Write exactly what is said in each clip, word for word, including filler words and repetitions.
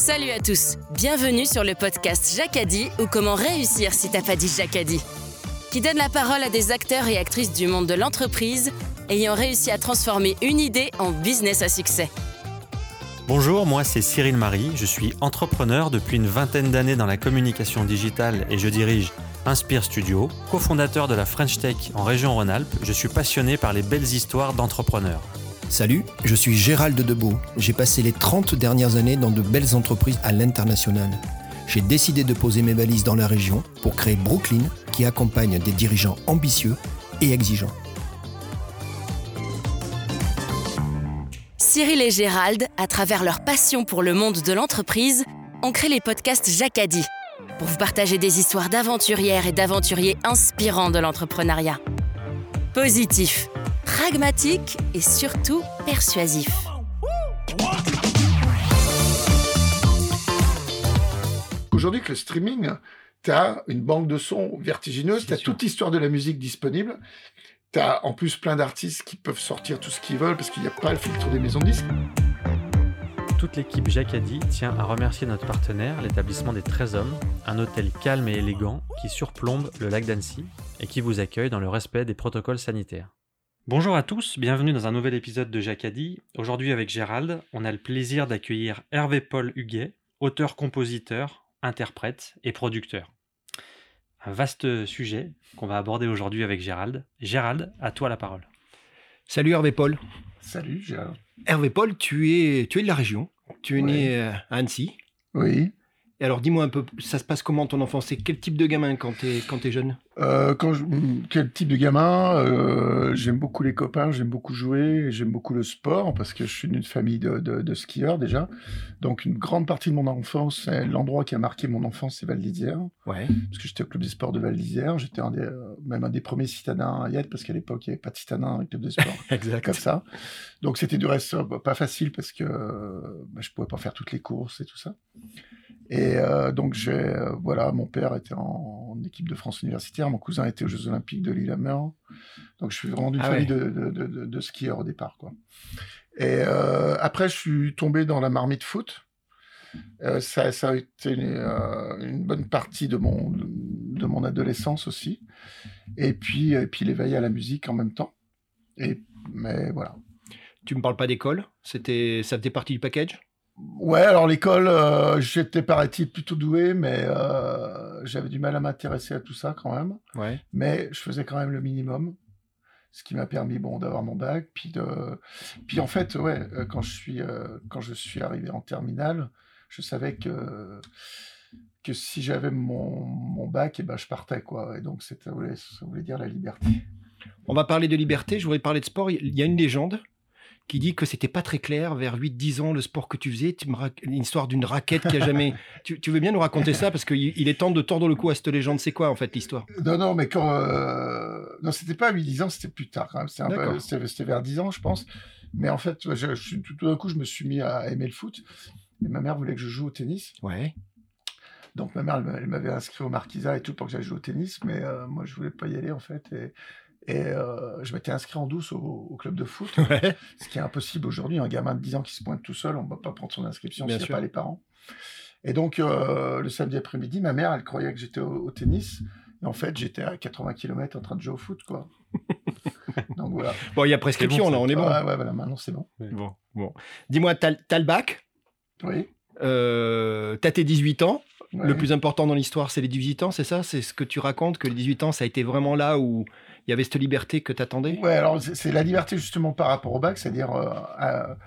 Salut à tous, bienvenue sur le podcast Jacadi ou comment réussir si t'as pas dit Jacadi, qui donne la parole à des acteurs et actrices du monde de l'entreprise ayant réussi à transformer une idée en business à succès. Bonjour, moi c'est Cyril Marie, je suis entrepreneur depuis une vingtaine d'années dans la communication digitale et je dirige Inspire Studio, cofondateur de la French Tech en région Rhône-Alpes. Je suis passionné par les belles histoires d'entrepreneurs. Salut, je suis Gérald Debeau. J'ai passé les trente dernières années dans de belles entreprises à l'international. J'ai décidé de poser mes valises dans la région pour créer Brooklyn, qui accompagne des dirigeants ambitieux et exigeants. Cyril et Gérald, à travers leur passion pour le monde de l'entreprise, ont créé les podcasts Jacadi pour vous partager des histoires d'aventurières et d'aventuriers inspirants de l'entrepreneuriat. Positifs, pragmatiques et surtout persuasifs. Aujourd'hui, avec le streaming, tu as une banque de sons vertigineuse, tu as toute l'histoire de la musique disponible. Tu as en plus plein d'artistes qui peuvent sortir tout ce qu'ils veulent parce qu'il n'y a pas le filtre des maisons de disques. Toute l'équipe Jacadi tient à remercier notre partenaire, l'établissement des treize Hommes, un hôtel calme et élégant qui surplombe le lac d'Annecy et qui vous accueille dans le respect des protocoles sanitaires. Bonjour à tous, bienvenue dans un nouvel épisode de Jacadi. Aujourd'hui avec Gérald, on a le plaisir d'accueillir Hervé-Paul Huguet, auteur-compositeur, interprète et producteur. Un vaste sujet qu'on va aborder aujourd'hui avec Gérald. Gérald, à toi la parole. Salut Hervé-Paul. Salut Gérald. Hervé-Paul, tu es, tu es de la région. Tu es Ouais. né à Annecy. Oui. Et alors dis-moi un peu, ça se passe comment ton enfance? C'est quel type de gamin quand t'es, quand t'es jeune? Euh, quand je- Quel type de gamin euh, J'aime beaucoup les copains, j'aime beaucoup jouer, j'aime beaucoup le sport parce que je suis d'une famille de, de, de skieurs déjà. Donc une grande partie de mon enfance, c'est l'endroit qui a marqué mon enfance, c'est Val d'Isère. Ouais. Parce que j'étais au club des sports de Val d'Isère. J'étais un des, euh, même un des premiers citadins à y être parce qu'à l'époque, il n'y avait pas de citadins au club des sports. Exact. Comme ça. Donc c'était du reste euh, pas facile parce que euh, bah, je pouvais pas faire toutes les courses et tout ça. Et euh, donc j'ai euh, voilà, mon père était en, en équipe de France universitaire, mon cousin était aux Jeux Olympiques de Lillehammer. Donc je suis vraiment d'une Ah famille ouais. de, de, de, de, de skieurs au départ, quoi. Et euh, après je suis tombé dans la marmite foot. Euh, ça, ça a été une, euh, une bonne partie de mon de, de mon adolescence aussi. Et puis et puis l'éveil à la musique en même temps. Et mais voilà. Tu me parles pas d'école? C'était, ça faisait partie du package? Ouais, alors l'école, euh, j'étais paraît-il plutôt doué, mais euh, j'avais du mal à m'intéresser à tout ça quand même. Ouais. Mais je faisais quand même le minimum, ce qui m'a permis bon d'avoir mon bac. Puis de, puis en fait, ouais, euh, quand je suis euh, quand je suis arrivé en terminale, je savais que que si j'avais mon, mon bac, et ben je partais quoi. Et donc c'était, ça voulait, ça voulait dire la liberté. On va parler de liberté, je voudrais parler de sport. Il y a une légende qui dit que c'était pas très clair vers huit dix ans le sport que tu faisais. Tu me rac- Une histoire d'une raquette qui a jamais... tu, tu veux bien nous raconter ça? Parce qu'il il est temps de tordre le cou à cette légende. C'est quoi en fait l'histoire? Non, non, mais quand. Euh... Non, c'était pas à huit dix ans, c'était plus tard quand même. C'était, un peu... D'accord. c'était, c'était vers dix ans, je pense. Mais en fait, je, je, tout, tout d'un coup, je me suis mis à aimer le foot. Et ma mère voulait que je joue au tennis. Ouais. Donc ma mère, elle, m'a- elle m'avait inscrit au Marquisat et tout pour que j'aille jouer au tennis. Mais euh, moi, je voulais pas y aller en fait. Et, et euh, je m'étais inscrit en douce au, au club de foot. Ouais. Ce qui est impossible aujourd'hui. Un gamin de dix ans qui se pointe tout seul, on ne va pas prendre son inscription Bien s'il n'y a sûr. pas les parents. Et donc, euh, le samedi après-midi, ma mère, elle croyait que j'étais au, au tennis. Et en fait, j'étais à quatre-vingts kilomètres en train de jouer au foot, quoi. Donc voilà. Bon, il y a prescription C'est bon, là, ça. on est bon. Ouais, ouais, voilà, maintenant c'est bon. Bon, bon. Dis-moi, t'as, t'as le bac, Oui. euh, t'as tes dix-huit ans. Ouais. Le plus important dans l'histoire, c'est les dix-huit ans, c'est ça? C'est ce que tu racontes, que les dix-huit ans, ça a été vraiment là où il y avait cette liberté que t'attendais? Ouais, alors c'est, c'est la liberté justement par rapport au bac, c'est-à-dire euh, à,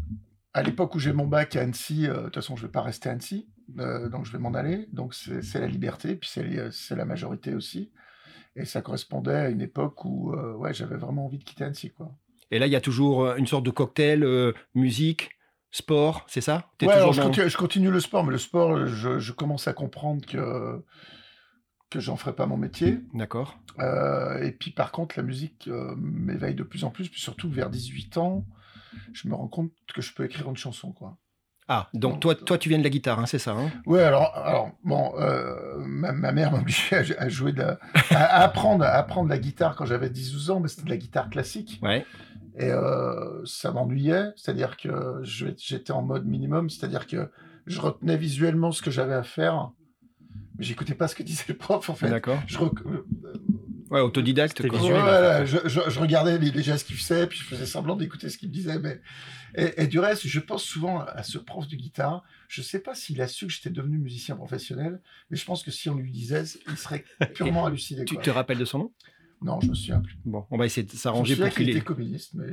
à l'époque où j'ai mon bac à Annecy, euh, de toute façon je vais pas rester à Annecy, euh, donc je vais m'en aller. Donc c'est, c'est la liberté, puis c'est, c'est la majorité aussi. Et ça correspondait à une époque où euh, ouais, j'avais vraiment envie de quitter Annecy, quoi. Et là, il y a toujours euh, une sorte de cocktail, euh, musique, sport, c'est ça? T'es Ouais, toujours alors je dans- continue, je continue le sport, mais le sport, je, je commence à comprendre que que j'en ferai pas mon métier. D'accord. Euh, et puis par contre, la musique euh, m'éveille de plus en plus, puis surtout vers dix-huit ans, je me rends compte que je peux écrire une chanson, quoi. Ah, donc toi, toi, tu viens de la guitare, hein, c'est ça, hein? Ouais, alors, alors bon, euh, ma, ma mère m'obligeait à, à jouer de la, à, à apprendre, à apprendre la guitare quand j'avais dix douze ans, mais c'était de la guitare classique. Ouais. Et euh, ça m'ennuyait, c'est-à-dire que je- j'étais en mode minimum, c'est-à-dire que je retenais visuellement ce que j'avais à faire, mais j'écoutais pas ce que disait le prof, en fait. D'accord. Je rec... Ouais, autodidacte. C'était quoi. visuel. Voilà, je, je, je regardais les, les gestes qu'il faisait, puis je faisais semblant d'écouter ce qu'il me disait. Mais... Et, et du reste, je pense souvent à ce prof de guitare. Je sais pas s'il a su que j'étais devenu musicien professionnel, mais je pense que si on lui disait, il serait purement halluciné. Tu quoi. te rappelles de son nom? Non, je me souviens plus. Bon, on va essayer de Je me s'arranger souviens pour qu'il qu'il était ait... communiste, mais...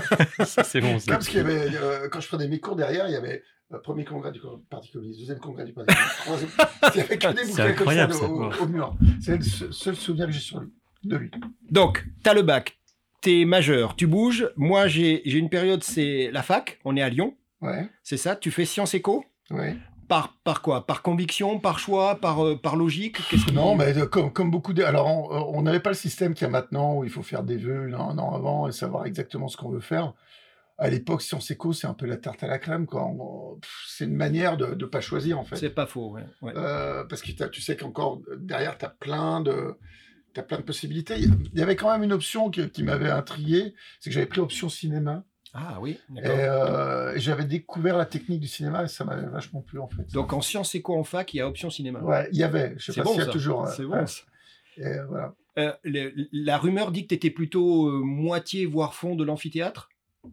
Ça, c'est bon. ça. Comme ce qu'il y avait, euh, quand je prenais mes cours derrière, il y avait le premier congrès du Parti communiste, deuxième congrès du Parti communiste, troisième. Il y avait que des C'est bouquins comme ça incroyable, de- ça. au, au mur. C'est le seul seul souvenir que j'ai sur lui, de lui. Donc, t'as le bac, t'es majeur, tu bouges. Moi, j'ai j'ai une période, c'est la fac, on est à Lyon, Ouais, c'est ça? Tu fais Sciences Éco? ouais. Par, par quoi? Par conviction, par choix, par, euh, par logique? Qu'est-ce qui... Non, mais euh, comme, comme beaucoup de... Alors, on on n'avait pas le système qu'il y a maintenant où il faut faire des vœux un an avant et savoir exactement ce qu'on veut faire. À l'époque, Sciences Éco, c'est un peu la tarte à la crème, quoi. On- pff, C'est une manière de ne pas choisir, en fait. C'est pas faux, ouais. ouais. Euh, parce que t'as- tu sais qu'encore derrière, tu as plein de... T'as plein de possibilités. Il y avait quand même une option qui, qui m'avait intrigué, c'est que j'avais pris option cinéma. Ah oui, Et, d'accord. euh, et j'avais découvert la technique du cinéma et ça m'avait vachement plu, en fait. Donc, en Sciences Éco en fac, il y a option cinéma. Ouais, il y avait. Je sais C'est pas bon, s'il y a ça. toujours. euh, C'est ouais. bon, ça. Et euh, voilà. Euh, le- la rumeur dit que tu étais plutôt euh, moitié, voire fond de l'amphithéâtre.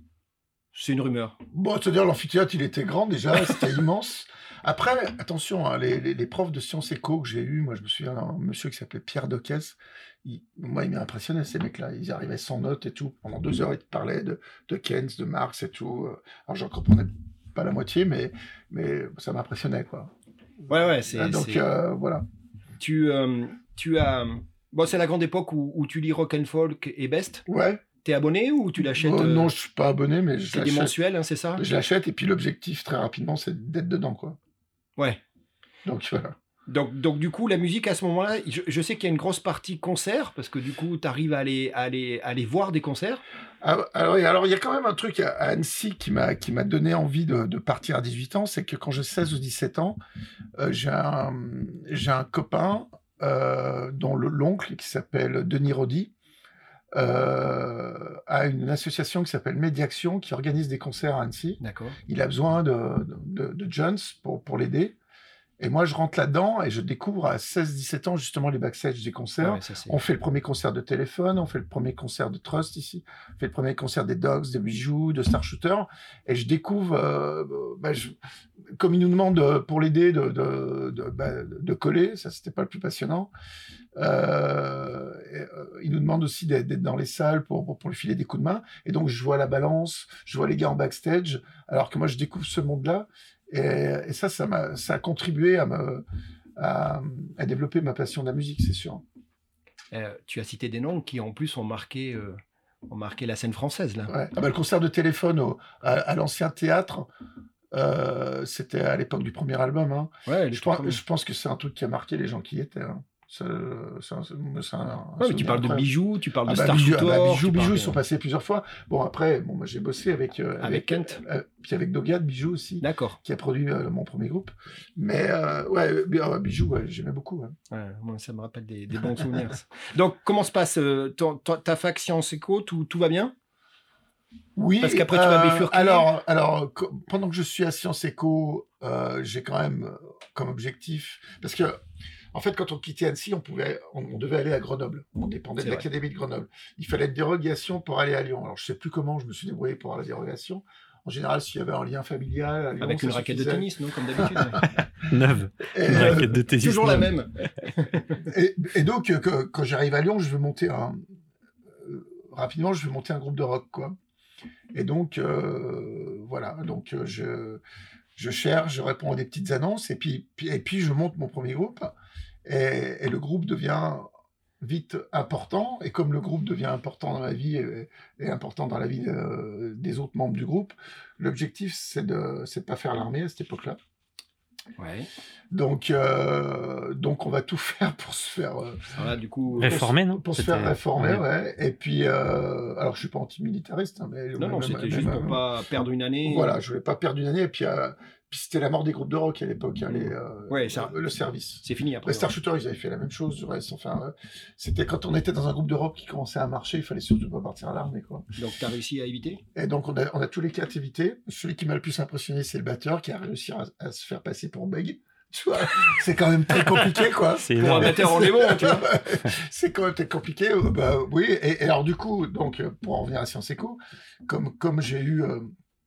C'est une rumeur. Bon, c'est-à-dire l'amphithéâtre, il était grand déjà, c'était immense. Après, attention, hein, les, les, les profs de Sciences Éco que j'ai eus, moi je me souviens d'un monsieur qui s'appelait Pierre Decaisse, il, moi il m'a impressionné ces mecs-là, ils arrivaient sans notes et tout, pendant deux heures ils te parlaient de, de Keynes, de Marx et tout, alors j'en comprenais pas la moitié, mais, mais ça m'impressionnait quoi. Ouais, ouais, c'est. Ah, donc c'est- euh, voilà. Tu, euh, tu as. Bon, c'est la grande époque où, où tu lis rock and folk et best. Ouais, T'es abonné ou tu l'achètes? Oh, euh, non je suis pas abonné, mais je c'est des l'achète, mensuels, hein, c'est ça? je l'achète et puis l'objectif très rapidement c'est d'être dedans quoi. Ouais. Donc voilà. Donc, donc, du coup, la musique à ce moment-là, je, je sais qu'il y a une grosse partie concert, parce que du coup, tu arrives à aller, à, aller, à aller voir des concerts. Ah, alors, et alors, il y a quand même un truc à, à Annecy qui m'a qui m'a donné envie de, de partir à dix-huit ans, c'est que quand j'ai seize ou dix-sept ans, euh, j'ai un, j'ai un copain euh, dont le- l'oncle, qui s'appelle Denis Rodi, euh, a une association qui s'appelle Médiaction, qui organise des concerts à Annecy. D'accord. Il a besoin de, de, de Jones pour, pour l'aider. Et moi, je rentre là-dedans et je découvre à seize dix-sept ans justement les backstage des concerts. Ouais, ça, c'est- On fait le premier concert de Téléphone, on fait le premier concert de Trust ici, on fait le premier concert des Dogs, des Bijoux, de Star Shooter, et je découvre, euh, bah, je- comme il nous demande euh, pour l'aider de, de, de, bah, de coller, ça c'était pas le plus passionnant, euh, et, euh, il nous demande aussi d'être d'être dans les salles pour, pour, pour lui filer des coups de main, et donc je vois la balance, je vois les gars en backstage, alors que moi je découvre ce monde-là, et, et ça, ça, m'a, ça a contribué à me... À, à développer ma passion de la musique, c'est sûr. Euh, tu as cité des noms qui, en plus, ont marqué, euh, ont marqué la scène française, là. Ouais. Ah bah, le concert de Téléphone au, à, à l'ancien théâtre, euh, c'était à l'époque du premier album. Hein. Ouais, les Je, tout pense, premiers. je pense que c'est un truc qui a marqué les gens qui y étaient. Hein. C'est, c'est un- c'est un- un Ouais, mais tu souvenir parles de incroyable. Bijoux, tu parles Ah de bah, Star Bijoux, ah Shooter. bah, tu Bijoux, parles Bijoux, de- ils sont passés plusieurs fois. Bon, après, bon, moi, j'ai bossé avec, euh, Avec Kent. euh, puis avec Dogat, Bijoux aussi, D'accord. qui a produit euh, mon premier groupe. Mais euh, ouais, Bi- euh, Bijoux, ouais, j'aimais beaucoup. Ouais. Ouais, moi, ça me rappelle des, des bons souvenirs. ça. Donc, comment se passe euh, ton- ton- ta fac Sciences Éco? Tout, tout va bien? Oui, Parce qu'après, tu vas bifurquer. Alors, alors co- pendant que je suis à Sciences Éco, euh, j'ai quand même euh, comme objectif, parce que en fait, quand on quittait Annecy, on pouvait, on, on devait aller à Grenoble. On dépendait C'est de vrai. l'académie de Grenoble. Il fallait une dérogation pour aller à Lyon. Alors, je sais plus comment je me suis débrouillé pour avoir la dérogation. En général, s'il y avait un lien familial, à Lyon, Avec ça une raquette de suffisait. tennis, non? Comme d'habitude. ouais. Neuve. Et, Une euh, raquette de tennis. Toujours la neuve. même. et, et donc, euh, que- quand j'arrive à Lyon, je veux monter un. euh, rapidement, je veux monter un groupe de rock, quoi. Et donc, euh, voilà. Donc, euh, je, je cherche, je réponds à des petites annonces, et puis, puis- et puis je monte mon premier groupe. Et, et le groupe devient vite important. Et comme le groupe devient important dans la vie et, et important dans la vie euh, des autres membres du groupe, l'objectif, c'est de c'est de pas faire l'armée à cette époque-là. Ouais. Donc, euh, donc, on va tout faire pour se faire. euh, Voilà, du coup. Réformé, non? pour se C'était- faire réformer, ouais. ouais. Et puis, euh, alors je suis pas anti-militariste, hein, mais Non, non, même- c'était même- juste pour même- pas perdre une année. Voilà, je voulais pas perdre une année. Et puis, euh, Puis c'était la mort des groupes de rock à l'époque, hein, les, euh, ouais, ça, le, le service. C'est fini après. Les Starshooter, ils avaient fait la même chose du reste. Enfin, euh, c'était quand on était dans un groupe de rock qui commençait à marcher, il fallait surtout pas partir à l'armée, quoi. Donc tu as réussi à éviter? Et donc on a, on a tous les quatre évité. Celui qui m'a le plus impressionné, c'est le batteur qui a réussi à, à se faire passer pour Beg. Tu vois, c'est quand même très compliqué, quoi. C'est pour énorme. un batteur, on est bon, tu vois. C'est quand même très compliqué. Euh, bah oui. Et, et alors du coup, donc pour en revenir à Sciences Éco, comme comme j'ai eu euh,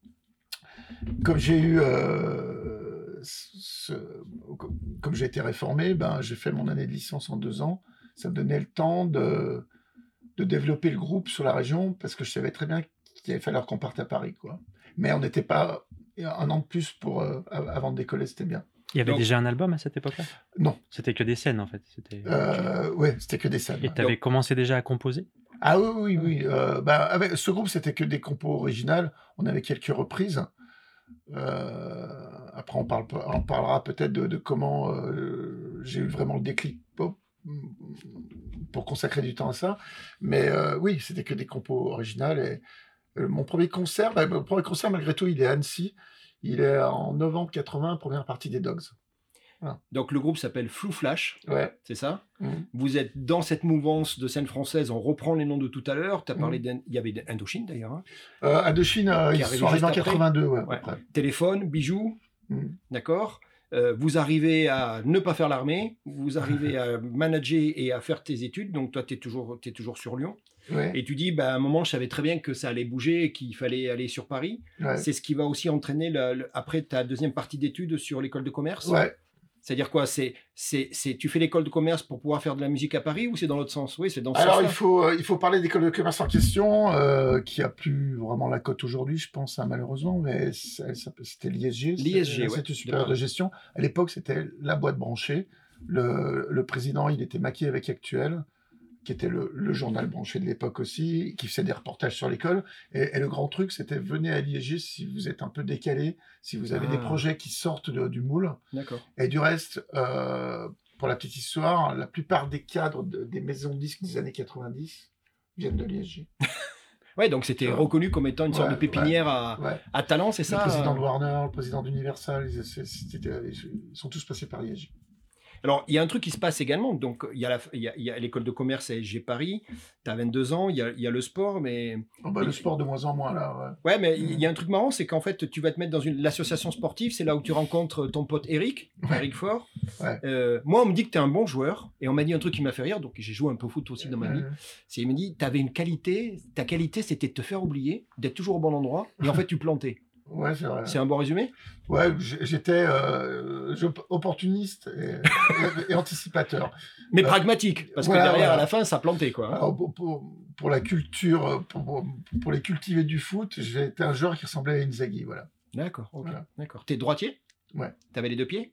comme j'ai eu euh, ce, comme j'ai été réformé, ben j'ai fait mon année de licence en deux ans. Ça me donnait le temps de de développer le groupe sur la région parce que je savais très bien qu'il allait falloir qu'on parte à Paris, quoi. Mais on n'était pas un an de plus pour euh, avant de décoller, c'était bien. Il y avait Donc, déjà un album à cette époque-là? Non. C'était que des scènes, en fait. C'était... Euh, ouais, c'était que des scènes. Et tu avais commencé déjà à composer? Ah oui, oui, oui. Euh, bah, avec ce groupe, c'était que des compos originales. On avait quelques reprises. Euh, après, on, parle, on parlera peut-être de, de comment euh, j'ai eu vraiment le déclic pour, pour consacrer du temps à ça. Mais euh, oui, c'était que des compos originales. Et euh, mon premier concert, bah, mon premier concert, malgré tout, il est à Annecy. Il est en novembre quatre-vingts, première partie des Dogs. Voilà. Donc le groupe s'appelle Flou Flash, ouais. C'est ça? Mmh. Vous êtes dans cette mouvance de scène française, on reprend les noms de tout à l'heure, tu as parlé, mmh. il y avait Indochine d'ailleurs. Hein. Euh, Indochine, euh, ils sont arrivés en quatre-vingt-deux, ouais, ouais. à peu près. Téléphone, bijoux, mmh. d'accord. Euh, vous arrivez à ne pas faire l'armée, vous arrivez à manager et à faire tes études, donc toi tu es toujours, t'es toujours sur Lyon. Ouais. Et tu dis, bah, à un moment, je savais très bien que ça allait bouger et qu'il fallait aller sur Paris. Ouais. C'est ce qui va aussi entraîner, le, le, après ta deuxième partie d'études sur l'école de commerce. Ouais. C'est-à-dire quoi, c'est, c'est, c'est, tu fais l'école de commerce pour pouvoir faire de la musique à Paris ou c'est dans l'autre sens? Oui, c'est dans ce Alors, sens-là. il faut, euh, il faut parler d'école de commerce en question, euh, qui a plus vraiment la cote aujourd'hui, je pense, hein, malheureusement, mais ça, ça, c'était l'I S G. L'I S G, ouais. C'était supérieur de gestion. À l'époque, c'était la boîte branchée. Le, le président, il était maquillé avec Actuel, qui était le, le journal branché de l'époque aussi, qui faisait des reportages sur l'école. Et, et le grand truc, c'était venez à l'I S G si vous êtes un peu décalé, si vous avez ah. des projets qui sortent de, du moule. D'accord. Et du reste, euh, pour la petite histoire, la plupart des cadres de, des maisons de disques des années quatre-vingt-dix viennent de l'I S G. Ouais, donc c'était reconnu comme étant une sorte ouais, de pépinière ouais, à, ouais. à talent, c'est ça? Le président de Warner, le président d'Universal, ils, ils sont tous passés par l'I S G. Alors, il y a un truc qui se passe également. Donc, il y a, la, il y a, il y a l'école de commerce à S G Paris. Tu as vingt-deux ans, il y a, il y a le sport, mais... Oh bah, le sport de moins en moins, là, ouais. Ouais, mais mmh. il y a un truc marrant, c'est qu'en fait, tu vas te mettre dans une, l'association sportive, c'est là où tu rencontres ton pote Eric, ouais. Eric Faure. Ouais. Euh, moi, on me dit que tu es un bon joueur, et on m'a dit un truc qui m'a fait rire, donc j'ai joué un peu au foot aussi dans ma vie. C'est, il me dit, tu avais une qualité, ta qualité, c'était de te faire oublier, d'être toujours au bon endroit, et en fait, tu plantais. Ouais, c'est vrai. C'est un bon résumé? Ouais, j'étais euh, opportuniste et, et, et anticipateur. Mais euh, pragmatique, parce voilà, que derrière, voilà. à la fin, ça plantait, quoi. Alors, pour, pour, pour la culture, pour, pour les cultiver du foot, j'étais un joueur qui ressemblait à Inzaghi, voilà. D'accord, ok. Voilà. D'accord. T'es droitier? Ouais. T'avais les deux pieds?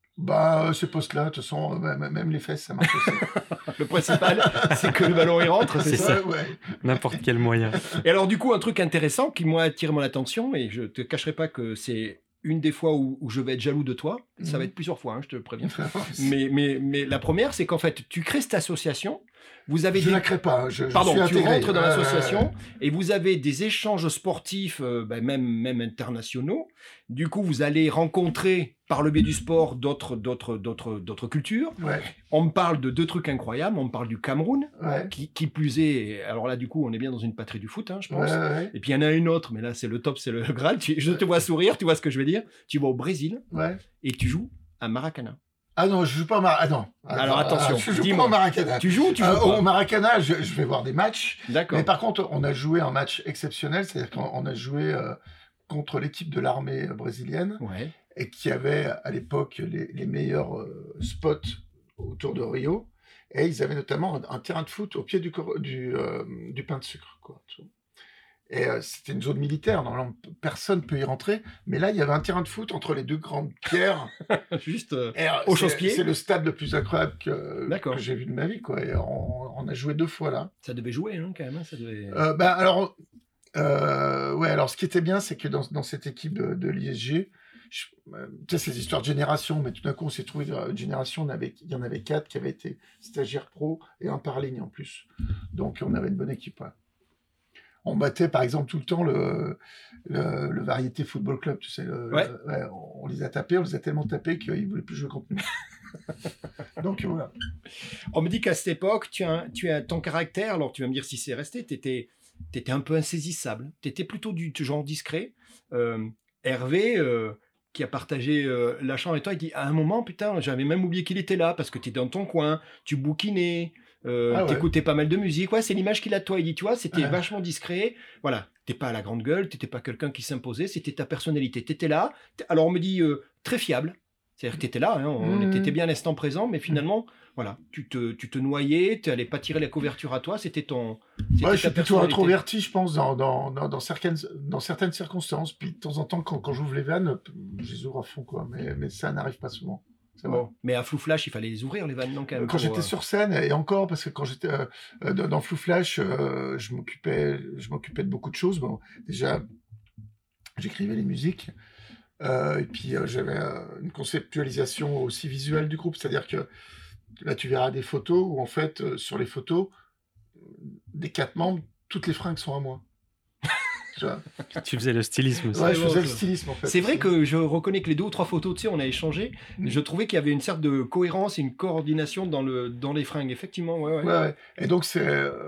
Bah, ces postes-là, de toute façon, même les fesses, ça marche aussi. Le principal, c'est que le ballon y rentre, c'est, c'est ça, ça. Ouais. N'importe quel moyen. Et alors, du coup, un truc intéressant qui m'a attiré mon attention, et je te cacherai pas que c'est une des fois où, où je vais être jaloux de toi, mmh. ça va être plusieurs fois, hein, je te préviens. mais, mais, mais la première, c'est qu'en fait, tu crées cette association. Vous avez je des... la crée pas. Je, Pardon, je suis tu intégré. rentres dans l'association euh... et vous avez des échanges sportifs, euh, ben même, même internationaux. Du coup, vous allez rencontrer, par le biais du sport, d'autres, d'autres, d'autres, d'autres cultures. Ouais. On me parle de deux trucs incroyables. On me parle du Cameroun, ouais. qui, qui plus est... Alors là, du coup, on est bien dans une patrie du foot, hein, je pense. Ouais, ouais. Et puis, il y en a une autre, mais là, c'est le top, c'est le Graal. Tu, je te vois sourire, tu vois ce que je veux dire. Tu vas au Brésil ouais. et tu joues à Maracana. Ah non, je joue pas au Maracana. Ah Alors attention, ah, je joue pas au Maracana. Tu joues ou tu joues euh, pas Au Maracana, je, je vais voir des matchs. D'accord. Mais par contre, on a joué un match exceptionnel, c'est-à-dire qu'on a joué euh, contre l'équipe de l'armée brésilienne, ouais. et qui avait à l'époque les, les meilleurs euh, spots autour de Rio. Et ils avaient notamment un, un terrain de foot au pied du, du, euh, du pain de sucre, quoi. Et euh, c'était une zone militaire, normalement personne ne peut y rentrer, mais là il y avait un terrain de foot entre les deux grandes pierres. Juste euh, et, euh, au chausse-pied. C'est le stade le plus incroyable que, que j'ai vu de ma vie, quoi. Et on, on a joué deux fois là. Ça devait jouer, hein, quand même. Hein, ça devait... euh, ben, alors, euh, ouais, alors ce qui était bien, c'est que dans, dans cette équipe de, de l'I S G, je, euh, tu sais, c'est des histoires de génération, mais tout d'un coup on s'est trouvé une génération, il y en avait quatre qui avaient été stagiaires pro et un par ligne en plus. Donc on avait une bonne équipe, ouais. On battait par exemple tout le temps le, le, le Variété Football Club, tu sais. Le, ouais. le, ouais, on, on les a tapés, on les a tellement tapés qu'ils ne voulaient plus jouer contre nous. Donc voilà. On me dit qu'à cette époque, tu as, tu as ton caractère, alors tu vas me dire si c'est resté, tu étais un peu insaisissable. Tu étais plutôt du genre discret. Euh, Hervé, euh, qui a partagé euh, la chambre avec toi, il dit à un moment, putain, j'avais même oublié qu'il était là parce que tu étais dans ton coin, tu bouquinais. Euh, ah ouais. T'écoutais pas mal de musique, ouais, c'est l'image qu'il a de toi. Il dit, tu vois, c'était ah. vachement discret. Voilà, t'es pas à la grande gueule, t'étais pas quelqu'un qui s'imposait, c'était ta personnalité. T'étais là. Alors on me dit euh, très fiable. C'est-à-dire que t'étais là, hein, on mmh. était bien à l'instant présent, mais finalement, voilà, tu te, tu te noyais, tu n'allais pas tirer la couverture à toi, c'était ton. Ouais, je suis plutôt introverti, je pense, dans, dans, dans, dans, certaines, dans certaines circonstances. Puis de temps en temps, quand, quand j'ouvre les vannes, je les ouvre à fond, quoi. Mais, mais ça n'arrive pas souvent. Bon. Mais à Flou Flash, il fallait les ouvrir, les vannes, non, quand même. Quand j'étais euh... sur scène, et encore, parce que quand j'étais euh, dans Flou Flash, euh, je m'occupais je m'occupais de beaucoup de choses. Bon, déjà, j'écrivais les musiques. Euh, et puis euh, j'avais euh, une conceptualisation aussi visuelle du groupe, c'est-à-dire que là tu verras des photos où en fait euh, sur les photos des quatre membres, toutes les fringues sont à moi. Tu vois. Tu faisais le stylisme aussi. Ouais, je faisais le stylisme en fait. C'est vrai que je reconnais que les deux ou trois photos, tu sais, on a échangé. Mmh. Je trouvais qu'il y avait une sorte de cohérence et une coordination dans, le, dans les fringues, effectivement. Ouais, ouais. Ouais, ouais. Et donc, il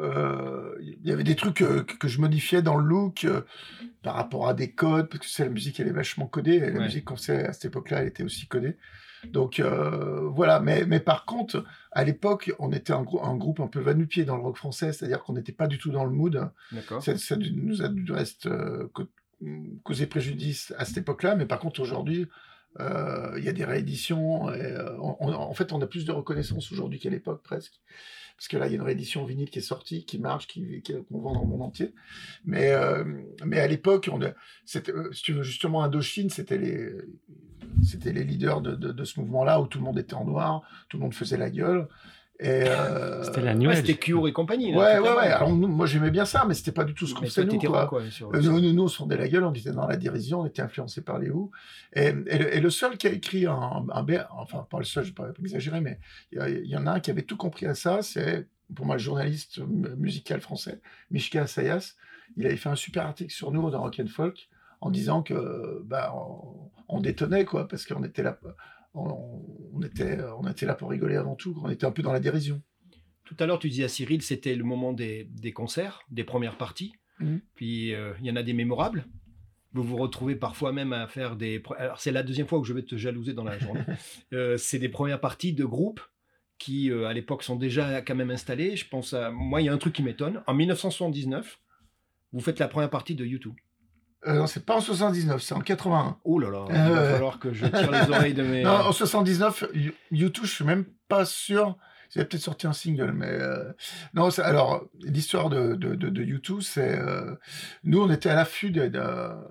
euh, y avait des trucs euh, que je modifiais dans le look euh, par rapport à des codes, parce que c'est la musique, elle est vachement codée. Et la ouais. musique qu'on faisait à cette époque-là, elle était aussi codée. Donc euh, voilà, mais, mais par contre, à l'époque, on était un, gro- un groupe un peu va-nu-pied dans le rock français, c'est-à-dire qu'on n'était pas du tout dans le mood. Ça, ça nous a du reste euh, causé préjudice à cette époque-là, mais par contre, aujourd'hui, il euh, y a des rééditions. Et, euh, on, on, en fait, on a plus de reconnaissance aujourd'hui qu'à l'époque, presque. Parce que là, il y a une réédition vinyle qui est sortie, qui marche, qui, qui, qu'on vend dans le monde entier. Mais, euh, mais à l'époque, on a, c'était, si tu veux, justement, Indochine, c'était les... C'était les leaders de, de, de ce mouvement-là où tout le monde était en noir, tout le monde faisait la gueule. Et euh... C'était la New ouais, c'était Cure et compagnie. Là, ouais, ouais, ouais. Alors, nous, moi, j'aimais bien ça, mais c'était pas du tout ce qu'on faisait, nous. Quoi. Quoi, sur... euh, nous, nous, nous, on se fondait la gueule, on était dans la dérision, on était influencés par les Who. Et, et, le, et le seul qui a écrit un, un... Enfin, pas le seul, je ne vais pas exagérer, mais il y, y en a un qui avait tout compris à ça, c'est, pour moi, le journaliste musical français, Mishka Assayas. Il avait fait un super article sur nous dans Rock and Folk, en disant que bah on, on détonnait quoi, parce qu'on était là, on, on était, on était là pour rigoler avant tout, on était un peu dans la dérision. Tout à l'heure, tu disais à Cyril, c'était le moment des, des concerts, des premières parties. Mmh. Puis il euh, y en a des mémorables. Vous vous retrouvez parfois même à faire des. Alors c'est la deuxième fois que je vais te jalouser dans la journée. euh, c'est des premières parties de groupes qui euh, à l'époque sont déjà quand même installés. Je pense à moi, il y a un truc qui m'étonne. En dix-neuf cent soixante-dix-neuf, vous faites la première partie de U deux. Euh, non, c'est pas en soixante-dix-neuf, c'est en quatre-vingt-un. Oh là là, euh, il va falloir que je tire les oreilles de mes... Non, en soixante-dix-neuf, U deux, je suis même pas sûr... Ils avaient peut-être sorti un single, mais... Euh... Non, c'est... alors, l'histoire de, de, de, de U deux, c'est... Euh... Nous, on était à l'affût de, de...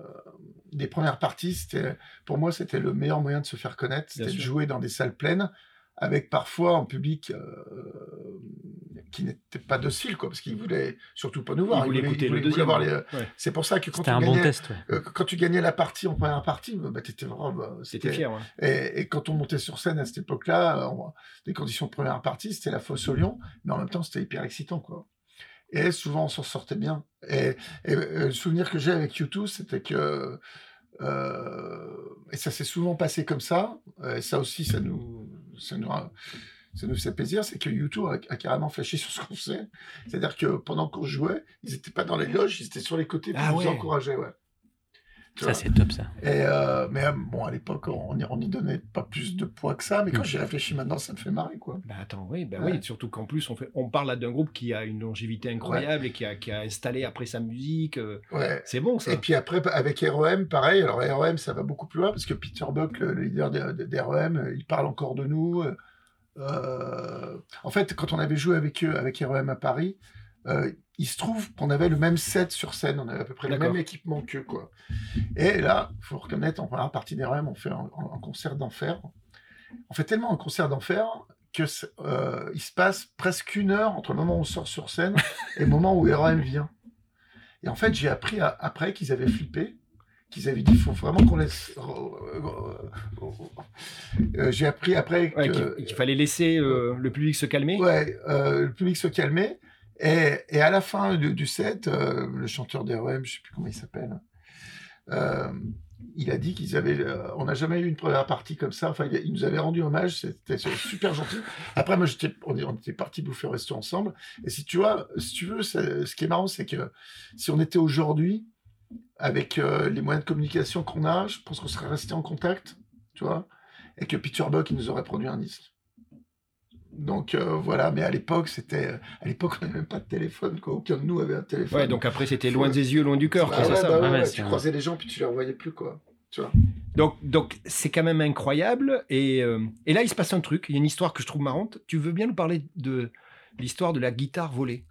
des premières parties. C'était... Pour moi, c'était le meilleur moyen de se faire connaître. C'était Bien de sûr. jouer dans des salles pleines, avec parfois un public euh, qui n'était pas docile, quoi, parce qu'ils voulaient surtout pas nous voir. Ils voulaient écouter le deuxième. Voir les... ouais. C'est pour ça que quand tu, un gagnais, bon test, ouais. euh, quand tu gagnais la partie en première partie, bah, t'étais vraiment... Bah, c'était fier, ouais. Et, et quand on montait sur scène à cette époque-là, on... les conditions de première partie, c'était la fosse au lion, mais en même temps, c'était hyper excitant, quoi. Et souvent, on s'en sortait bien. Et, et, et le souvenir que j'ai avec U deux, c'était que... Euh, et ça s'est souvent passé comme ça, et ça aussi, ça nous... Ça nous ça nous fait plaisir, c'est que U deux a, a carrément flashé sur ce qu'on faisait. C'est-à-dire que pendant qu'on jouait, ils n'étaient pas dans les loges, ils étaient sur les côtés pour ah nous ouais. encourager. Ouais. Ça, vois. C'est top, ça. Et euh, mais bon, à l'époque, on n'y on y donnait pas plus de poids que ça, mais quand mmh. j'y réfléchis maintenant, ça me fait marrer, quoi. Bah attends, oui, bah ouais. oui, surtout qu'en plus, on, fait, on parle là d'un groupe qui a une longévité incroyable ouais. et qui a, qui a installé après sa musique. Euh, ouais. C'est bon, ça. Et puis après, avec R E M, pareil. Alors, R E M, ça va beaucoup plus loin, parce que Peter Buck, le, le leader d'R E M, il parle encore de nous. Euh, en fait, quand on avait joué avec eux, avec R E M à Paris, euh, il se trouve qu'on avait le même set sur scène, on avait à peu près D'accord. le même équipement qu'eux, quoi. Et là, il faut reconnaître, en première partie d'R E M, on fait un, un concert d'enfer. On fait tellement un concert d'enfer que euh, il se passe presque une heure entre le moment où on sort sur scène et le moment où R E M vient. Et en fait, j'ai appris à, après qu'ils avaient flippé, qu'ils avaient dit il faut vraiment qu'on laisse. Euh, j'ai appris après que... ouais, qu'il, qu'il fallait laisser euh, le public se calmer. Ouais, euh, le public se calmer. Et, et à la fin du, du set, euh, le chanteur d'R E M, je ne sais plus comment il s'appelle, euh, il a dit qu'ils avaient, euh, on n'a jamais eu une première partie comme ça. Enfin, il, il nous avait rendu hommage, c'était super gentil. Après, moi, j'étais, on, on était partis bouffer au resto ensemble. Et si tu vois, si tu veux, ce qui est marrant, c'est que si on était aujourd'hui, avec euh, les moyens de communication qu'on a, je pense qu'on serait resté en contact, tu vois, et que Peter Buck, il nous aurait produit un disque. Donc euh, voilà, mais à l'époque, c'était, à l'époque, on n'avait même pas de téléphone, quoi. Aucun de nous avait un téléphone. Ouais, donc après, c'était loin des yeux, loin du cœur, bah quoi, ouais, c'est ça. bah ouais, Ouais, ouais, c'est tu un... croisais les gens, puis tu les revoyais plus, quoi. Tu vois. Donc, donc c'est quand même incroyable. Et, euh, et là, il se passe un truc. Il y a une histoire que je trouve marrante. Tu veux bien nous parler de l'histoire de la guitare volée?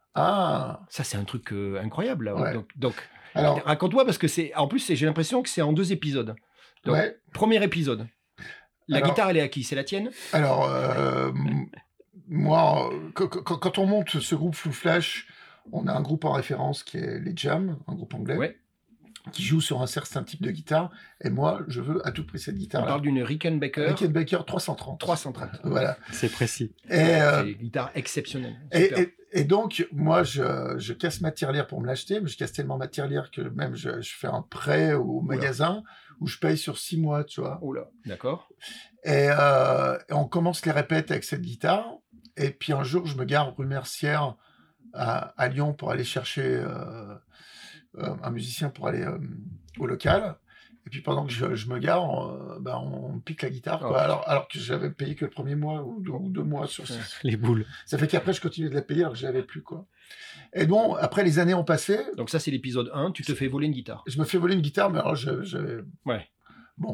Ah. Ça, c'est un truc euh, incroyable. Là. Ouais. Donc, donc Alors, raconte-moi, parce que c'est, en plus, c'est, j'ai l'impression que c'est en deux épisodes. Donc, ouais. Premier épisode. La Alors- guitare, elle est à qui? C'est la tienne? Alors, euh, m- moi, euh, quand, quand- quand on monte ce groupe Flou Flash, on a un groupe en référence qui est les Jam, un groupe anglais, Ouais. qui joue sur un certain type de guitare. Et moi, je veux à tout prix cette On guitare-là. parle d'une Rickenbacker Rickenbacker trois cent trente. trois cent trente. Voilà. C'est précis. Et, euh, C'est une guitare exceptionnelle. et, Super. et- et donc, moi, je, je casse ma tirelire pour me l'acheter, mais je casse tellement ma tirelire que même je, je fais un prêt au magasin où je paye sur six mois, tu vois. Oula, d'accord. Et, euh, et on commence les répètes avec cette guitare. Et puis un jour, je me gare rue Mercière à, à Lyon pour aller chercher euh, euh, un musicien pour aller euh, au local. Et puis pendant que je, je me gare, euh, ben, on me pique la guitare, quoi. Oh. alors, alors que j'avais payé que le premier mois ou deux, ou deux mois sur six. Les boules. Ça fait qu'après, je continuais de la payer alors que je l'avais plus, quoi. Et bon, après les années ont passé, Donc ça, c'est l'épisode un. Tu te fais voler une guitare. je me fais voler une guitare, mais alors je- j'avais... Ouais. Bon,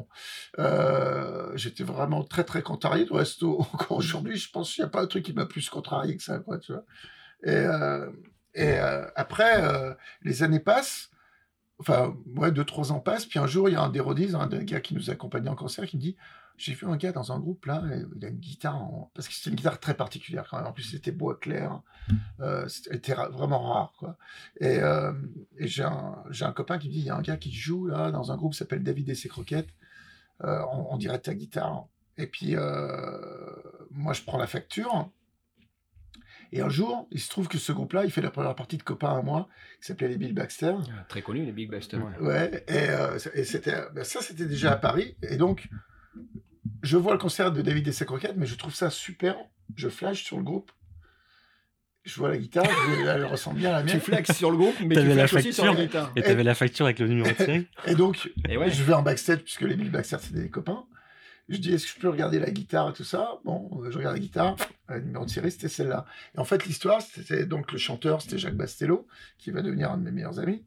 euh, j'étais vraiment très très contrarié de resto. Encore aujourd'hui, je pense qu'il n'y a pas un truc qui m'a plus contrarié que ça, quoi, tu vois. Et, euh, et euh, après, euh, les années passent, enfin, ouais, deux, trois ans passent, puis un jour, il y a un des Rodis, un des gars qui nous accompagnait en concert, qui me dit, j'ai vu un gars dans un groupe, là, et il a une guitare, en... parce que c'était une guitare très particulière, quand même. En plus, c'était bois clair, euh, c'était ra- vraiment rare, quoi. Et, euh, et j'ai un, j'ai un copain qui me dit, il y a un gars qui joue, là, dans un groupe qui s'appelle David et ses croquettes, euh, on, on dirait ta guitare. Et puis, euh, moi, je prends la facture. Et un jour, il se trouve que ce groupe-là, il fait la première partie de copains à moi, qui s'appelait les Bill Baxter. Ah, très connu, les Big Baxter. Ouais. Ouais, et, euh, et c'était, ben ça, c'était déjà à Paris. Et donc, je vois le concert de David et ses croquettes, mais je trouve ça super. Je flash sur le groupe. Je vois la guitare, je- elle ressemble bien à la Tu mienne. flexes sur le groupe, mais tu T'avais la flexes aussi sur la facture. guitare. Et t'avais la facture avec le numéro de série. Et donc, Et ouais. je vais en backstage, puisque les Bill Baxter, c'était des copains. Je dis, est-ce que je peux regarder la guitare et tout ça? Bon, euh, je regarde la guitare. Le numéro de série, c'était celle-là. Et en fait, l'histoire, c'était donc le chanteur, c'était Jacques Bastello, qui va devenir un de mes meilleurs amis.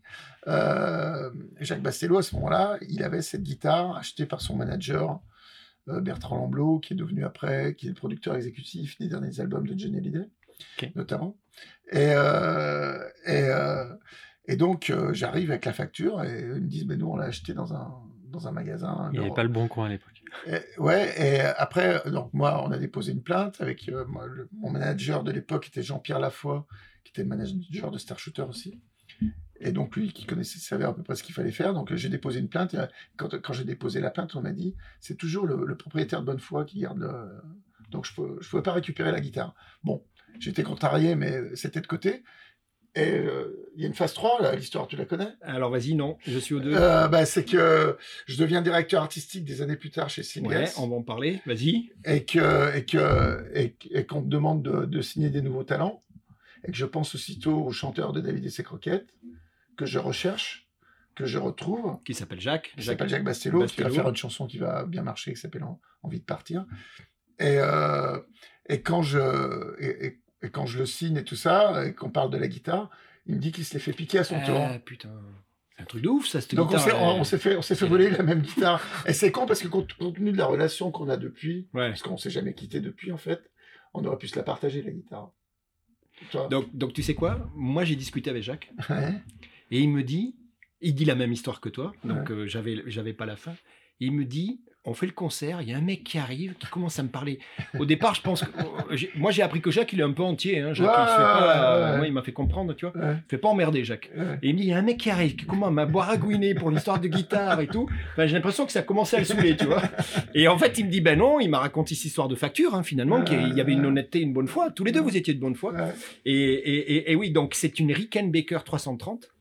Euh, Jacques Bastello, à ce moment-là, il avait cette guitare achetée par son manager, euh, Bertrand Lamblot, qui est devenu après, qui est le producteur exécutif des derniers albums de Johnny Hallyday, Ok. notamment. Et, euh, et, euh, et donc, euh, j'arrive avec la facture et ils me disent, mais nous, on l'a acheté dans un, dans un magasin. Il n'y avait L'Euro- pas le bon coin à l'époque. et, ouais, et après, donc moi, on a déposé une plainte avec euh, moi, le- mon manager de l'époque, était Jean-Pierre Lafoy, qui était le manager de Star Shooter aussi. Et donc, lui, qui connaissait, savait à peu près ce qu'il fallait faire. Donc, euh, j'ai déposé une plainte. Et euh, quand, quand j'ai déposé la plainte, on m'a dit, c'est toujours le, le propriétaire de bonne foi qui garde le... Donc, je ne pouvais pas récupérer la guitare. Bon, j'étais contrarié, mais c'était de côté. Et euh, il y a une phase trois, là, l'histoire, tu la connais? Alors vas-y, non, je suis au deux. Euh, bah, c'est que je deviens directeur artistique des années plus tard chez Singles. Ouais, on va en parler, vas-y. Et que et que et, et qu'on me demande de, de signer des nouveaux talents et que je pense aussitôt au chanteur de David et ses croquettes que je recherche, que je retrouve, Qui s'appelle Jacques. qui s'appelle Jacques Bastello, qui va Bastello. faire une chanson qui va bien marcher, qui s'appelle En- Envie de partir. Et euh, et quand je et, et- et quand je le signe et tout ça, et qu'on parle de la guitare, il me dit qu'il se l'est fait piquer à son tour. Ah, putain. C'est un truc de ouf, ça, cette Donc on guitare. s'est, on, elle- on s'est fait, on s'est fait voler la même guitare. Et c'est con parce que compte, compte tenu de la relation qu'on a depuis, Ouais. parce qu'on s'est jamais quitté depuis en fait, on aurait pu se la partager la guitare. Tu vois. Donc, donc tu sais quoi? Moi, j'ai discuté avec Jacques Ouais. et il me dit, il dit la même histoire que toi, donc euh, j'avais, j'avais pas la fin. Et il me dit, on fait le concert, il y a un mec qui arrive, qui commence à me parler. Au départ, je pense que... j'ai- moi, j'ai appris que Jacques, il est un peu entier. Hein. Jacques, Ouais, il se fait pas... ouais, ouais. Moi, il m'a fait comprendre, tu vois. Ouais. Fais pas emmerder, Jacques. Ouais. Et il me dit, il y a un mec qui arrive, qui commence à m'aboiragouiner pour l'histoire de guitare et tout. Enfin, j'ai l'impression que ça commençait à le saouler, tu vois. Et en fait, il me dit, ben non, il m'a raconté cette histoire de facture, hein, finalement, qu'il y avait une honnêteté, une bonne foi. Tous les deux, vous étiez de bonne foi. Ouais. Et, et, et, et oui, donc c'est une Rickenbacker trois cent trente.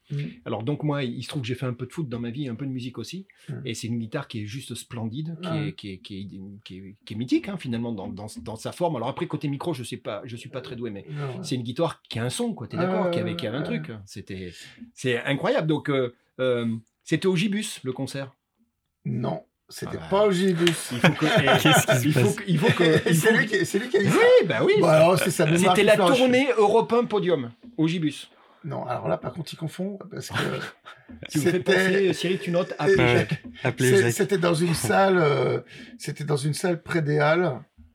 Mmh. Alors donc moi, il se trouve que j'ai fait un peu de foot dans ma vie, un peu de musique aussi, Mmh. et c'est une guitare qui est juste splendide, qui, Ouais. est, qui, est, qui, est, qui, est, qui est mythique hein, finalement dans, dans, dans sa forme. Alors après côté micro, je sais pas, je suis pas très doué, mais Ouais, ouais. c'est une guitare qui a un son, quoi. T'es Ouais, d'accord, ouais, qui avait, qui avait un ouais. truc. C'était, c'est incroyable. Donc euh, euh, c'était au Gibus le concert. Non, c'était Ah bah. pas au Gibus. Il faut que, eh, Qu'est-ce qui se il faut, passe que- il faut que, il c'est faut lui, qui- c'est lui qui a dit ça. oui, bah oui. Bon, alors, c'est sa mémoire C'était qui la flanche. tournée Europe un Podium au Gibus. Non, alors là, par contre, il confond, parce que Tu me fais penser, Cyril, tu notes, appelez Ouais. Jacques. Appelez c'est- Jacques. c'était dans une salle, euh, c'était dans une salle près des Halles.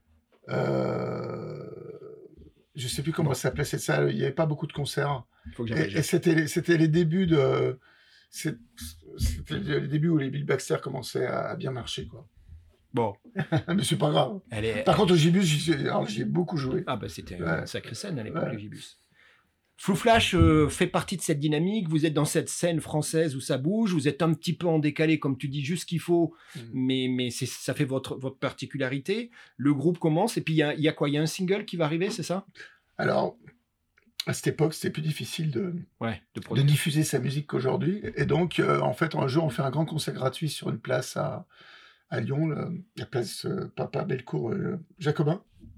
Euh, je sais plus comment Bon. ça s'appelait cette salle. Il y avait pas beaucoup de concerts. Il faut que j'appelle Et, et Jacques. c'était, les- c'était les débuts de, c'est- c'était les débuts où les Bill Baxter commençaient à, à bien marcher, quoi. Bon, Mais c'est pas grave. elle est. Par contre, au Gibus, j'y suis- alors, j'y ai beaucoup joué. Ah bah c'était Ouais. une sacrée scène à l'époque, Ouais. le Gibus. Flou Flash euh, fait partie de cette dynamique. Vous êtes dans cette scène française où ça bouge. Vous êtes un petit peu en décalé, comme tu dis, juste ce qu'il faut. Mm. Mais, mais c'est, ça fait votre, votre particularité. Le groupe commence. Et puis, il y a, il y a quoi? Il y a un single qui va arriver, c'est ça? Alors, à cette époque, c'était plus difficile de, Ouais, de de produire. diffuser sa musique qu'aujourd'hui. Et donc, euh, en fait, un jour, on fait un grand concert gratuit sur une place à, à Lyon, le- la place euh, Papa Bellecour euh, Jacobin,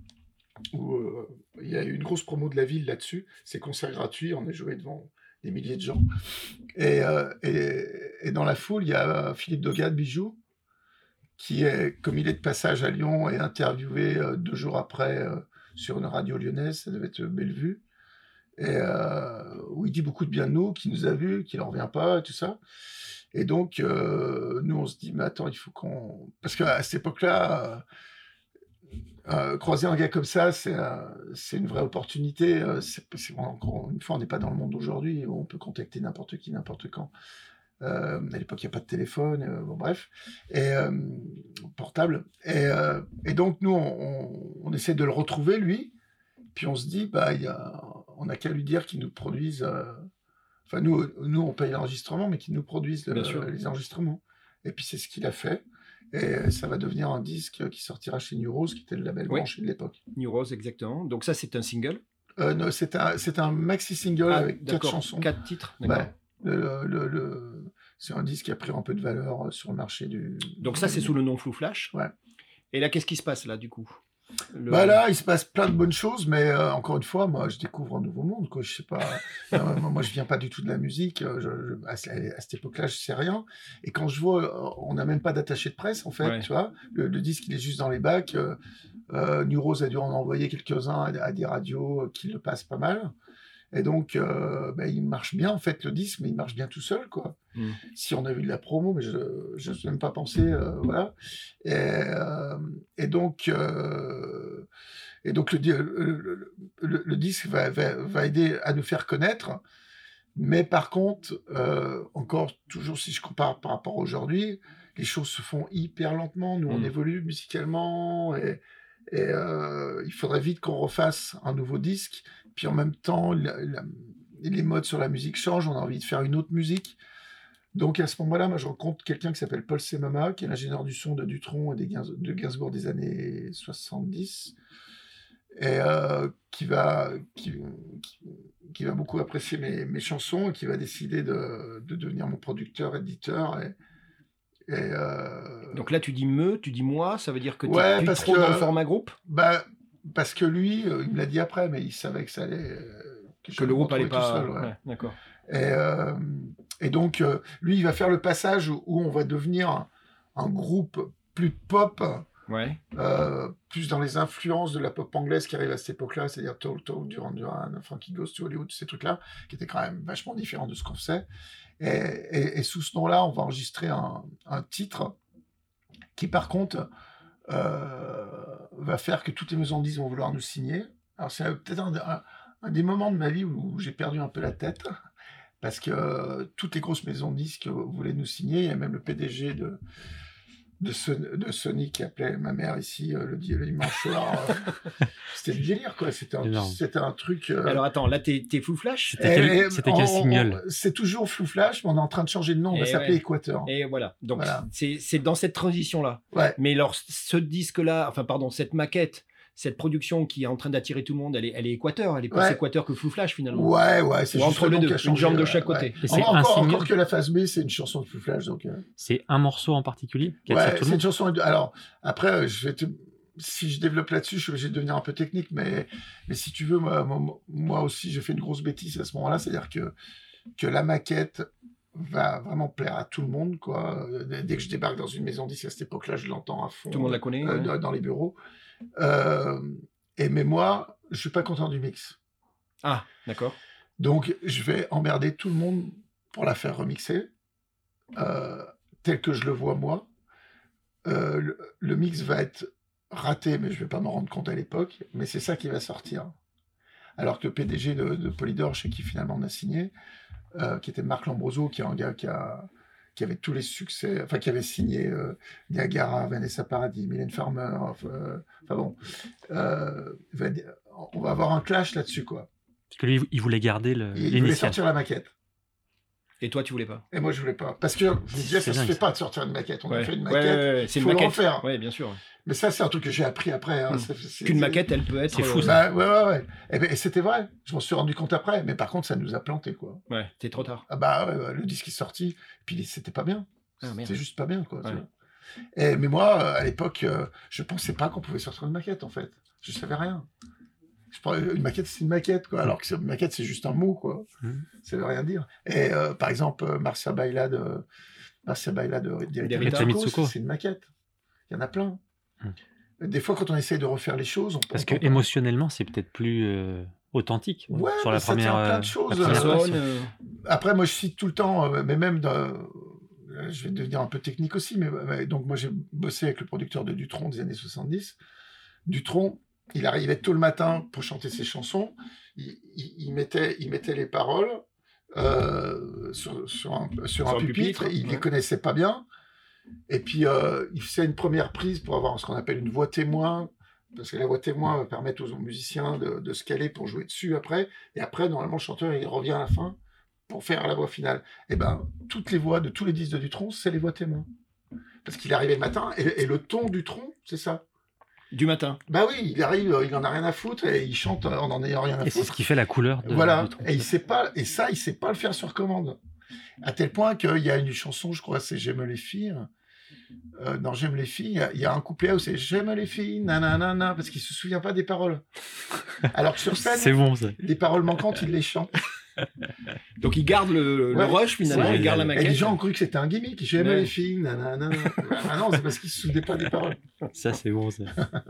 où euh, il y a eu une grosse promo de la ville là-dessus. C'est concert gratuit, on est joué devant des milliers de gens. Et, euh, et, et dans la foule, il y a Philippe Dogat, Bijou, qui est, comme il est de passage à Lyon, est interviewé euh, deux jours après euh, sur une radio lyonnaise, ça devait être Bellevue, et euh, où il dit beaucoup de bien de nous, qui nous a vus, qui n'en revient pas, et tout ça. Et donc, euh, nous, on se dit, mais attends, il faut qu'on... Parce qu'à cette époque-là, euh, euh, croiser un gars comme ça, c'est, euh, c'est une vraie opportunité. Euh, c'est, c'est, encore une fois, on n'est pas dans le monde d'aujourd'hui où on peut contacter n'importe qui, n'importe quand. Euh, à l'époque, il n'y a pas de téléphone, euh, bon, bref, et euh, portable. Et, euh, et donc, nous, on, on, on essaie de le retrouver, lui. Puis on se dit, bah, y a, on n'a qu'à lui dire qu'il nous produise... Euh, Enfin, nous, nous, on paye l'enregistrement, mais qu'ils nous produisent le, Bien sûr. les enregistrements. Et puis, c'est ce qu'il a fait. Et ça va devenir un disque qui sortira chez New Rose, qui était le label Oui. branché de l'époque. New Rose, exactement. Donc ça, c'est un single. Euh, non, c'est un, c'est un maxi-single Ah, avec quatre d'accord. chansons. Quatre titres. D'accord. Ouais. Le, le, le, c'est un disque qui a pris un peu de valeur sur le marché du... Donc ça, c'est sous le nom Flou Flash. Ouais. Et là, qu'est-ce qui se passe là, du coup? Le- Bah là, il se passe plein de bonnes choses, mais euh, encore une fois, moi, je découvre un nouveau monde, quoi. Je sais pas. euh, moi, moi, je viens pas du tout de la musique. euh, Je, je- à, ce- à cette époque-là, je sais rien. Et quand je vois, euh, on n'a même pas d'attaché de presse, en fait, Ouais. tu vois. Le, le disque, il est juste dans les bacs. Euh, euh, New Rose a dû en envoyer quelques-uns à, à des radios euh, qui le passent pas mal. Et donc, euh, bah, il marche bien, en fait, le disque, mais il marche bien tout seul, quoi. Mm. Si on a vu de la promo, mais je n'ose même pas penser, euh, voilà. Et, euh, et donc, euh, et donc le, di- le, le, le disque va, va, va aider à nous faire connaître, mais par contre, euh, encore toujours si je compare par rapport à aujourd'hui, les choses se font hyper lentement. Nous, on Mm. évolue musicalement et, et euh, il faudrait vite qu'on refasse un nouveau disque. Puis en même temps, la- la- les modes sur la musique changent, on a envie de faire une autre musique. Donc à ce moment-là, moi je rencontre quelqu'un qui s'appelle Paul Semama, qui est l'ingénieur du son de Dutronc et des Gains- de Gainsbourg des années soixante-dix, et euh, qui, va, qui, qui, qui va beaucoup apprécier mes, mes chansons et qui va décider de, de devenir mon producteur, éditeur. Et, et, euh, Donc là, tu dis me, tu dis moi, ça veut dire que tu Ouais, es plus parce trop que- dans le format groupe, bah, parce que lui, euh, il me l'a dit après, mais il savait que ça allait... euh, que j'allais le me groupe allait retrouver pas. tout seul, ouais. Ouais, d'accord. Et, euh, et donc, euh, lui, il va faire le passage où, où on va devenir un, un groupe plus pop, Ouais. euh, plus dans les influences de la pop anglaise qui arrive à cette époque-là, c'est-à-dire Toto, Duran Duran, Frankie Goes to Hollywood, ces trucs-là, qui étaient quand même vachement différents de ce qu'on faisait. Et, et, et sous ce nom-là, on va enregistrer un, un titre qui, par contre, euh, va faire que toutes les maisons de disques vont vouloir nous signer. Alors, c'est peut-être un, un, un des moments de ma vie où j'ai perdu un peu la tête, parce que euh, toutes les grosses maisons de disques voulaient nous signer. Il y a même le P D G de, de, Son- de Sony qui appelait ma mère ici euh, le, di- le dimanche soir. euh, c'était du délire, quoi. C'était un, Énorme. c'était un truc... euh, Alors attends, là, t'es, t'es Flou Flash. C'était quel- et- et c'était on- quel on- single C'est toujours Flou Flash, mais on est en train de changer de nom. On va Et s'appeler ouais. Équateur. Et voilà. Donc Voilà. c'est, c'est dans cette transition-là. Ouais. Mais alors, ce disque-là, enfin pardon, cette maquette, cette production qui est en train d'attirer tout le monde, elle est, elle est Équateur, elle est plus Ouais. Équateur que Foo Flash finalement. Ouais, ouais, c'est Ou juste entre le les nom deux, qui a une changé, jambe de ouais, chaque ouais. côté. Et c'est En- un encore, single encore que la phase B, c'est une chanson de Foo Flash. Donc, euh, C'est un morceau en particulier qui ouais, attire tout c'est le une monde. chanson. Alors, après, euh, je vais te... si je développe là-dessus, je suis obligé de devenir un peu technique, mais, mais si tu veux, moi, moi, moi aussi, j'ai fait une grosse bêtise à ce moment-là, c'est-à-dire que, que la maquette va vraiment plaire à tout le monde, quoi. Dès que je débarque dans une maison d'ici à cette époque-là, je l'entends à fond. Tout le monde la connaît. euh, ouais. dans, dans les bureaux. Euh, et mais moi, je suis pas content du mix. Ah, d'accord. Donc, je vais emmerder tout le monde pour la faire remixer, euh, tel que je le vois moi. Euh, le, le mix va être raté, mais je vais pas m'en rendre compte à l'époque. Mais c'est ça qui va sortir. Alors que le P D G de, de Polydor, chez qui finalement on a signé, euh, qui était Marc Lambroso, qui est un gars qui a qui avait tous les succès, enfin qui avait signé euh, Niagara, Vanessa Paradis, Mylène Farmer, enfin, euh, enfin bon, euh, va, on va avoir un clash là-dessus, quoi. Parce que lui, il voulait garder le- Il voulait l'initial. sortir la maquette. Et toi, tu voulais pas. Et moi, je voulais pas. Parce que je me disais, C'est ça se dingue, fait ça. pas de sortir une maquette. On Ouais. a fait une Ouais, maquette. ouais, ouais, c'est il une faut le maquette. refaire. Oui, bien sûr. Mais ça, c'est un truc que j'ai appris après. Hein. Mm. C'est- c'est- Qu'une c'est- maquette, elle peut être. C'est fou, euh, ça. Bah, ouais, ouais, ouais. Et, ben, et c'était vrai. Je m'en suis rendu compte après. Mais par contre, ça nous a planté, quoi. Ouais, c'est trop tard. Ah bah, ouais, ouais, le disque est sorti. Puis c'était pas bien. Ah, merde. C'était juste pas bien, quoi. tu Ouais. vois. Et, mais moi, euh, à l'époque, euh, je pensais pas qu'on pouvait sortir une maquette, en fait. Je savais rien. Je parlais, une maquette, c'est une maquette, quoi. Alors que c'est- une maquette, c'est juste un mot, quoi. Mhm. Ça veut rien dire. Et euh, par exemple, euh, Marcia Baila de Marcia Baila de D'Erita d'Erita Mitsuko. c'est une maquette. Il y en a plein. Mhm. Des fois, quand on essaye de refaire les choses, on Parce on- que émotionnellement, c'est peut-être plus euh, authentique Ouais, sur mais la ça première. tient à plein de euh, choses. la première Ça place. sonne, ouais. euh, Après, moi, je cite tout le temps, euh, mais même dans- je vais devenir un peu technique aussi, mais mais donc moi, j'ai bossé avec le producteur de Dutronc des années soixante-dix. Dutronc, il arrivait tôt le matin pour chanter ses chansons. Il, il- il mettait, il mettait les paroles euh, sur, sur un, sur un Sur un pupitre. pupitre, Il ouais. les connaissait pas bien. Et puis, euh, il faisait une première prise pour avoir ce qu'on appelle une voix témoin. Parce que la voix témoin va permettre aux musiciens de, de se caler pour jouer dessus après. Et après, normalement, le chanteur, il revient à la fin pour faire la voix finale. Et ben, toutes les voix de tous les disques de Dutronc, c'est les voix témoins. Parce qu'il arrivait le matin, et, et le ton du tronc, c'est ça. Du matin. Bah oui, il arrive, il en a rien à foutre, et il chante en en ayant rien à Et c'est foutre. ce qui fait la couleur de Voilà, du tronc. et il sait pas, et ça, il sait pas le faire sur commande. À tel point qu'il y a une chanson, je crois, c'est J'aime les filles. Euh, dans J'aime les filles, il y a- il y, a un couplet où c'est J'aime les filles, nanana, parce qu'il se souvient pas des paroles. Alors que sur scène, C'est bon, ça. les paroles manquantes, il les chante. Donc il garde le, le Ouais. rush finalement, C'est il garde la génial. Et maquette. les gens ont cru que c'était un gimmick. J'aime Ouais. les filles, nanana. Ah non, c'est parce qu'ils se souvenaient pas des paroles. Ça, c'est bon, ça.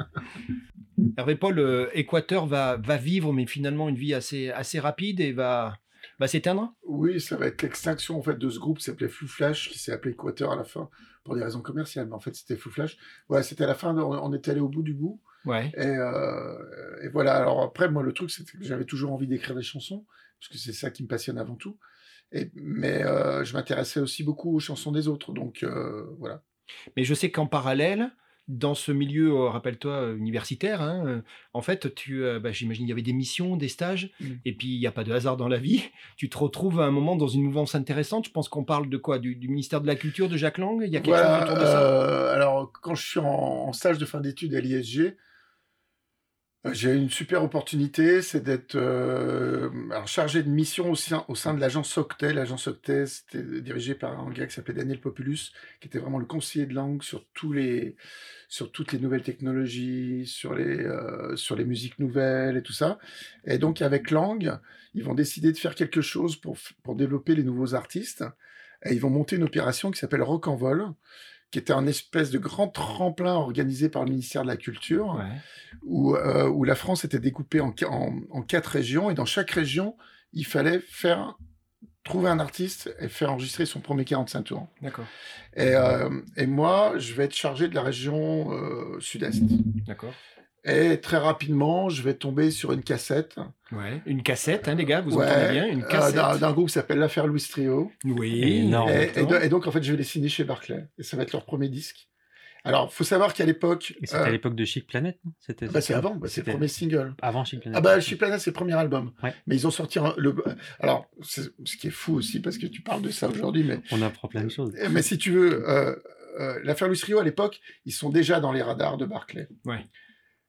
Hervé Paul, euh, Équateur va, va vivre, mais finalement une vie assez, assez rapide et va, va s'éteindre. Oui, ça va être l'extinction en fait de ce groupe qui s'appelait Foo Flash, qui s'est appelé Équateur à la fin pour des raisons commerciales, mais en fait c'était Foo Flash. Ouais, c'était à la fin, on on était allé au bout du bout. Ouais. Et, euh, et voilà. Alors après, moi, le truc, c'était que j'avais toujours envie d'écrire des chansons, parce que c'est ça qui me passionne avant tout. Et, mais euh, je m'intéressais aussi beaucoup aux chansons des autres, donc euh, voilà. Mais je sais qu'en parallèle, dans ce milieu, euh, rappelle-toi, euh, universitaire, hein, euh, en fait, tu, euh, bah, j'imagine il y avait des missions, des stages, Mm. et puis il n'y a pas de hasard dans la vie. Tu te retrouves à un moment dans une mouvance intéressante. Je pense qu'on parle de quoi, du, du ministère de la Culture de Jacques Lang. Il y a quelque Voilà, chose autour de ça. euh, alors, quand je suis en, en stage de fin d'études à l'I S G, euh, j'ai une super opportunité, c'est d'être euh, alors, chargé de mission au sein, au sein de l'agence Octet. L'agence Octet, c'était dirigé par un gars qui s'appelait Daniel Populus, qui était vraiment le conseiller de langue sur, tous les, sur toutes les nouvelles technologies, sur les, euh, sur les musiques nouvelles et tout ça. Et donc, avec Lang, ils vont décider de faire quelque chose pour, f- pour développer les nouveaux artistes. Et ils vont monter une opération qui s'appelle Rock en Vol, qui était un espèce de grand tremplin organisé par le ministère de la Culture, Ouais. où, euh, où la France était découpée en, qua- en, en quatre régions, et dans chaque région, il fallait faire, trouver un artiste et faire enregistrer son premier quarante-cinq tours. D'accord. Et, euh, et moi, je vais être chargé de la région euh, sud-est. D'accord. Et très rapidement, je vais tomber sur une cassette, Ouais. Une cassette, hein, les gars, vous ouais, entendez bien, une euh, cassette. d'un, d'un groupe qui s'appelle L'Affaire Louis Trio. Oui. Énorme. Et, et exactement. do- et donc, en fait, je vais les signer chez Barclay. Et ça va être leur premier disque. Alors, faut savoir qu'à l'époque... Et c'était euh, à l'époque de Chic Planet, non C'était bah, c'est avant, bah, c'est le C'était premier single. Avant Chic Planet. Ah bah, Chic Planet, c'est le premier album. Ouais. Mais ils ont sorti un- le... Alors, c'est- ce qui est fou aussi, parce que tu parles de ça aujourd'hui, mais, On apprend plein de choses. mais si tu veux, euh, euh, l'Affaire Louis Trio, à l'époque, ils sont déjà dans les radars de Barclay. Ouais.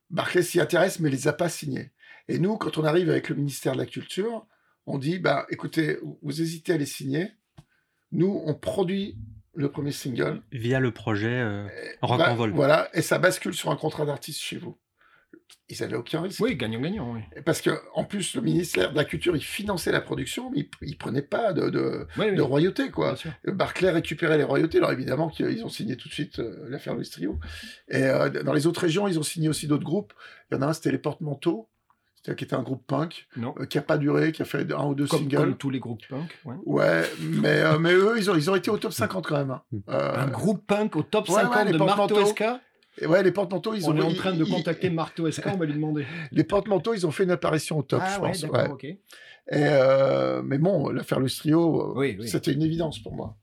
Barclay s'y intéresse, mais les a pas signés. Et nous, quand on arrive avec le ministère de la Culture, on dit, bah, écoutez, vous hésitez à les signer. Nous, on produit le premier single. Via le projet euh, Rock bah, en Vol. Voilà, et ça bascule sur un contrat d'artiste chez vous. Ils n'avaient aucun risque. Oui, gagnant-gagnant. Oui. Parce qu'en plus, le ministère de la Culture, il finançait la production, mais il ne prenait pas de, de, oui, oui. de royauté, quoi. Barclay récupérait les royautés. Alors évidemment qu'ils ont signé tout de suite euh, l'affaire Louis Trio. Et euh, dans les autres régions, ils ont signé aussi d'autres groupes. Il y en a un, c'était les Porte-Manteaux, qui était un groupe punk, euh, qui n'a pas duré, qui a fait un ou deux comme, singles. Comme tous les groupes punk. Ouais, ouais mais, euh, mais eux, ils ont, ils ont été au top cinquante quand même. Hein. Euh, un groupe punk au top cinquante ouais, ouais, de Marteau S K. Et ouais, les Porte-Manteaux, ils On ont... est en train ils, de ils, contacter Marteau S K, on va lui demander. Les Porte-Manteaux, ils ont fait une apparition au top, ah, je ouais, pense. D'accord, ouais. ok. Et euh, mais bon, l'affaire Louis Trio, oui, oui. c'était une évidence pour moi.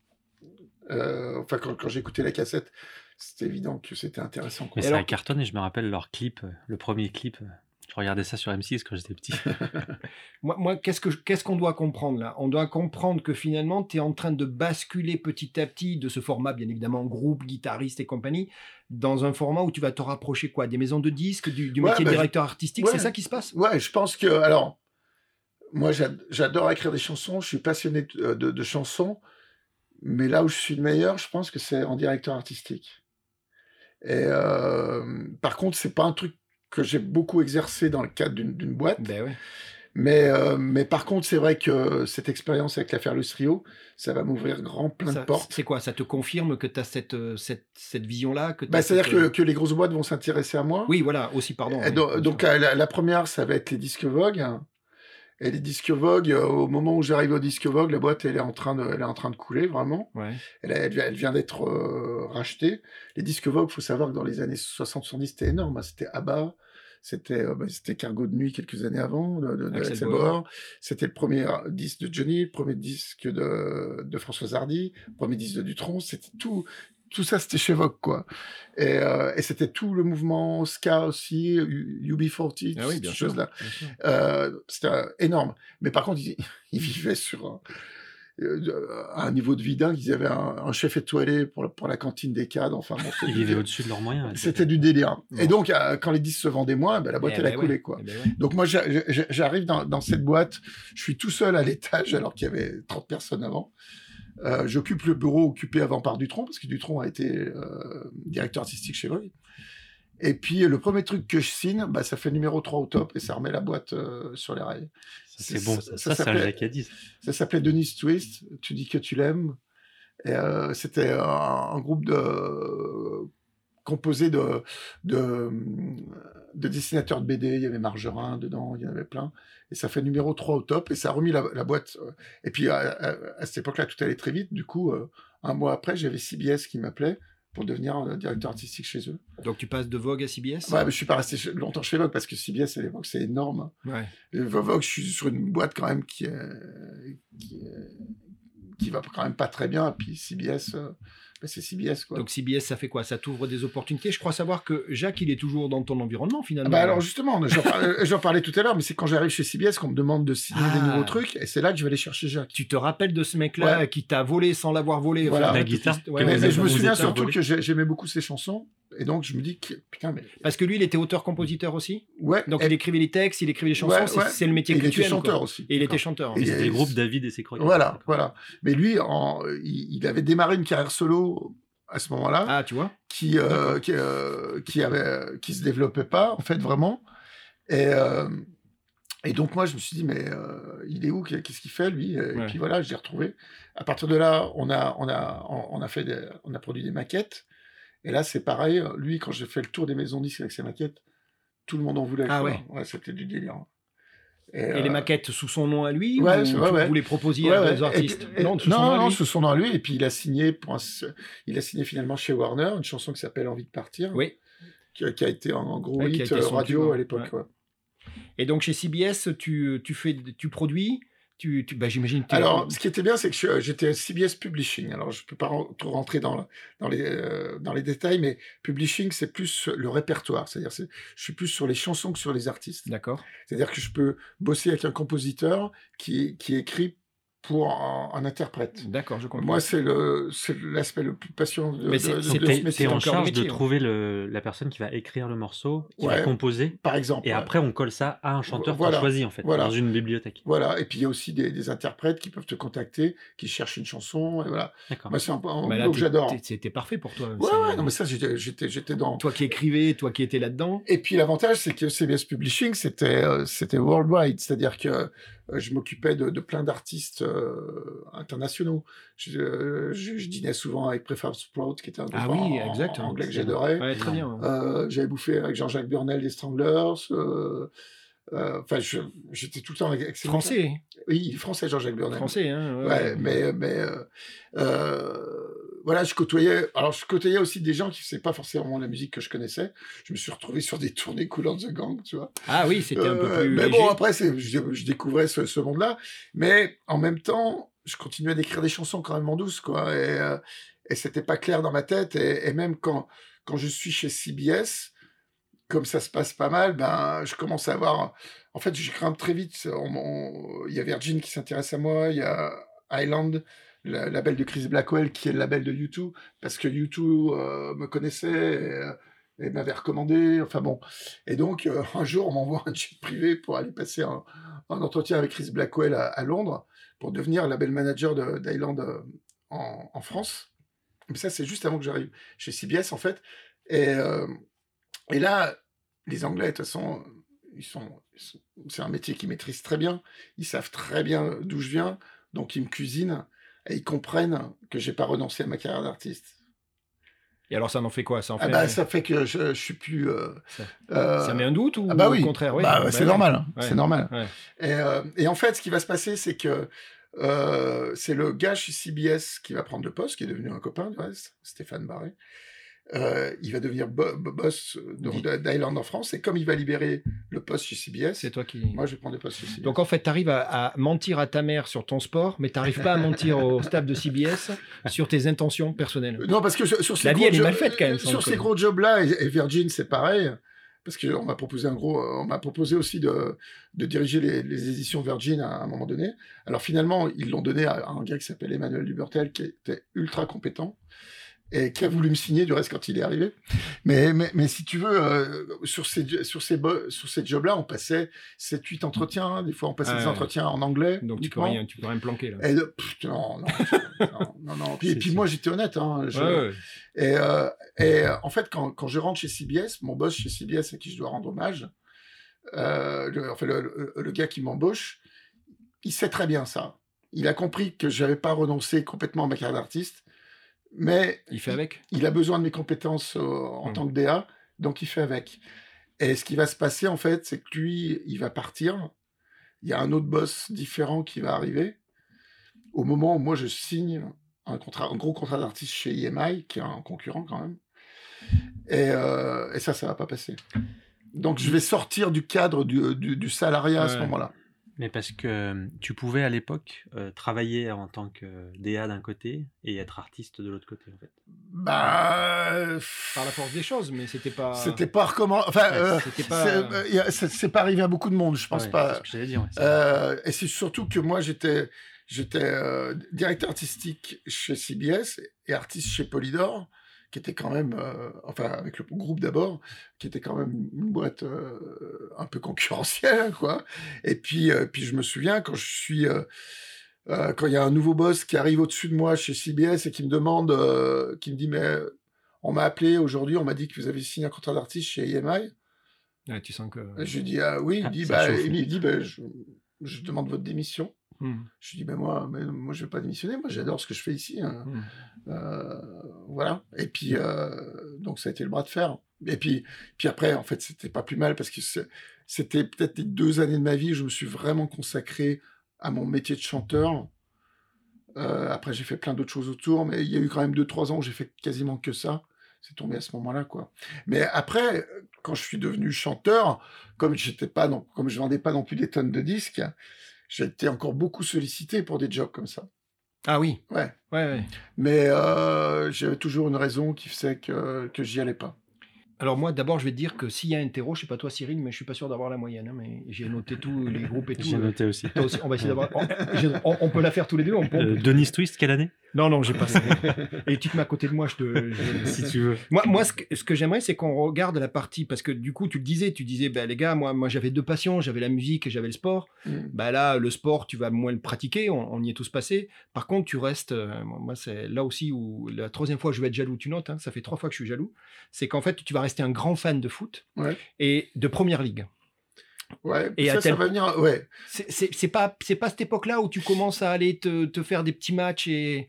Euh, enfin, quand, quand j'écoutais la cassette, c'était évident que c'était intéressant. Quoi. Mais ça a cartonné, et je me rappelle leur clip, le premier clip... Je regardais ça sur M six quand j'étais petit. moi, moi, qu'est-ce, que, qu'est-ce qu'on doit comprendre là ? On doit comprendre que finalement, tu es en train de basculer petit à petit de ce format, bien évidemment, groupe, guitariste et compagnie, dans un format où tu vas te rapprocher quoi ? Des maisons de disques, du, du ouais, métier bah, de directeur artistique, ouais, c'est ça qui se passe ? Ouais, je pense que... Alors, moi, j'adore écrire des chansons, je suis passionné de, de, de chansons, mais là où je suis le meilleur, je pense que c'est en directeur artistique. Et euh, par contre, c'est pas un truc que j'ai beaucoup exercé dans le cadre d'une, d'une boîte. Ben oui. Mais, euh, mais par contre, c'est vrai que cette expérience avec l'affaire Louis Trio, ça va m'ouvrir grand plein ça, de portes. C'est quoi ? Ça te confirme que tu as cette, cette, cette vision-là que bah, C'est-à-dire cette... que, que les grosses boîtes vont s'intéresser à moi. Oui, voilà, aussi, pardon. Et donc, oui, donc la, la première, ça va être les disques Vogue. Et les disques Vogue, euh, au moment où j'arrive au disque Vogue, la boîte, elle est en train de, elle est en train de couler, vraiment. Ouais. Elle, elle, elle vient d'être euh, rachetée. Les disques Vogue, il faut savoir que dans les années soixante soixante-dix, c'était énorme. Hein. C'était ABBA. C'était, euh, bah, c'était Cargo de nuit quelques années avant, de, de, de Axel Bauer. C'était le premier disque de Johnny, le premier disque de, de Françoise Hardy, le premier disque de Dutronc. C'était tout, tout ça, c'était chez Vogue, quoi. Et, euh, et c'était tout le mouvement ska aussi, U B quarante, ah oui, toutes ces choses-là. Euh, c'était euh, énorme. Mais par contre, ils, ils vivaient sur un, à un niveau de vie dingue. Ils avaient un, un chef étoilé pour la, pour la cantine des cadres. Enfin, bon, ils vivaient au-dessus de leurs moyens. C'était du délire. Bon. Et donc, euh, quand les disques se vendaient moins, ben, la boîte, eh elle ben a coulé. Ouais. Quoi. Eh ben ouais. Donc, moi, j'arrive dans, dans cette boîte. Je suis tout seul à l'étage, alors qu'il y avait trente personnes avant. Euh, j'occupe le bureau occupé avant par Dutronc, parce que Dutronc a été euh, directeur artistique chez Vogue. Et puis, le premier truc que je signe, bah, ça fait numéro trois au top, et ça remet la boîte euh, sur les rails. C'est, c'est bon, ça, ça, ça c'est un Jacadi. Ça s'appelait Denise Twist, Tu dis que tu l'aimes. Et, euh, c'était un, un groupe de, composé de, de, de dessinateurs de B D. Il y avait Margerin dedans, il y en avait plein. Et ça fait numéro trois au top, et ça a remis la, la boîte. Et puis, à, à, à cette époque-là, tout allait très vite. Du coup, euh, un mois après, j'avais C B S qui m'appelait pour devenir euh, directeur artistique chez eux. Donc tu passes de Vogue à C B S ? Ouais, mais je suis pas resté longtemps chez Vogue parce que C B S à l'époque c'est énorme. Ouais. Et Vogue, je suis sur une boîte quand même qui est, qui, est, qui va quand même pas très bien. Et puis C B S, euh, ben c'est C B S quoi. Donc C B S, ça fait quoi ? Ça t'ouvre des opportunités ? Je crois savoir que Jacques, il est toujours dans ton environnement finalement. Ah bah alors justement, j'en parlais, j'en parlais tout à l'heure, mais c'est quand j'arrive chez C B S qu'on me demande de signer ah. des nouveaux trucs, et c'est là que je vais aller chercher Jacques. Tu te rappelles de ce mec-là ouais. qui t'a volé sans l'avoir volé ? Voilà. La guitare. Ouais, mais, mais je me souviens surtout que j'aimais beaucoup ses chansons, et donc je me dis que putain mais. Parce que lui, il était auteur-compositeur aussi. Ouais. Donc et... il écrivait les textes, il écrivait les chansons. Ouais, c'est, ouais. c'est le métier et que il tu aimes. Il était chanteur quoi. aussi. Et il était chanteur. Et c'était le groupe David et ses croyants. Voilà, voilà. Mais lui, en, il, il avait démarré une carrière solo à ce moment-là, ah, tu vois, qui euh, qui, euh, qui avait qui se développait pas en fait vraiment, et euh, et donc moi je me suis dit mais euh, il est où, qu'est-ce qu'il fait lui, et ouais. puis voilà, je l'ai retrouvé. À partir de là, on a on a on a fait des, on a produit des maquettes, et là c'est pareil, lui quand j'ai fait le tour des maisons disques avec ses maquettes, tout le monde en voulait. Ah ouais. Ouais, c'était du délire. Et, et euh... les maquettes sous son nom à lui, ouais, ou ouais, ouais. vous les proposiez ouais, à ouais. des artistes? Et, et, non, sous non, son nom non, à lui. sous son nom à lui. Et puis il a signé pour un, il a signé finalement chez Warner une chanson qui s'appelle Envie de partir, oui. qui, qui a été un gros ouais, hit radio tube, à l'époque. Ouais. Ouais. Et donc chez C B S, tu, tu fais, tu produis. Tu, tu, bah, j'imagine. Alors, ce qui était bien, c'est que je, j'étais C B S Publishing. Alors, je ne peux pas trop rentrer dans, dans, les, euh, dans les détails, mais Publishing, c'est plus le répertoire. C'est-à-dire, c'est, je suis plus sur les chansons que sur les artistes. D'accord. C'est-à-dire que je peux bosser avec un compositeur qui, qui écrit pour un, un interprète. D'accord, je comprends. Moi, c'est, le, c'est l'aspect le plus passionnant de, Mais c'est- de, de, c'est- de T'es ce métier. t'es en encore le charge métier, de hein. trouver le, la personne qui va écrire le morceau, qui Ouais. va composer, Par exemple. et ouais. après on colle ça à un chanteur Voilà. qu'on choisit en fait, Voilà. dans une bibliothèque. Voilà, et puis il y a aussi des, des interprètes qui peuvent te contacter, qui cherchent une chanson, et voilà. D'accord. Moi, c'est un, un Bah là, boulot que t'es- j'adore. t'es- C'était parfait pour toi. Ouais, C'est- ouais, non, mais ça, j'étais, j'étais, j'étais dans. Toi qui écrivais, toi qui étais là-dedans. Et puis l'avantage, c'est que C B S Publishing, c'était, euh, c'était worldwide, c'est-à-dire que euh, je m'occupais de, de plein d'artistes euh, internationaux. Je, euh, je, je dînais souvent avec Prefab Sprout, qui était un groupe Ah oui, en, exact. en anglais que j'adorais. Ouais, très bien. Euh, j'avais bouffé avec Jean-Jacques Burnel des Stranglers. euh, euh, Enfin, je, j'étais tout le temps avec, avec ces Français, mecs-là. Oui, il est français, Jean-Jacques Burnel. français, hein. ouais, Ouais, ouais. mais, mais euh, euh, voilà, je côtoyais. Alors, je côtoyais aussi des gens qui ne faisaient pas forcément la musique que je connaissais. Je me suis retrouvé sur des tournées Kool and the Gang, tu vois. Ah oui, c'était un peu Euh, plus mais léger. bon, après, c'est, je, je découvrais ce, ce monde-là. Mais en même temps, je continuais d'écrire des chansons quand même en douce, quoi. Et, euh, et c'était pas clair dans ma tête. Et, et même quand, quand je suis chez C B S, comme ça se passe pas mal, ben, je commence à avoir. En fait, je grimpe très vite. On- on- Il y a Virgin qui s'intéresse à moi, il y a Island, le label de Chris Blackwell, qui est le label de U deux, parce que U deux euh, me connaissait et, euh, et m'avait recommandé. Enfin bon. Et donc, euh, un jour, on m'envoie un jet privé pour aller passer un, un entretien avec Chris Blackwell à, à Londres pour devenir label manager de- d'Island euh, en, en France. Mais ça, c'est juste avant que j'arrive chez C B S, en fait. Et, euh, et là, les Anglais, de toute façon, ils sont, ils sont- c'est un métier qu'ils maîtrisent très bien. Ils savent très bien d'où je viens, donc ils me cuisinent et ils comprennent que j'ai pas renoncé à ma carrière d'artiste. Et alors, ça en fait quoi? Ça en Ah fait, bah, ça fait que je, je suis plus. euh, Ça- euh, ça met un doute ou ah bah oui. au contraire? Oui, Bah, bah c'est ouais. normal. hein. Ouais. C'est normal. Ouais. Et, euh, et en fait, ce qui va se passer, c'est que euh, c'est le gars chez C B S qui va prendre le poste, qui est devenu un copain du reste, Stéphane Barré. Euh, il va devenir bo- bo- boss Dis- d'Island en France. Et comme il va libérer le poste chez C B S, C'est toi qui. moi, je vais prendre le poste chez C B S. Donc en fait, tu arrives à, à mentir à ta mère sur ton sport, mais tu n'arrives pas à mentir au staff de C B S sur tes intentions personnelles. Non, parce que sur, sur ces La vie, gros elle est jobs- mal faite, quand même, sans Sur ces déconner. gros jobs-là, et, et Virgin, c'est pareil. Parce qu'on m'a proposé un gros, on m'a proposé aussi de, de diriger les, les éditions Virgin à un moment donné. Alors finalement, ils l'ont donné à un gars qui s'appelle Emmanuel Dubertel, qui était ultra compétent et qui a voulu me signer du reste quand il est arrivé. Mais, mais, mais si tu veux, euh, sur ces, sur ces, bo- sur ces jobs-là, on passait sept huit entretiens. Des fois, on passait Ah des ouais. entretiens en anglais. Donc tu peux, uniquement. rien, tu peux rien planquer là. Et de- pff, non, non, non, non, non. Puis, et C'est- puis c'est- moi, j'étais honnête. Hein, je- Ouais, ouais. et, euh, et euh, en fait, quand, quand je rentre chez C B S, mon boss chez C B S à qui je dois rendre hommage, euh, le, enfin, le, le- le gars qui m'embauche, il sait très bien ça. Il a compris que je n'avais pas renoncé complètement à ma carrière d'artiste, mais Il fait avec. il a besoin de mes compétences euh, en Mm. tant que D A, donc il fait avec. Et ce qui va se passer, en fait, c'est que lui, il va partir. Il y a un autre boss différent qui va arriver. Au moment où moi, je signe un, contrat, un gros contrat d'artiste chez I M I, qui est un concurrent quand même. Et, euh, et ça, ça va pas passer. Donc, je vais sortir du cadre du, du, du salariat à ce Ouais. moment-là. Mais parce que euh, tu pouvais à l'époque euh, travailler en tant que D A d'un côté et être artiste de l'autre côté en fait. Bah, euh, Par la force des choses, mais c'était pas. c'était pas recommandé. Enfin, Ouais, euh, c'était pas- c'est euh, y a- c'est c'est pas arrivé à beaucoup de monde, je pense Ouais, pas. C'est ce que j'allais dire. ouais, c'est- Euh, et c'est surtout que moi, j'étais, j'étais euh, directeur artistique chez C B S et artiste chez Polydor, qui était quand même, euh, enfin, avec le groupe d'abord, qui était quand même une boîte euh, un peu concurrentielle, quoi. Et puis, euh, puis je me souviens, quand je suis. Euh, euh, quand il y a un nouveau boss qui arrive au-dessus de moi chez C B S et qui me demande, euh, qui me dit, mais on m'a appelé aujourd'hui, on m'a dit que vous avez signé un contrat d'artiste chez I M I. Ouais, tu sens que. Et je lui dis, ah oui, il Ah, dit, ça bah, chauffe. il me dit, bah, je, je demande votre démission. Hmm. Je lui dis, ben moi, mais moi, je vais pas démissionner. Moi, j'adore ce que je fais ici. hein. Hmm. Euh, voilà. Et puis, euh, donc, ça a été le bras de fer. Et puis, puis après, en fait, c'était pas plus mal parce que c'est- c'était peut-être les deux années de ma vie où je me suis vraiment consacré à mon métier de chanteur. Euh, après, j'ai fait plein d'autres choses autour, mais il y a eu quand même deux, trois ans où j'ai fait quasiment que ça. C'est tombé à ce moment-là, quoi. Mais après, quand je suis devenu chanteur, comme j'étais pas, non, comme je vendais pas non plus des tonnes de disques, j'ai été encore beaucoup sollicité pour des jobs comme ça. Ah oui. Ouais. Ouais, ouais. Mais euh, j'avais toujours une raison qui faisait que, que j'y allais pas. Alors moi, d'abord, je vais te dire que s'il y a un terreau, je sais pas toi Cyril, mais je suis pas sûr d'avoir la moyenne. Hein, mais j'ai noté tous les groupes et tout. J'ai noté aussi. Toi aussi, on va essayer d'avoir. On, on, on peut la faire tous les deux. On peut, Euh, Denis Twist, quelle année? Non, non, j'ai pas ça. Et tu te mets à côté de moi, je te. Je... Si tu veux. Moi, moi, ce que, ce que j'aimerais, c'est qu'on regarde la partie, parce que du coup, tu le disais, tu disais, ben les gars, moi, moi, j'avais deux passions, j'avais la musique et j'avais le sport. Mm. Ben là, le sport, tu vas moins le pratiquer, on, on y est tous passés. Par contre, tu restes. Euh, moi, c'est là aussi où la troisième fois, je vais être jaloux. Tu notes, hein, ça fait trois fois que je suis jaloux. C'est qu'en fait, tu vas rester un grand fan de foot Ouais. et de première ligue. Ouais, Et ça, à tel ça va venir. Ouais. C'est, c'est, c'est pas, c'est pas cette époque-là où tu commences à aller te, te faire des petits matchs et.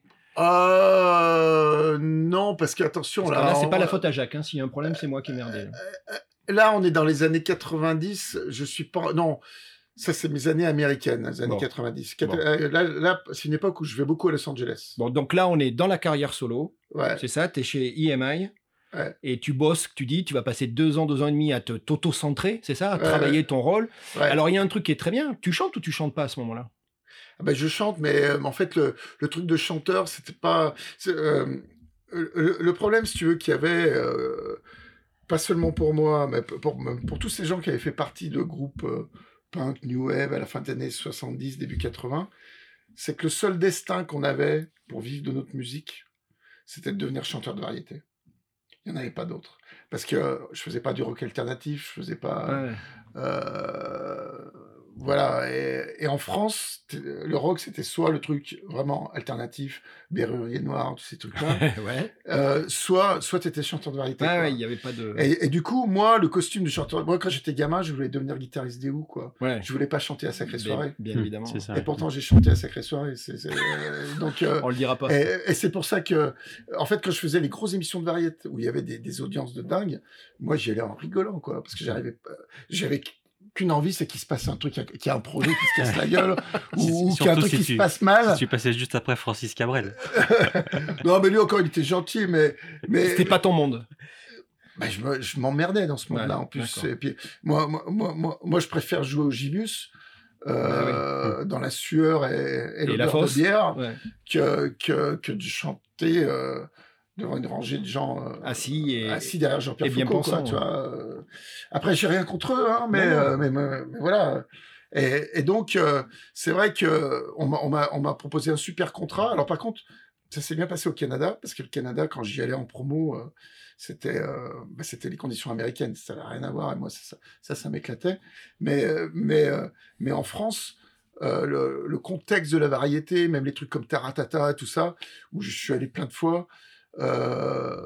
Euh, non, parce qu'attention, Parce que là, là, c'est on- pas la faute à Jacques. Hein. S'il y a un problème, c'est moi qui ai merdé. là, on est dans les années quatre-vingt-dix. Je suis pas. Non, ça, c'est mes années américaines, les années Bon. quatre-vingt-dix. Quat- Bon. euh, Là, là c'est une époque où je vais beaucoup à Los Angeles. Bon, donc là, on est dans la carrière solo. Ouais. C'est ça, tu es chez I M I. Ouais. Et tu bosses, tu dis, tu vas passer deux ans, deux ans et demi à te t'auto-centrer, c'est ça, à Ouais, travailler ouais. ton rôle. Ouais. Alors, il y a un truc qui est très bien. Tu chantes ou tu chantes pas à ce moment-là? Ah ben, je chante, mais euh, en fait, le, le truc de chanteur, c'était pas. c'est, euh, le, le problème, si tu veux, qu'il y avait, euh, pas seulement pour moi, mais pour, pour, pour tous ces gens qui avaient fait partie de groupes euh, punk, new wave à la fin des années soixante-dix, début quatre-vingts, c'est que le seul destin qu'on avait pour vivre de notre musique, c'était de devenir chanteur de variété. Il n'y en avait pas d'autre. Parce que euh, je faisais pas du rock alternatif, je faisais pas. Ouais. Euh, voilà. Et, et en France, t- le rock, c'était soit le truc vraiment alternatif, Berrurier Noir, tous ces trucs-là, ouais. euh, soit, soit tu étais chanteur de variété. Ouais, quoi. ouais, il y avait pas de. Et, et du coup, moi, le costume de chanteur. Moi, quand j'étais gamin, je voulais devenir guitariste des Who, quoi. Ouais. Je voulais pas chanter à Sacrée Soirée. Bien, bien Mmh, évidemment. c'est ça. Et pourtant, j'ai chanté à Sacrée Soirée. C'est, c'est, euh, donc. euh, On le dira pas. et, et c'est pour ça que, en fait, quand je faisais les grosses émissions de variété où il y avait des, des audiences de dingue, moi j'y allais en rigolant, quoi, parce que j'arrivais, pas- j'avais qu'une envie, c'est qu'il se passe un truc, qu'il y a un projet qui se casse la gueule, Si- ou, ou qu'il y a un surtout truc si qui tu- se passe mal. Si tu passais juste après Francis Cabrel. Non, mais lui encore, il était gentil, mais, mais C'était pas ton monde. bah, je, me- je m'emmerdais dans ce monde-là, Ouais, en plus. d'accord. Et puis, moi, moi, moi, moi, moi, je préfère jouer au gibus. Euh, dans la sueur et, et, Et la l'odeur de fosse. bière Ouais. que, que, que de chanter euh, devant une rangée de gens euh, Assis et. assis derrière Jean-Pierre et bien Foucault, quoi, pensant, tu vois. euh. Après, j'ai rien contre eux, hein, mais, Non, non. euh, mais, mais- mais voilà. Et, et donc, euh, c'est vrai que on m'a, on m'a, on m'a proposé un super contrat. Alors, par contre, ça s'est bien passé au Canada, parce que le Canada, quand j'y allais en promo, euh, c'était, euh, bah, c'était les conditions américaines, ça n'avait rien à voir, et moi, ça, ça, ça, ça m'éclatait. Mais, euh, mais, euh, mais en France, euh, le, le contexte de la variété, même les trucs comme Taratata, tout ça, où je suis allé plein de fois, euh,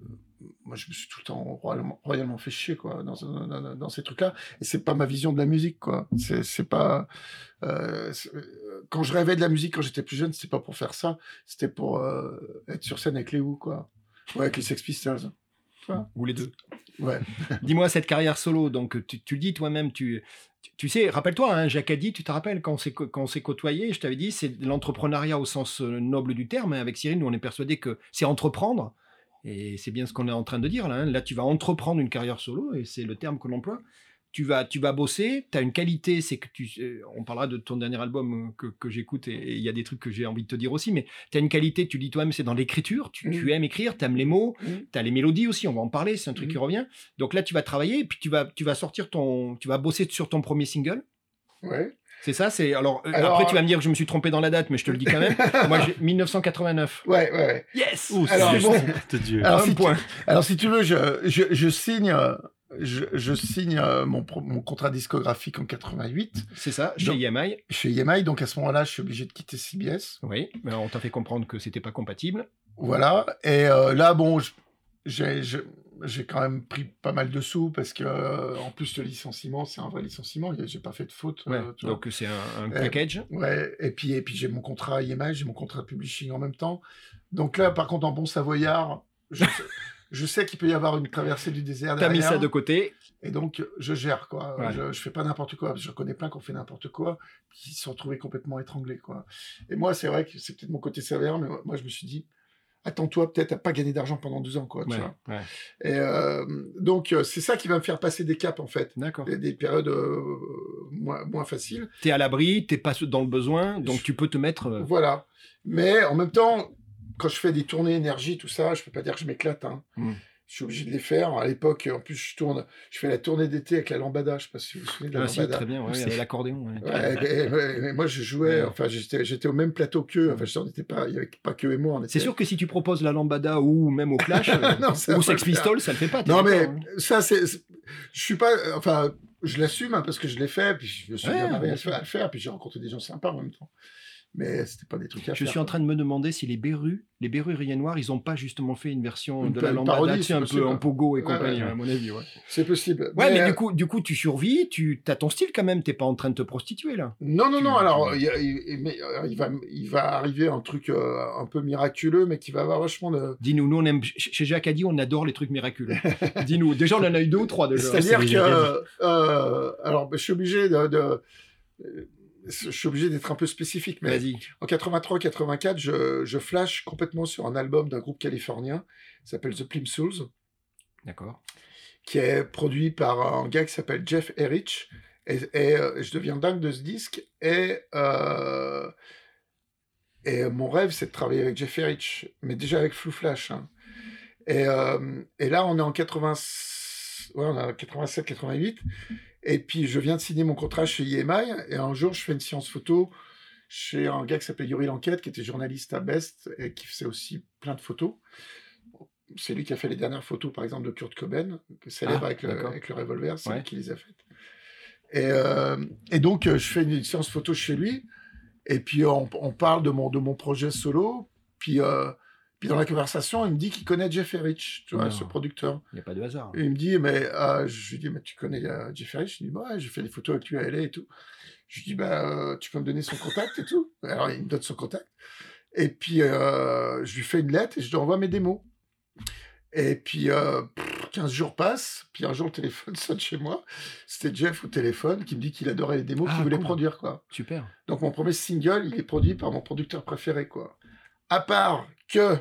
moi, je me suis tout le temps royalement, royalement fait chier, quoi, dans, dans, dans, dans ces trucs-là. Et c'est pas ma vision de la musique, quoi. C'est, c'est pas. Euh, c'est- quand je rêvais de la musique quand j'étais plus jeune, c'était pas pour faire ça. C'était pour euh, être sur scène avec les Who, quoi. Ouais, avec les Sex Pistols. Ou les deux. Ouais. Dis-moi, cette carrière solo, donc tu, tu le dis toi-même, tu, tu, tu sais, rappelle-toi, hein, Jacques a dit, tu te rappelles, quand on s'est, co- quand on s'est côtoyés, je t'avais dit, c'est de l'entrepreneuriat au sens euh, noble du terme. Hein. Avec Cyril, nous, on est persuadé que c'est entreprendre. Et c'est bien ce qu'on est en train de dire là. Hein. Là, tu vas entreprendre une carrière solo, et c'est le terme que l'on emploie. Tu vas, tu vas bosser, tu as une qualité, c'est que tu... euh, On parlera de ton dernier album euh, que, que j'écoute, et il y a des trucs que j'ai envie de te dire aussi, mais tu as une qualité, tu dis toi-même, c'est dans l'écriture, tu, Mm. tu aimes écrire, tu aimes les mots, Mm. tu as les mélodies aussi, on va en parler, c'est un truc Mm. qui revient. Donc là, tu vas travailler, et puis tu vas, tu vas sortir ton... Tu vas bosser sur ton premier single. Ouais. C'est ça, c'est... Alors, euh, Alors, après, tu vas me dire que je me suis trompé dans la date, mais je te le dis quand même. Moi, j'ai dix-neuf cent quatre-vingt-neuf. Ouais, ouais, ouais. Yes. Ouh, Alors, c'est bon. de Dieu. Alors, Un si tu- point. Alors, si tu veux, je, je, je signe, euh, je, je signe euh, mon, pro- mon contrat discographique en quatre-vingt-huit C'est ça, chez Donc- I M I. chez I M I. Donc, à ce moment-là, je suis obligé de quitter C B S. Oui, mais on t'a fait comprendre que c'était pas compatible. Voilà. Et euh, là, bon, je- j'ai, je- j'ai quand même pris pas mal de sous parce que, euh, en plus, le licenciement, c'est un vrai licenciement. Il y a- J'ai pas fait de faute. Ouais, euh, tu vois. donc c'est un, un Euh, package. Ouais, et puis, et puis j'ai mon contrat I M I, j'ai mon contrat de publishing en même temps. Donc là, par contre, en bon savoyard, je sais, je sais qu'il peut y avoir une traversée du désert T'as mis derrière. ça de côté. Et donc, je gère, quoi. Ouais. Je, je fais pas n'importe quoi. Je connais plein qui ont fait n'importe quoi, qui se sont retrouvés complètement étranglés, quoi. Et moi, c'est vrai que c'est peut-être mon côté savoyard, mais moi, moi, je me suis dit, attends-toi peut-être à pas gagner d'argent pendant deux ans, quoi, tu Ouais, vois. ouais. Et euh, donc, euh, c'est ça qui va me faire passer des caps, en fait. D'accord. Des, des périodes euh, moins, moins faciles. T'es à l'abri, t'es pas dans le besoin, donc Je- tu peux te mettre. euh, Voilà. Mais en même temps, quand je fais des tournées énergie, tout ça, je peux pas dire que je m'éclate, hein. Mm. Je suis obligé de les faire. À l'époque, en plus, je tourne, je fais la tournée d'été avec la lambada. Je sais pas si vous vous souvenez de la Ah, si, lambada. très bien, ouais, avec l'accordéon. Ouais. Ouais, et, et, et moi, je jouais, Ouais. enfin, j'étais, j'étais au même plateau qu'eux. Enfin, je n'étais pas, il n'y avait pas que et moi. on était- C'est sûr que si tu proposes la lambada ou même au Clash Non, ça ou va Sex pas le faire. Pistols, ça le fait pas. t'es Non, mais d'accord, hein. ça, c'est, c'est- je suis pas, enfin, je l'assume hein, parce que je l'ai fait, puis je me suis Ouais, bien arrivé bien à, sûr. à le faire, puis j'ai rencontré des gens sympas en même temps. Mais c'était pas des trucs à Je faire. suis en quoi. train de me demander si les Berus, les Berus Rayés Noirs, ils ont pas justement fait une version Une de pa- la une lambada, parodie, tu sais, c'est un possible. peu en pogo et Ouais, compagnie, ouais. à mon avis. Ouais, C'est possible. ouais mais, euh, du coup, du coup, tu survis, tu as ton style quand même, t'es pas en train de te prostituer là. Non, non, Tu- non. tu- Alors, il, y a- il- mais, euh, il va, il va arriver un truc euh, un peu miraculeux, mais qui va avoir vachement de. Dis-nous, nous on aime, chez Jacques on adore les trucs miraculeux. Dis-nous, déjà on en a eu deux ou trois déjà. C'est-à-dire c'est que, les euh, alors, ben, je suis obligé de, de- euh, je suis obligé d'être un peu spécifique, mais Vas-y. en quatre-vingt-trois quatre-vingt-quatre, je, je flash complètement sur un album d'un groupe californien, qui s'appelle The Plimsouls, D'accord. qui est produit par un gars qui s'appelle Jeff Erich, et, et, euh, je deviens dingue de ce disque, et, euh, et mon rêve, c'est de travailler avec Jeff Erich, mais déjà avec Flou Flash. hein. Et, euh, et là, on est en quatre-vingts, ouais, on est en quatre-vingt-sept quatre-vingt-huit, et puis je viens de signer mon contrat chez I M I, et un jour, je fais une séance photo chez un gars qui s'appelle Yuri Lanquette, qui était journaliste à Best, et qui faisait aussi plein de photos. C'est lui qui a fait les dernières photos, par exemple, de Kurt Cobain, que célèbre Ah, avec, le, d'accord. avec le revolver, c'est Ouais. lui qui les a faites. Et, euh, et donc, euh, je fais une séance photo chez lui, et puis on, on parle de mon, de mon projet solo, puis, euh, puis dans la conversation, il me dit qu'il connaît Jeff Erich, tu vois, Non. ce producteur. Il n'y a pas de hasard. Et il me dit, mais euh, je lui dis, mais tu connais euh, Jeff Erich? Il me dit, bah, ouais, j'ai fait des photos avec lui à L A et tout. Je lui dis, bah, euh, tu peux me donner son contact et tout? Alors, il me donne son contact. Et puis, euh, je lui fais une lettre et je lui envoie mes démos. Et puis, euh, pff, quinze jours passent, puis un jour, le téléphone sonne chez moi. C'était Jeff au téléphone qui me dit qu'il adorait les démos, Ah, qu'il voulait cool. produire, quoi. Super. Donc, mon premier single, il est produit par mon producteur préféré, quoi. À part que...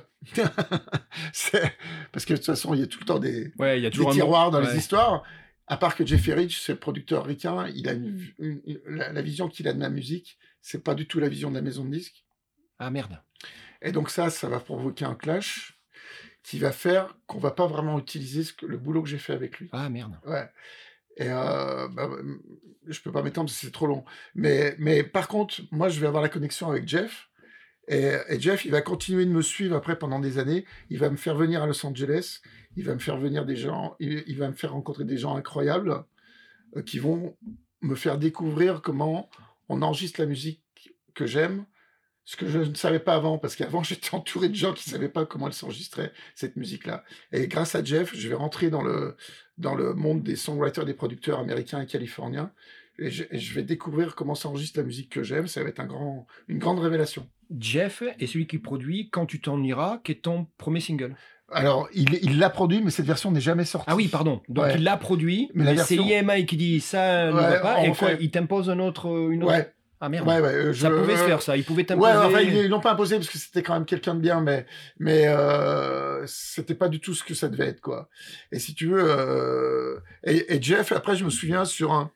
c'est... Parce que, de toute façon, il y a tout le temps des... Ouais, il y a des toujours un tiroirs dans ouais. les histoires. À part que Jeff Erich, c'est le producteur ricain, il a une, une- une- la, la vision qu'il a de la musique, c'est pas du tout la vision de la maison de disques. Ah merde. Et donc ça, ça va provoquer un clash qui va faire qu'on va pas vraiment utiliser ce que, le boulot que j'ai fait avec lui. Ah merde. Ouais. Et euh, bah, je peux pas m'étendre parce que c'est trop long. Mais, mais par contre, moi, je vais avoir la connexion avec Jeff. Et, et Jeff, il va continuer de me suivre après pendant des années. Il va me faire venir à Los Angeles. Il va me faire venir des gens. Il, il va me faire rencontrer des gens incroyables euh, qui vont me faire découvrir comment on enregistre la musique que j'aime. Ce que je ne savais pas avant, parce qu'avant, j'étais entouré de gens qui ne savaient pas comment elle s'enregistrait, cette musique-là. Et grâce à Jeff, je vais rentrer dans le, dans le monde des songwriters, des producteurs américains et californiens. Et je, et je vais découvrir comment s'enregistre la musique que j'aime. Ça va être un grand, une grande révélation. Jeff est celui qui produit Quand tu t'en iras, qui est ton premier single. Alors, il il l'a produit, mais cette version n'est jamais sortie. Ah oui, pardon. Donc Ouais. il l'a produit, Mais la mais version- c'est I M I qui dit ça ne Ouais, va pas, en et quoi, fait- il t'impose un autre, une autre... Ouais, Ah merde. ouais, ouais. euh, Ça je- pouvait se euh, faire, ça. Il pouvait t'imposer... Ouais, enfin, ils ils l'ont pas imposé parce que c'était quand même quelqu'un de bien, mais, mais euh, c'était pas du tout ce que ça devait être, quoi. Et si tu veux, euh, et, et Jeff, après, je me souviens sur un,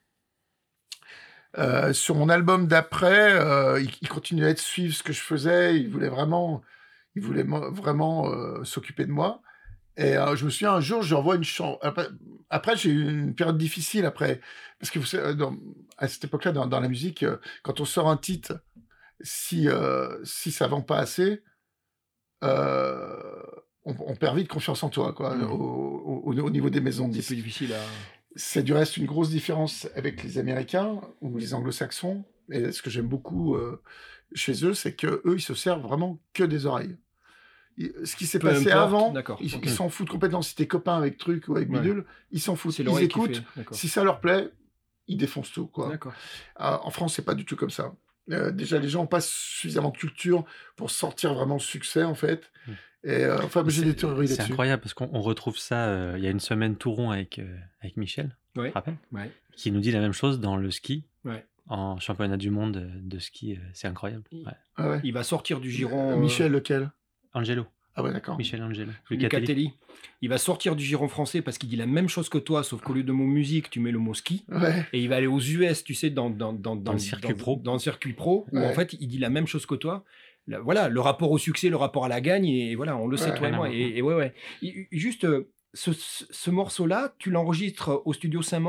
euh, sur mon album d'après, euh, il, il continuait de suivre ce que je faisais. Il voulait vraiment, il voulait mo- vraiment euh, s'occuper de moi. Et euh, je me souviens un jour, j'envoie une chanson. Après, après, j'ai eu une période difficile après, parce que vous savez, dans- à cette époque-là, dans, dans la musique, euh, quand on sort un titre, si euh, si ça vend pas assez, euh, on, on perd vite confiance en toi, quoi, Mhm. au, au- au niveau des maisons de C'est disques. plus difficile à... C'est du reste une grosse différence avec les Américains ou les Anglo-Saxons. Et ce que j'aime beaucoup euh, chez eux, c'est que eux, ils se servent vraiment que des oreilles. Ils- Ce qui s'est Peu passé importe, avant, d'accord, ils ok. ils s'en foutent complètement. Si t'es copain avec truc ou avec Ouais. bidule, ils s'en foutent. C'est Ils l'oreille qui écoutent. fait, d'accord. Si ça leur plaît, ils défoncent tout, quoi. D'accord. Ah, en France, c'est pas du tout comme ça. Euh, déjà, les gens n'ont pas suffisamment de culture pour sortir vraiment le succès, en fait. Mm. Et euh, enfin, j'ai des théories C'est là-dessus. incroyable parce qu'on on retrouve ça euh, il y a une semaine tout rond avec, euh, avec Michel, tu Ouais. te rappelles, Ouais. qui nous dit la même chose dans le ski, Ouais. en championnat du monde de, de ski. euh, C'est incroyable. Il- Ouais. Ah ouais. Il va sortir du Euh, giron... euh, Michel, lequel? Angelo, Ah ouais, d'accord. Michel Angelo, Lucatelli. Lucatelli. Il va sortir du giron français parce qu'il dit la même chose que toi, sauf qu'au lieu de mot musique, tu mets le mot ski. Ouais. Et il va aller aux U S, tu sais, dans, dans, dans, dans, le circuit dans- pro. Dans le circuit pro, où Ouais. en fait, il dit la même chose que toi. Là, voilà, le rapport au succès, le rapport à la gagne, et voilà, on le sait, Ouais, toi et rien à moi. voir. Et, et ouais, ouais. Il- il- juste, euh, ce, ce, ce morceau-là, tu l'enregistres au studio Saint-Maur ?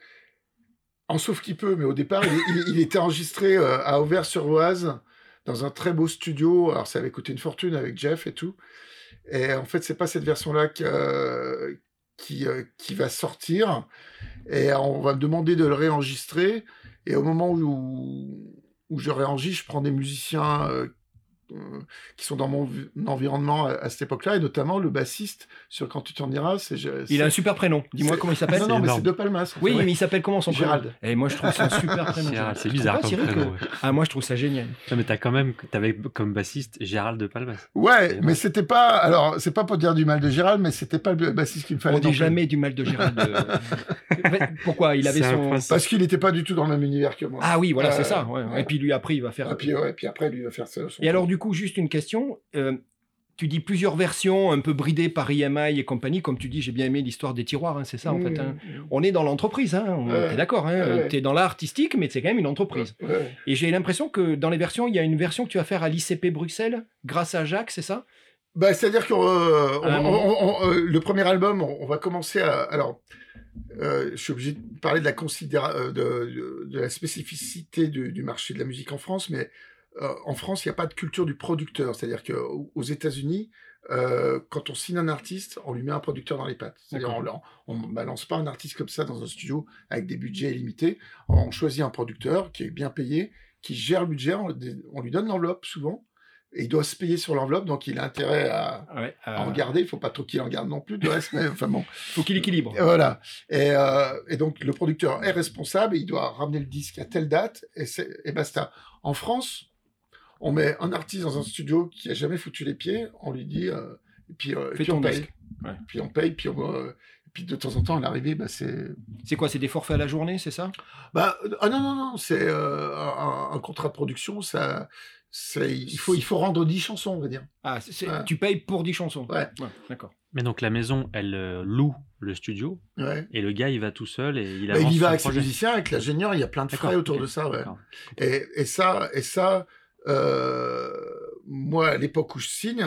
En sauf qu'il peut, mais au départ, il, il, il était enregistré euh, à Auvers-sur-Oise, dans un très beau studio. Alors, ça avait coûté une fortune avec Jeff et tout. Et en fait, c'est pas cette version-là qui, euh, qui, euh, qui va sortir. Et on va me demander de le réenregistrer. Et au moment où, où je réenregistre, je prends des musiciens euh, euh, qui sont dans mon v- environnement à, à cette époque-là, et notamment le bassiste sur Quand tu t'en iras. C'est, c'est... Il a un super prénom. Dis-moi c'est... comment il s'appelle. Non, non, mais énorme. c'est De Palmas. Oui, fait. mais il s'appelle comment son prénom ? Gérald. Et moi, je trouve ça un super prénom. Gérald, c'est Tu bizarre trouves pas, comme Cyril, prénom. que- ouais. Ah, moi, je trouve ça génial. Non, mais t'as quand même, t'avais comme bassiste Gérald de Palmas. Ouais, C'est mais vrai. c'était pas. Alors, c'est pas pour dire du mal de Gérald, mais c'était pas le bassiste qu'il me fallait. On non dit plus. jamais du mal de Gérald. euh. Pourquoi ? Il avait C'est un son... principe. Parce qu'il n'était pas du tout dans le même univers que moi. Ah oui, voilà, Euh, c'est ça. ouais. ouais. Et puis lui, après, il va faire... Et puis, ouais, puis après, lui il va faire ça. son Et alors, du coup, juste une question. euh, tu dis plusieurs versions un peu bridées par I M I et compagnie. Comme tu dis, j'ai bien aimé l'histoire des tiroirs, hein, c'est ça, en Mmh, fait. Hein. mmh. On est dans l'entreprise, hein. on Ouais. t'es d'accord. Hein. Ouais. Tu es dans l'art artistique, mais c'est quand même une entreprise. Ouais. Et j'ai l'impression que dans les versions, il y a une version que tu vas faire à l'I C P Bruxelles, grâce à Jacques, c'est ça ? Bah, c'est-à-dire que euh, on- À un on- moment. on- on- euh, le premier album, on, on va commencer à. Alors, euh, je suis obligé de parler de la, considéra- euh, de, de, de la spécificité du, du marché de la musique en France, mais euh, en France, il n'y a pas de culture du producteur. C'est-à-dire qu'aux États-Unis, euh, quand on signe un artiste, on lui met un producteur dans les pattes. C'est-à-dire D'accord. on ne balance pas un artiste comme ça dans un studio avec des budgets illimités. On choisit un producteur qui est bien payé, qui gère le budget, on, on lui donne l'enveloppe souvent, et il doit se payer sur l'enveloppe, donc il a intérêt à, Ouais, euh, à en garder. Il ne faut pas trop qu'il en garde non plus de reste, mais enfin bon. faut qu'il équilibre. Et voilà. Et, euh, et donc, le producteur est responsable, et il doit ramener le disque à telle date, et, c'est, et basta. En France, on met un artiste dans un studio qui a jamais foutu les pieds, on lui dit, euh, et puis, euh, et Fais puis on ton paye. disque. Ouais. Puis on paye, puis, on, euh, et puis de temps en temps, à l'arrivée, bah, c'est... C'est quoi, c'est des forfaits à la journée, c'est ça ? Bah, euh, ah non, non, non, c'est euh, un, un contrat de production, ça... C'est, il, faut, il faut rendre dix chansons, on va dire. Ah, c'est, c'est- Ouais. tu payes pour dix chansons. Ouais. D'accord. Mais donc la maison, elle euh, loue le studio Ouais. et le gars, il va tout seul et il Bah, avance il y va son avec ses projet. musiciens, avec l'ingénieur, il y a plein de D'accord, frais autour ok, de ça, ouais. d'accord. Et, et ça, et ça euh, moi, à l'époque où je signe,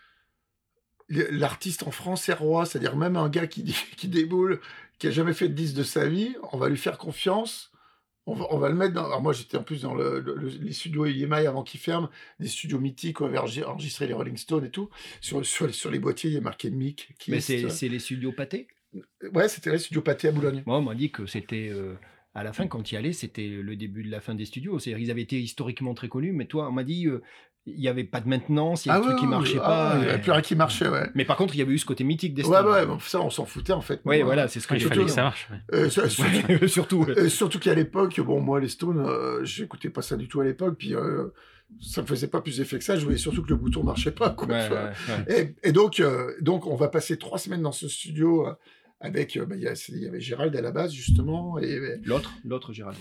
l'artiste en France est roi, c'est-à-dire même un gars qui, qui déboule, qui a jamais fait de disque de sa vie, on va lui faire confiance. On va, on va le mettre dans... Alors moi, j'étais en plus dans le, le, le- les studios I M I avant qu'ils ferment, des studios mythiques où on avait enregistré enregistré les Rolling Stones et tout. Sur, sur, les, sur les boîtiers, il y a marqué Mick. Qui Mais est, c'est, euh, c'est les studios pâtés. Ouais, c'était les studios Pathé à Boulogne. Moi, on m'a dit que c'était... euh, à la fin, quand il y allait, c'était le début de la fin des studios. C'est-à-dire qu'ils avaient été historiquement très connus, mais toi, on m'a dit... euh, il n'y avait pas de maintenance, il y avait des trucs qui ouais, marchaient ah pas. ouais, il n'y et- avait plus rien qui marchait, ouais. Mais par contre, il y avait eu ce côté mythique des Ouais, stars. ouais, bon, ça, on s'en foutait, en fait. Oui, Moi, voilà, c'est ce que Ouais, il j'ai fallait fait. que ça marche. ouais. Euh, ça- surtout, Ouais, surtout. euh, surtout qu'à l'époque, bon, moi, les Stones, euh, j'écoutais pas ça du tout à l'époque, puis euh, ça me faisait pas plus d'effet que ça, je voyais surtout que le bouton marchait pas, quoi. Ouais, tu vois. ouais, ouais. Et, et donc, euh, donc, on va passer trois semaines dans ce studio euh, avec, euh, bah, il y, a- il y avait Gérald à la base, justement, et et L'autre, l'autre Gérald.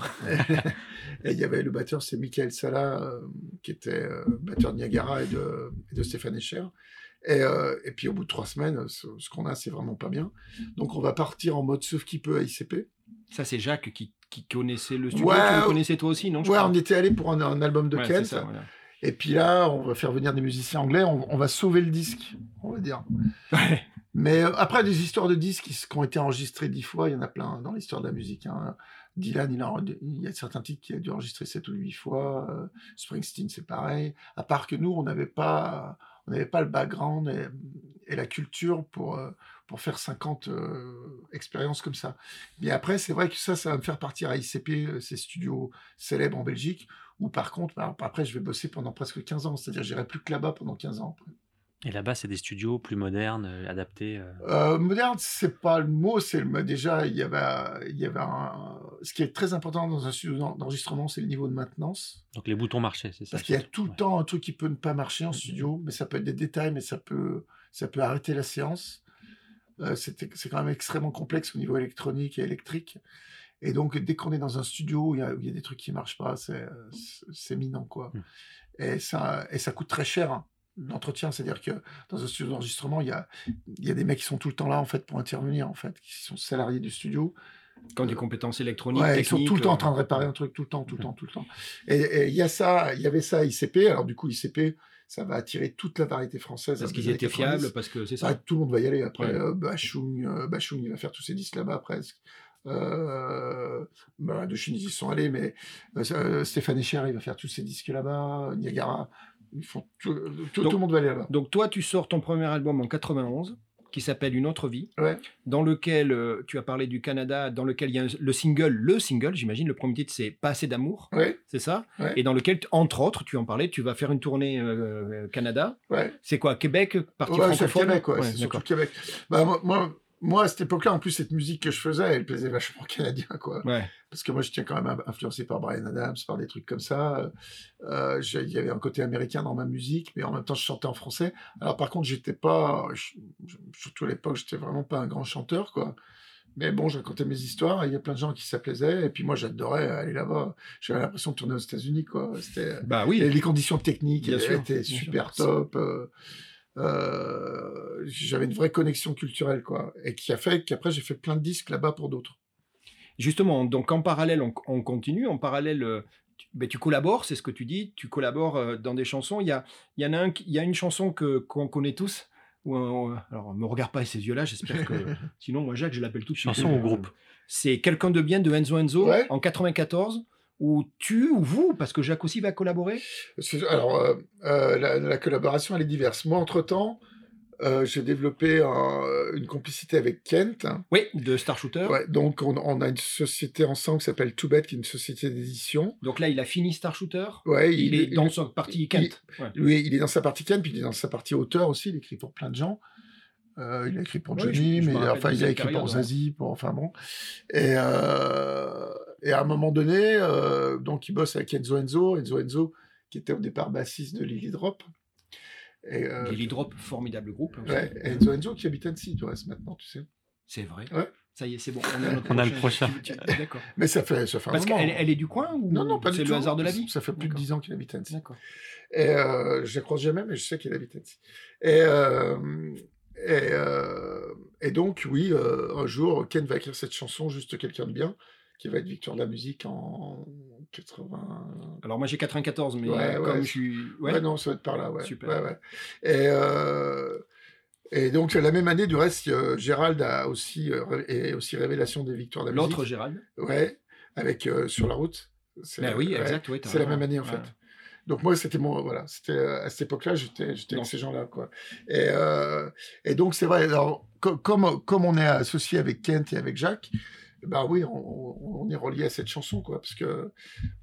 il y avait le batteur, c'est Michael Sala, euh, qui était euh, batteur de Niagara et de, et de Stéphane Escher. Et, euh, et puis, au bout de trois semaines, ce, ce qu'on a, c'est vraiment pas bien. Donc, on va partir en mode sauf qui peut à I C P. Ça, c'est Jacques qui, qui connaissait le studio. Ouais, tu le connaissais toi aussi, non je Ouais, crois on était allé pour un, un album de Ouais, Kent. c'est ça, voilà. Et puis là, on va faire venir des musiciens anglais, on, on va sauver le disque, on va dire. Ouais. Mais euh, après, des histoires de disques qui, s- qui ont été enregistrées dix fois, il y en a plein dans l'histoire de la musique. Hein. Dylan, il, a, il y a certains titres qui a dû enregistrer sept ou huit fois. Euh, Springsteen, c'est pareil. À part que nous, on n'avait pas, on n'avait pas le background et, et la culture pour, euh, pour faire cinquante euh, expériences comme ça. Mais après, c'est vrai que ça, ça va me faire partir à I C P, euh, ces studios célèbres en Belgique, où par contre, bah, après, je vais bosser pendant presque quinze ans. C'est-à-dire, j'irai plus que là-bas pendant quinze ans. Après. Et là-bas, c'est des studios plus modernes, euh, adaptés. euh. Euh, moderne, c'est pas le mot, c'est le déjà il y avait il y avait un ce qui est très important dans un studio d'en- d'enregistrement, c'est le niveau de maintenance Donc les boutons marchaient, c'est ça. parce qu'il y a surtout. tout le Ouais. temps un truc qui peut ne pas marcher en studio, mais ça peut être des détails, mais ça peut ça peut arrêter la séance. Euh, c'est c'est quand même extrêmement complexe au niveau électronique et électrique. Et donc dès qu'on est dans un studio où il y a, où il y a des trucs qui marchent pas, c'est c'est- c'est minant quoi. Mm. Et ça et ça coûte très cher. Hein. L'entretien, c'est-à-dire que dans un studio d'enregistrement, il y a, il y a des mecs qui sont tout le temps là en fait pour intervenir en fait, qui sont salariés du studio. Quand des compétences électroniques, ouais, ils sont tout le temps en euh... train de réparer un truc, tout le temps, tout le temps, tout le temps. Et il y a ça, il y avait ça à I C P. Alors du coup, I C P, ça va attirer toute la variété française. Parce qu'ils étaient fiables, parce que c'est ça. Ouais, tout le monde va y aller. Après, ouais. euh, Bachung, euh, Bachung, il va faire tous ses disques là-bas presque. Euh, bah, de Chine, ils y sont allés, mais euh, Stéphane Echer, il va faire tous ses disques là-bas. Niagara, ils font tout, tout, donc, tout le monde va aller là-bas. Donc toi, tu sors ton premier album en quatre-vingt-onze, qui s'appelle Une autre vie, ouais. dans lequel euh, tu as parlé du Canada, dans lequel il y a un, le single, le single, j'imagine, le premier titre, c'est Pas assez d'amour, ouais. c'est ça, ouais. Et dans lequel, entre autres, tu en parlais, tu vas faire une tournée euh, Canada. Ouais. C'est quoi, Québec, partie ouais, francophone? Québec, ouais, ouais, c'est surtout Québec. Bah, moi, moi, moi, à cette époque-là, en plus, cette musique que je faisais, elle plaisait vachement aux Canadiens, quoi. Ouais. Parce que moi, je tiens quand même influencé par Bryan Adams, par des trucs comme ça. Euh, il y avait un côté américain dans ma musique, mais en même temps, je chantais en français. Alors, par contre, j'étais pas, je, je, surtout à l'époque, j'étais vraiment pas un grand chanteur, quoi. Mais bon, je racontais mes histoires, et il y a plein de gens qui ça plaisait, et puis moi, j'adorais aller là-bas. J'avais l'impression de tourner aux États-Unis, quoi. C'était, bah oui. Les conditions techniques bien sûr, étaient bien super sûr. top. Euh, euh, j'avais une vraie connexion culturelle, quoi. Et qui a fait qu'après, j'ai fait plein de disques là-bas pour d'autres. Justement, donc en parallèle, on, on continue. En parallèle, euh, tu, ben, tu collabores, c'est ce que tu dis. Tu collabores euh, dans des chansons. Il y a, il y en a un, il y a une chanson que qu'on connaît tous. Où on, alors, me regarde pas avec ces yeux-là. J'espère que sinon, moi, Jacques, je l'appelle tout de suite. Chanson ou groupe? C'est Quelqu'un de bien de Enzo Enzo ouais. en quatre-vingt-quatorze. Ou tu ou vous, parce que Jacques aussi va collaborer. Alors, euh, euh, la, la collaboration, elle est diverse. Moi, entre-temps, euh, j'ai développé un, une complicité avec Kent. Oui, de Star Shooter. Ouais, donc, on, on a une société ensemble qui s'appelle Too Bad, qui est une société d'édition. Donc là, il a fini Star Shooter. Ouais, il, il est dans sa partie Kent. Il, ouais. Lui, il est dans sa partie Kent, puis il est dans sa partie auteur aussi. Il écrit pour plein de gens. Euh, il a écrit pour Johnny, ouais, je, je mais enfin, il a écrit période, pour Zazie, ouais. pour enfin bon. Et, euh, et à un moment donné, euh, donc il bosse avec Enzo Enzo, Enzo Enzo, qui était au départ bassiste de Lily Drop. Et euh, Lily Drop, formidable groupe. Ouais, Enzo Enzo qui habite Annecy, tu vois, maintenant, tu sais. C'est vrai. Ouais. Ça y est, c'est bon. On a, on a le prochain. Tu, tu, d'accord. Mais ça fait, ça fait un Parce moment. qu'elle elle est du coin ou non, non, pas du tout. C'est le hasard de la vie. Ça fait plus d'accord. de dix ans qu'elle habite Annecy. D'accord. Et euh, je la croise jamais, mais je sais qu'elle habite Annecy. Et euh, Et, euh, et donc, oui, euh, un jour, Ken va écrire cette chanson, Juste quelqu'un de bien, qui va être victoire de la musique en quatre-vingts. Alors, moi, j'ai quatre-vingt-quatorze, mais ouais, comme ouais, je suis. Ouais. ouais, non, ça va être par là, ouais. Super. Ouais, ouais. Et, euh, et donc, la même année, du reste, euh, Gérald a aussi, euh, est aussi Révélation des victoires de la musique. L'autre Gérald. Ouais, avec euh, Sur la route. C'est, ben oui, ouais, exact. Ouais, c'est la même année, en fait. Ouais. Donc moi, c'était mon voilà, c'était à cette époque-là, j'étais j'étais avec ces gens-là, quoi. Et euh, et donc c'est vrai. Alors co- comme comme on est associé avec Kent et avec Jacques, bah oui, on, on est relié à cette chanson, quoi, parce que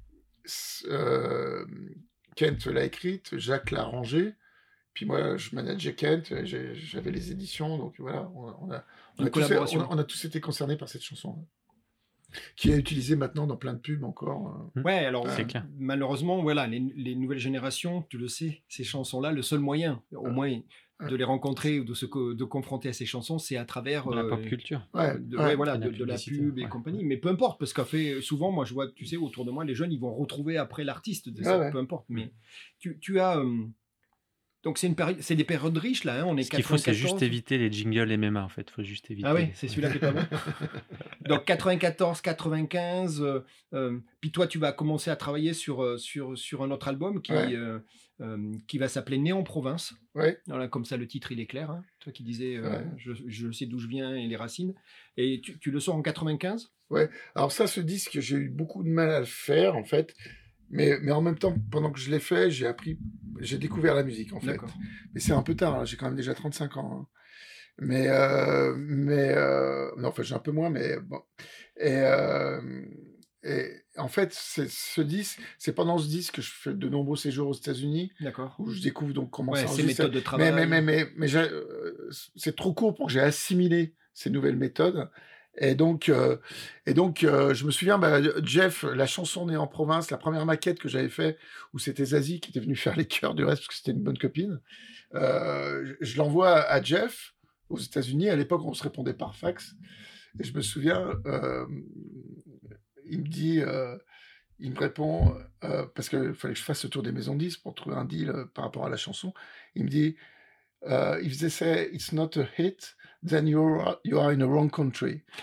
euh, Kent l'a écrite, Jacques l'a arrangée, puis moi je manageais Kent, j'ai, j'avais les éditions, donc voilà, on, on a on a, tous, on, a, on a tous été concernés par cette chanson. Qui est utilisé maintenant dans plein de pubs encore. Ouais, alors c'est clair. Malheureusement, voilà, les, les nouvelles générations, tu le sais, ces chansons-là, le seul moyen, au ouais. moins, de les rencontrer ou de se co- de confronter à ces chansons, c'est à travers de la euh, pop culture. Ouais, de, ouais, ouais, voilà, de, de la pub et ouais. compagnie. Mais peu importe, parce qu'en fait, souvent, moi, je vois, tu sais, autour de moi, les jeunes, ils vont retrouver après l'artiste, de ça, ouais, ouais. peu importe. Mais tu, tu as. Euh, Donc c'est, une péri- c'est des périodes riches là, hein. On est Ce qu'il faut, c'est juste éviter les jingles M M A en fait. Il faut juste éviter. Ah oui, c'est celui-là qui est pas bon. Donc quatre-vingt-quatorze, quatre-vingt-quinze, euh, euh, puis toi tu vas commencer à travailler sur, euh, sur, sur un autre album qui, ouais. euh, euh, qui va s'appeler Néon Province. Ouais. Voilà, comme ça le titre il est clair. Hein. Toi qui disais euh, ouais. je, je sais d'où je viens et les racines. Et tu, tu le sors en quatre-vingt-quinze ? Ouais, alors ça, ce disque, j'ai eu beaucoup de mal à le faire en fait. Mais, mais en même temps, pendant que je l'ai fait, j'ai appris, j'ai découvert la musique, en fait. D'accord. Mais c'est un peu tard, hein, j'ai quand même déjà trente-cinq ans. Hein. Mais, euh, mais, euh, non, enfin, j'ai un peu moins, mais bon. Et, euh, et en fait, c'est, ce disque, c'est pendant ce disque que je fais de nombreux séjours aux États-Unis. D'accord. Où je découvre donc comment ouais, ça ces méthodes de travail. Mais, mais, mais, mais, mais j'ai, euh, c'est trop court pour que j'ai assimilé ces nouvelles méthodes. Et donc, euh, et donc euh, je me souviens, bah, Jeff, la chanson Née en province, la première maquette que j'avais fait, où c'était Zazie qui était venue faire les chœurs du reste, parce que c'était une bonne copine, euh, je l'envoie à Jeff, aux États-Unis. À l'époque, on se répondait par fax. Et je me souviens, euh, il me dit, euh, il me répond, euh, parce qu'il fallait que je fasse le tour des maisons de disques pour trouver un deal euh, par rapport à la chanson. Il me dit, uh, if they say it's not a hit, then you are, you are in a wrong country.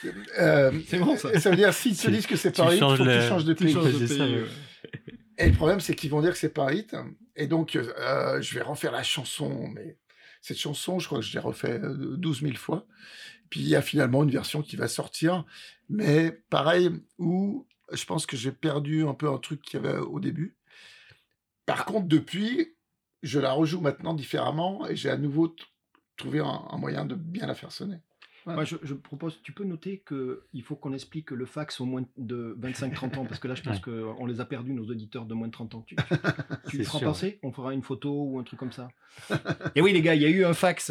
Euh, C'est bon, ça. Ça veut dire, s'ils te Tu- disent que c'est tu pas un hit, il faut changes que le- tu changes de Tu pays. changes de c'est ça, pays, ouais. ouais. Et le problème, c'est qu'ils vont dire que c'est pas un hit. Et donc, euh, je vais refaire la chanson. Mais cette chanson, je crois que je l'ai refait euh, douze mille fois. Puis il y a finalement une version qui va sortir. Mais pareil, où je pense que j'ai perdu un peu un truc qu'il y avait au début. Par contre, depuis, je la rejoue maintenant différemment et j'ai à nouveau t- trouvé un, un moyen de bien la faire sonner. Voilà. Moi, je, je propose, tu peux noter qu'il faut qu'on explique le fax au moins de vingt-cinq trente ans, parce que là, je pense Ouais. qu'on les a perdus, nos auditeurs de moins de trente ans. Tu, tu C'est feras sûr, passer On fera une photo ou un truc comme ça. Et oui, les gars, il y a eu un fax.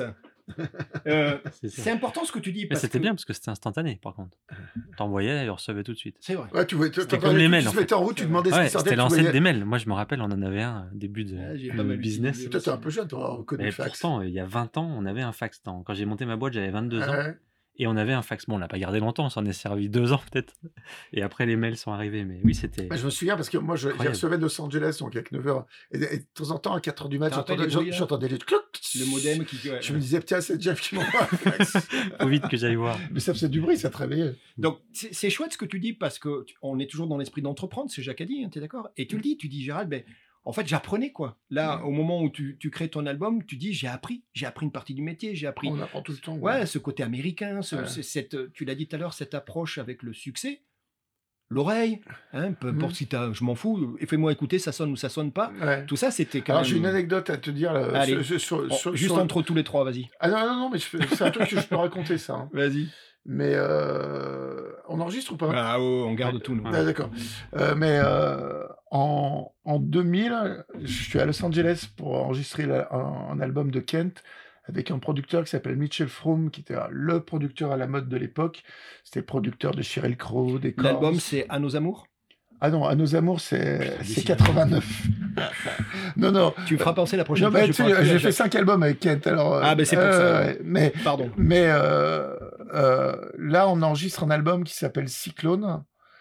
Euh, C'est sûr. c'est important ce que tu dis. Mais parce c'était que- bien parce que c'était instantané par contre. T'envoyais et on recevait tout de suite. C'est vrai. Ouais, tu vois, tu- C'était t'as comme parlé les que mails, Tu en te mettais en route, tu demandais ce Ouais, qui sortait. c'était tu l'ancienne voyais- des mails. Moi je me rappelle, on en avait un début de, Ah, j'ai de pas mal business. utilisé Toi, t'es un peu jeune, toi, reconnu Mais le fax. pourtant, il y a vingt ans, on avait un fax. Dans- Quand j'ai monté ma boîte, j'avais vingt-deux ans. Ouais. Et on avait un fax. Bon, on l'a pas gardé longtemps, on s'en est servi deux ans peut-être. Et après, les mails sont arrivés. Mais oui, c'était. Bah, je me souviens parce que moi, je, j'y Incroyable. recevais de Los Angeles, donc avec neuf heures. Et, et de temps en temps, à quatre heures du mat, T'as rappelé j'entendais, les bruits, là j'entendais les cloc. Le modem qui. ouais, Je ouais. me disais, tiens, c'est Jeff qui m'envoie un fax. Faut vite que j'aille voir. Mais ça faisait du bruit, ça te réveillait. Donc, c'est c'est chouette ce que tu dis parce que tu- on est toujours dans l'esprit d'entreprendre, c'est Jacques a dit, tu es d'accord? Et tu le dis, tu dis, Gérald, ben, en fait, j'apprenais quoi. Là, au moment où tu, tu crées ton album, tu dis, j'ai appris, j'ai appris une partie du métier, j'ai appris. On apprend tout le temps. Ouais, ce côté américain, ce- Ouais. ce- cette, tu l'as dit tout à l'heure, cette approche avec le succès, l'oreille, hein, peu importe Mhm. si t'as, je m'en fous, et fais-moi écouter, ça sonne ou ça sonne pas. Ouais. Tout ça, c'était quand Alors, même. j'ai une anecdote à te dire. Là, Allez. sur- sur- Bon, sur- juste sur- entre tous les trois, vas-y. Ah non, non, non, mais je fais- c'est un truc que je peux raconter, ça. hein. Vas-y. Mais euh, on enregistre ou pas? Ah, oh, on garde tout, nous. Ouais. Ah, d'accord. Euh, mais euh, en, en deux mille, je suis à Los Angeles pour enregistrer la- un, un album de Kent avec un producteur qui s'appelle Mitchell Froom, qui était le producteur à la mode de l'époque. C'était le producteur de Sheryl Crow, des Corrs. L'album, c'est À nos amours. Ah non, À nos amours, c'est c'est décidément. quatre-vingt-neuf. non, non. Tu me feras penser la prochaine Non, fois. mais je tu sais, ferai plus j'ai à fait Jacques. cinq albums avec Kent. Alors, euh, Ah, ben, c'est pour euh, ça. ouais, mais Pardon. mais euh, euh, là, on enregistre un album qui s'appelle Cyclone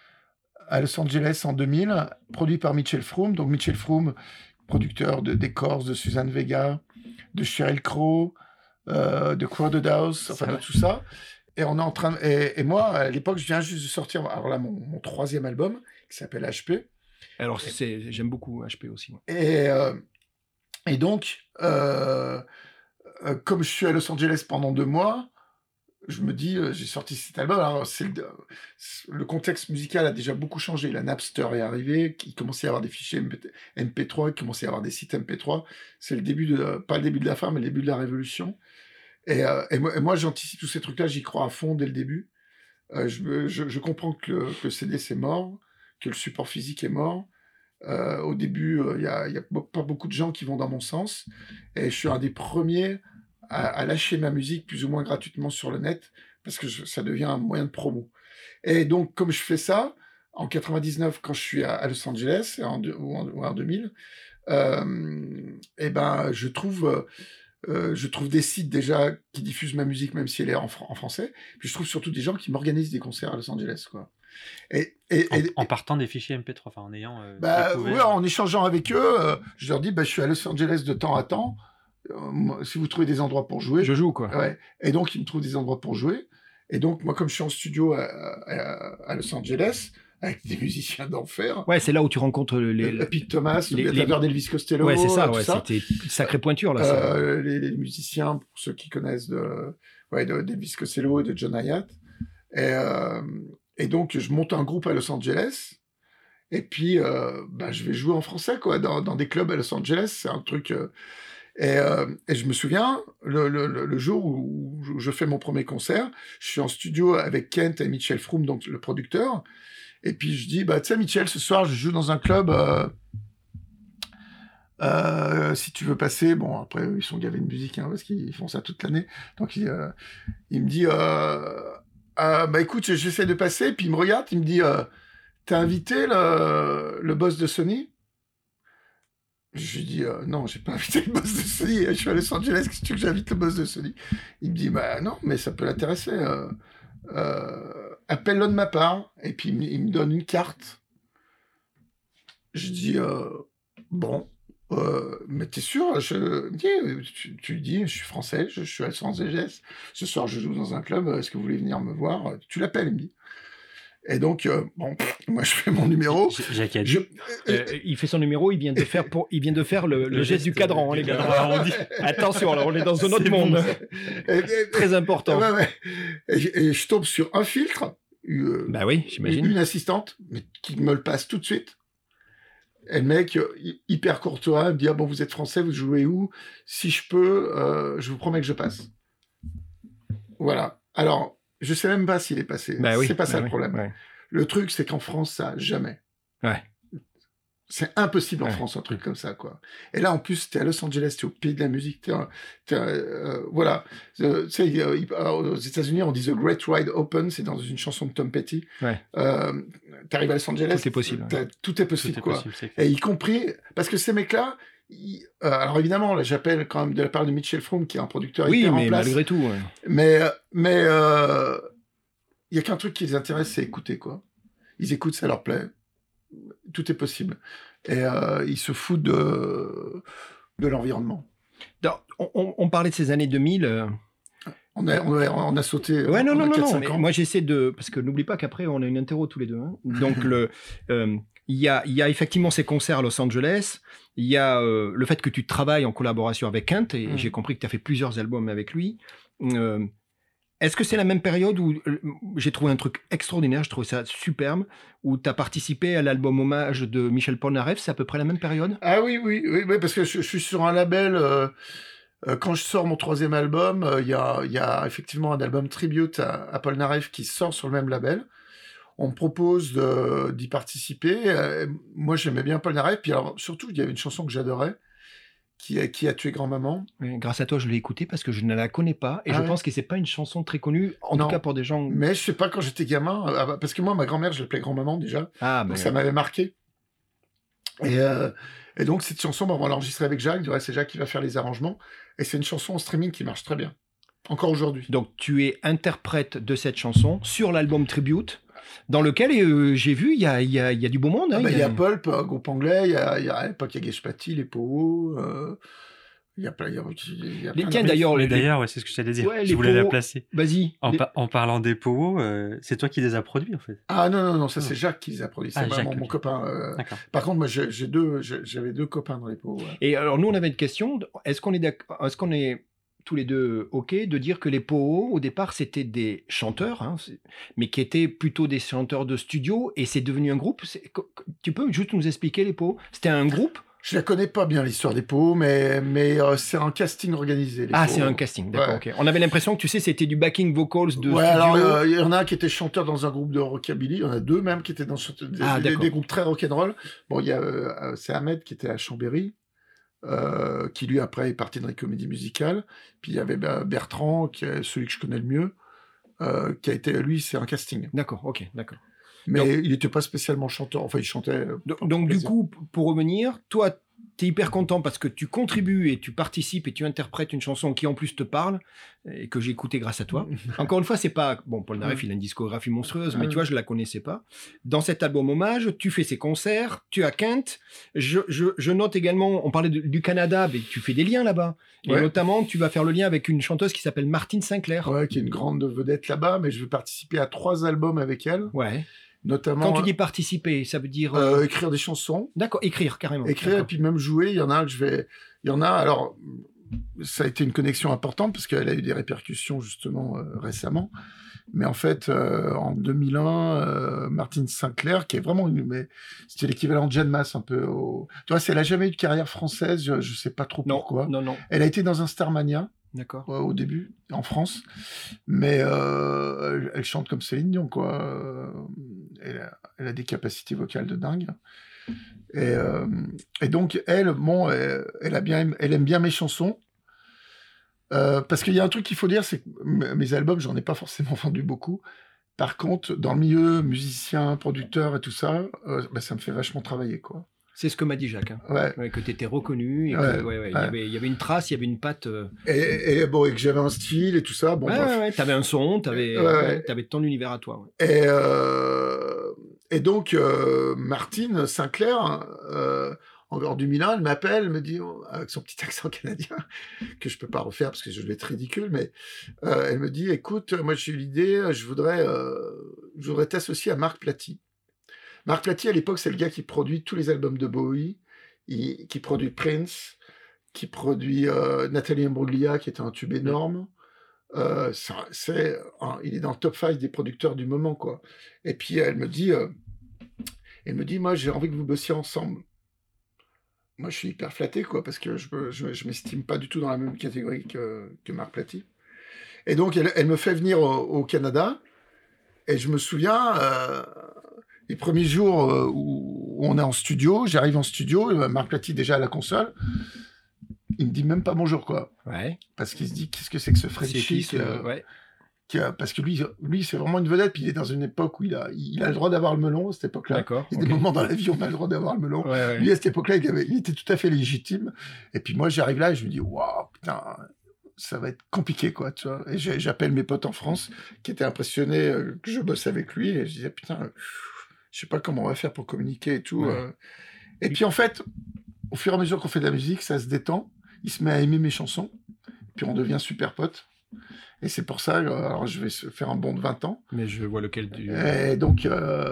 à Los Angeles en deux mille, produit par Mitchell Froom. Donc Mitchell Froom, producteur de des Corrs, de Suzanne Vega, de Sheryl Crow, euh, de Crowded House, enfin Ça de va. tout ça. Et on est en train. de- Et, et moi, à l'époque, je viens juste de sortir. Alors là, mon, mon troisième album qui s'appelle H P. Alors, c'est, j'aime beaucoup H P aussi. moi. Et, euh, et donc, euh, euh, comme je suis à Los Angeles pendant deux mois, je me dis, euh, j'ai sorti cet album. Alors, c'est le, c'est- le contexte musical a déjà beaucoup changé. La Napster est arrivée, il commençait à y avoir des fichiers M P trois, il commençait à y avoir des sites M P trois. C'est le début de, pas le début de la fin, mais le début de la révolution. Et, euh, et moi, et moi, j'anticipe tous ces trucs-là, j'y crois à fond dès le début. Euh, je, me- je, je comprends que le, que le C D c'est mort, que le support physique est mort. Euh, au début, il n'y a, y a be- pas beaucoup de gens qui vont dans mon sens. Et je suis un des premiers à, à lâcher ma musique plus ou moins gratuitement sur le net parce que je- ça devient un moyen de promo. Et donc, comme je fais ça, en quatre-vingt-dix-neuf, quand je suis à, à Los Angeles, et en deux- ou, en, ou en deux mille, euh, et ben, je trouve... euh, euh, je trouve des sites déjà qui diffusent ma musique, même si elle est en, fr- en français. Puis je trouve surtout des gens qui m'organisent des concerts à Los Angeles, quoi. Et, et, En, et- en partant des fichiers M P trois, enfin en ayant. euh, bah, découvert- ouais, en échangeant avec eux, euh, je leur dis, bah, je suis à Los Angeles de temps à temps. Euh, moi, si vous trouvez des endroits pour jouer, Je joue, quoi. ouais. Et donc ils me trouvent des endroits pour jouer. Et donc moi, comme je suis en studio à, à- à Los Angeles avec des musiciens d'enfer, Ouais, c'est là où tu rencontres les. euh, Pete Thomas, les- le les- batteur d'Elvis Costello, Ouais, c'est ça, tout ouais, ça. c'était une sacrée pointure, là. ça. Euh, les, les musiciens, pour ceux qui connaissent de, ouais, de, d'Elvis Costello et de John Hyatt. Et, euh, et donc, je monte un groupe à Los Angeles. Et puis, euh, bah, je vais jouer en français, quoi, dans, dans des clubs à Los Angeles. C'est un truc. euh, et, euh, et je me souviens, le, le, le le jour où je- je fais mon premier concert, je suis en studio avec Kent et Mitchell Froom, donc le producteur. Et puis, je dis, bah, tu sais, Mitchell, ce soir, je joue dans un club. euh, Euh, si tu veux passer, bon, après, ils sont gavés de musique, hein, parce qu'ils font ça toute l'année. Donc, il, euh, il me dit, euh, euh, bah écoute, j'essaie de passer, puis il me regarde, il me dit, euh, t'as invité le, le boss de Sony? Je lui dis, euh, non, j'ai pas invité le boss de Sony, je suis à Los Angeles, qu'est-ce que tu veux que j'invite le boss de Sony? Il me dit, bah non, mais ça peut l'intéresser. Euh, euh, appelle-le de ma part, et puis il me, il me donne une carte. Je dis, euh, bon. Euh, mais t'es sûr? Je dis, tu, tu lui dis, je suis français, je, je suis à Los Angeles. Ce soir, je joue dans un club. Est-ce que vous voulez venir me voir? Tu l'appelles, il me dit. Et donc, euh, bon, moi, je fais mon numéro. Jacques je, euh, il fait son numéro, il vient de faire, pour, il vient de faire le, le, le geste du cadran, hein, les gars. Alors, on dit, attention, alors, on est dans un autre monde. Et, et, Très important. Ouais, ouais. Et, et je tombe sur un filtre. Euh, bah oui, j'imagine. Une assistante, mais qui me le passe tout de suite. Et le mec, hyper courtois, me dit, ah bon, vous êtes français, vous jouez où? Si je peux, euh, je vous promets que je passe. Voilà. Alors, je sais même pas s'il est passé. Bah oui, c'est pas bah ça oui, le problème. Ouais. Le truc, c'est qu'en France, ça, jamais. Ouais. C'est impossible en ouais. France, un truc comme ça, quoi. Et là, en plus, t'es à Los Angeles, t'es au pays de la musique, t'es, t'es euh, voilà. Euh, tu sais, euh, aux États-Unis, on dit The Great Wide Open, c'est dans une chanson de Tom Petty. Ouais. Euh, t'arrives à Los Angeles. Tout est possible. Ouais. Tout est possible, tout est quoi. Possible, c'est Et y compris, parce que ces mecs-là, ils, euh, alors évidemment, là, j'appelle quand même de la part de Mitchell Froome, qui est un producteur oui, hyper mais en place. malgré tout. Ouais. Mais, mais, euh, il y a qu'un truc qui les intéresse, c'est écouter, quoi. Ils écoutent, ça leur plaît. Tout est possible. Et euh, ils se foutent de, de l'environnement. On, on, on parlait de ces années deux mille. Euh... On a, on, a, on a sauté. Ouais, non, non, non, non. ans. Moi, j'essaie de. Parce que n'oublie pas qu'après, on a une interro tous les deux. Hein. Donc, le. Euh, il y a, il y a effectivement ces concerts à Los Angeles. Il y a euh, le fait que tu travailles en collaboration avec Kent. Et mmh. j'ai compris que tu as fait plusieurs albums avec lui. Euh, Est-ce que c'est la même période où euh, j'ai trouvé un truc extraordinaire, je trouvais ça superbe, où tu as participé à l'album hommage de Michel Polnareff, c'est à peu près la même période? Ah oui, oui, oui, oui, parce que je, je suis sur un label, euh, euh, quand je sors mon troisième album, il euh, y, y a effectivement un album tribute à, à Polnareff qui sort sur le même label. On me propose de, d'y participer. Euh, moi, j'aimais bien Polnareff, puis alors, surtout, il y avait une chanson que j'adorais, Qui a, qui a tué grand-maman. Oui, grâce à toi, je l'ai écoutée parce que je ne la connais pas et ah je ouais. pense que c'est pas une chanson très connue, en non. tout cas pour des gens. Mais je sais pas, quand j'étais gamin, euh, parce que moi, ma grand-mère, je l'appelais grand-maman déjà, ah, donc ben... ça m'avait marqué. Et, euh, et donc, cette chanson, bah, on va l'enregistrer avec Jacques, du reste, c'est Jacques qui va faire les arrangements, et c'est une chanson en streaming qui marche très bien, encore aujourd'hui. Donc, tu es interprète de cette chanson sur l'album Tribute, dans lequel euh, j'ai vu, il y a, y, a, y a du beau monde. Il hein, ah bah, y, y a Pulp, un groupe anglais, il y a, y a à l'époque, il y a Geshpati, les Poho, euh... Il y a plein, il y a, il y a les, plein tiens, de... d'ailleurs, les... d'ailleurs ouais, c'est ce que je t'allais dire. Ouais, je voulais Poho... la placer. Vas-y. En, les... pa- en parlant des Poho, euh, c'est toi qui les as produits, en fait. Ah non, non, non, ça c'est Jacques qui les a produits. C'est ah, vraiment Jacques, mon okay. copain. Euh... D'accord. Par contre, moi, j'ai, j'ai deux, j'ai, j'avais deux copains dans les Poho. Ouais. Et alors, nous, on avait une question. Est-ce qu'on est, est-ce qu'on est tous les deux OK de dire que les Poho, au départ, c'était des chanteurs, hein, mais qui étaient plutôt des chanteurs de studio, et c'est devenu un groupe? C'est... Tu peux juste nous expliquer les Poho? C'était un groupe? Je la connais pas bien, l'histoire des Poho, mais, mais euh, c'est un casting organisé. Les ah, Poho. c'est un casting, d'accord. Ouais. Okay. On avait l'impression que, tu sais, c'était du backing vocals de ouais, studio. alors, il euh, y en a un qui était chanteur dans un groupe de rockabilly. Il y en a deux même qui étaient dans des, ah, des, des groupes très rock'n'roll. Bon, il y a euh, c'est Ahmed qui était à Chambéry, euh, qui lui, après, est parti dans les comédies musicales. Puis il y avait bah, Bertrand, qui est celui que je connais le mieux, euh, qui a été, lui, c'est un casting. D'accord, ok, d'accord. Mais donc, il n'était pas spécialement chanteur. Enfin, il chantait. Donc, donc du coup, pour revenir, toi, tu es hyper content parce que tu contribues et tu participes et tu interprètes une chanson qui en plus te parle et que j'ai écoutée grâce à toi. Encore une fois, c'est pas... Bon, Polnareff, il a une discographie monstrueuse, mais tu vois, je la connaissais pas. Dans cet album hommage, tu fais ses concerts, tu as Kent. Je, je, je note également, on parlait de, du Canada, mais tu fais des liens là-bas. Et ouais. notamment, tu vas faire le lien avec une chanteuse qui s'appelle Martine Sinclair. Ouais, qui est une grande vedette là-bas, mais je vais participer à trois albums avec elle. Ouais. Notamment, quand tu dis participer, ça veut dire euh, écrire des chansons. D'accord, écrire carrément. Écrire d'accord. Et puis même jouer. Il y en a un que je vais. Il y en a. Alors, ça a été une connexion importante parce qu'elle a eu des répercussions justement euh, récemment. Mais en fait, euh, en deux mille un, euh, Martine Sinclair, qui est vraiment une, mais c'était l'équivalent de Jeanne Masse un peu. Au... Tu vois, elle a jamais eu de carrière française. Je, je sais pas trop non, pourquoi. Non, non. Elle a été dans un Starmania. D'accord. Euh, au début, en France. Mais euh, elle, elle chante comme Céline Dion, quoi. Euh, elle, a, elle a des capacités vocales de dingue. Et, euh, et donc, elle, bon, elle, elle, a bien, elle aime bien mes chansons. Euh, parce qu'il y a un truc qu'il faut dire, c'est que mes albums, j'en ai pas forcément vendu beaucoup. Par contre, dans le milieu musicien, producteur et tout ça, euh, bah, ça me fait vachement travailler, quoi. C'est ce que m'a dit Jacques, hein. ouais. Ouais, que tu étais reconnu, et ouais, que, ouais, ouais, ouais. Il, y avait, il y avait une trace, il y avait une patte. Euh... Et, et, bon, et que j'avais un style et tout ça. Bon, ouais, ouais, ouais. Tu avais un son, tu avais, ouais, ouais, t'avais ton univers à toi. Ouais. Et, euh, et donc, euh, Martine Sinclair, euh, en dehors du Milan, elle m'appelle, elle me dit, avec son petit accent canadien, que je peux pas refaire parce que je vais être ridicule, mais euh, elle me dit, écoute, moi j'ai eu l'idée, je voudrais, euh, je voudrais t'associer à Marc Platy. Marc Platy, à l'époque, c'est le gars qui produit tous les albums de Bowie, il, qui produit Prince, qui produit euh, Nathalie Imbruglia, qui était un tube énorme. Euh, ça, c'est, hein, il est dans le top cinq des producteurs du moment, quoi. Et puis elle me dit, euh, elle me dit, moi j'ai envie que vous bossiez ensemble. Moi je suis hyper flatté, quoi, parce que je, je, je m'estime pas du tout dans la même catégorie que, que Marc Platy. Et donc elle, elle me fait venir au, au Canada, et je me souviens, euh, les premiers jours euh, où, où on est en studio, j'arrive en studio, et Marc Platy déjà à la console. Il me dit même pas bonjour, quoi. Ouais. Parce qu'il se dit, qu'est-ce que c'est que ce Frenchie que, euh, ouais. qui a, parce que lui, lui c'est vraiment une vedette, puis il est dans une époque où il a, il a le droit d'avoir le melon, à cette époque-là. D'accord. Il y a okay. des moments dans la vie où on a le droit d'avoir le melon. Ouais, ouais. Lui, à cette époque-là, il, avait, il était tout à fait légitime. Et puis moi, j'arrive là et je me dis, waouh, putain, ça va être compliqué, quoi, tu vois. Et j'appelle mes potes en France, qui étaient impressionnés euh, que je bosse avec lui, et je disais, putain, je sais pas comment on va faire pour communiquer et tout. Ouais. Euh. Et puis en fait, au fur et à mesure qu'on fait de la musique, ça se détend. Il se met à aimer mes chansons, puis on devient super potes. Et c'est pour ça, alors je vais faire un bond de vingt ans. Mais je vois lequel du... Et donc,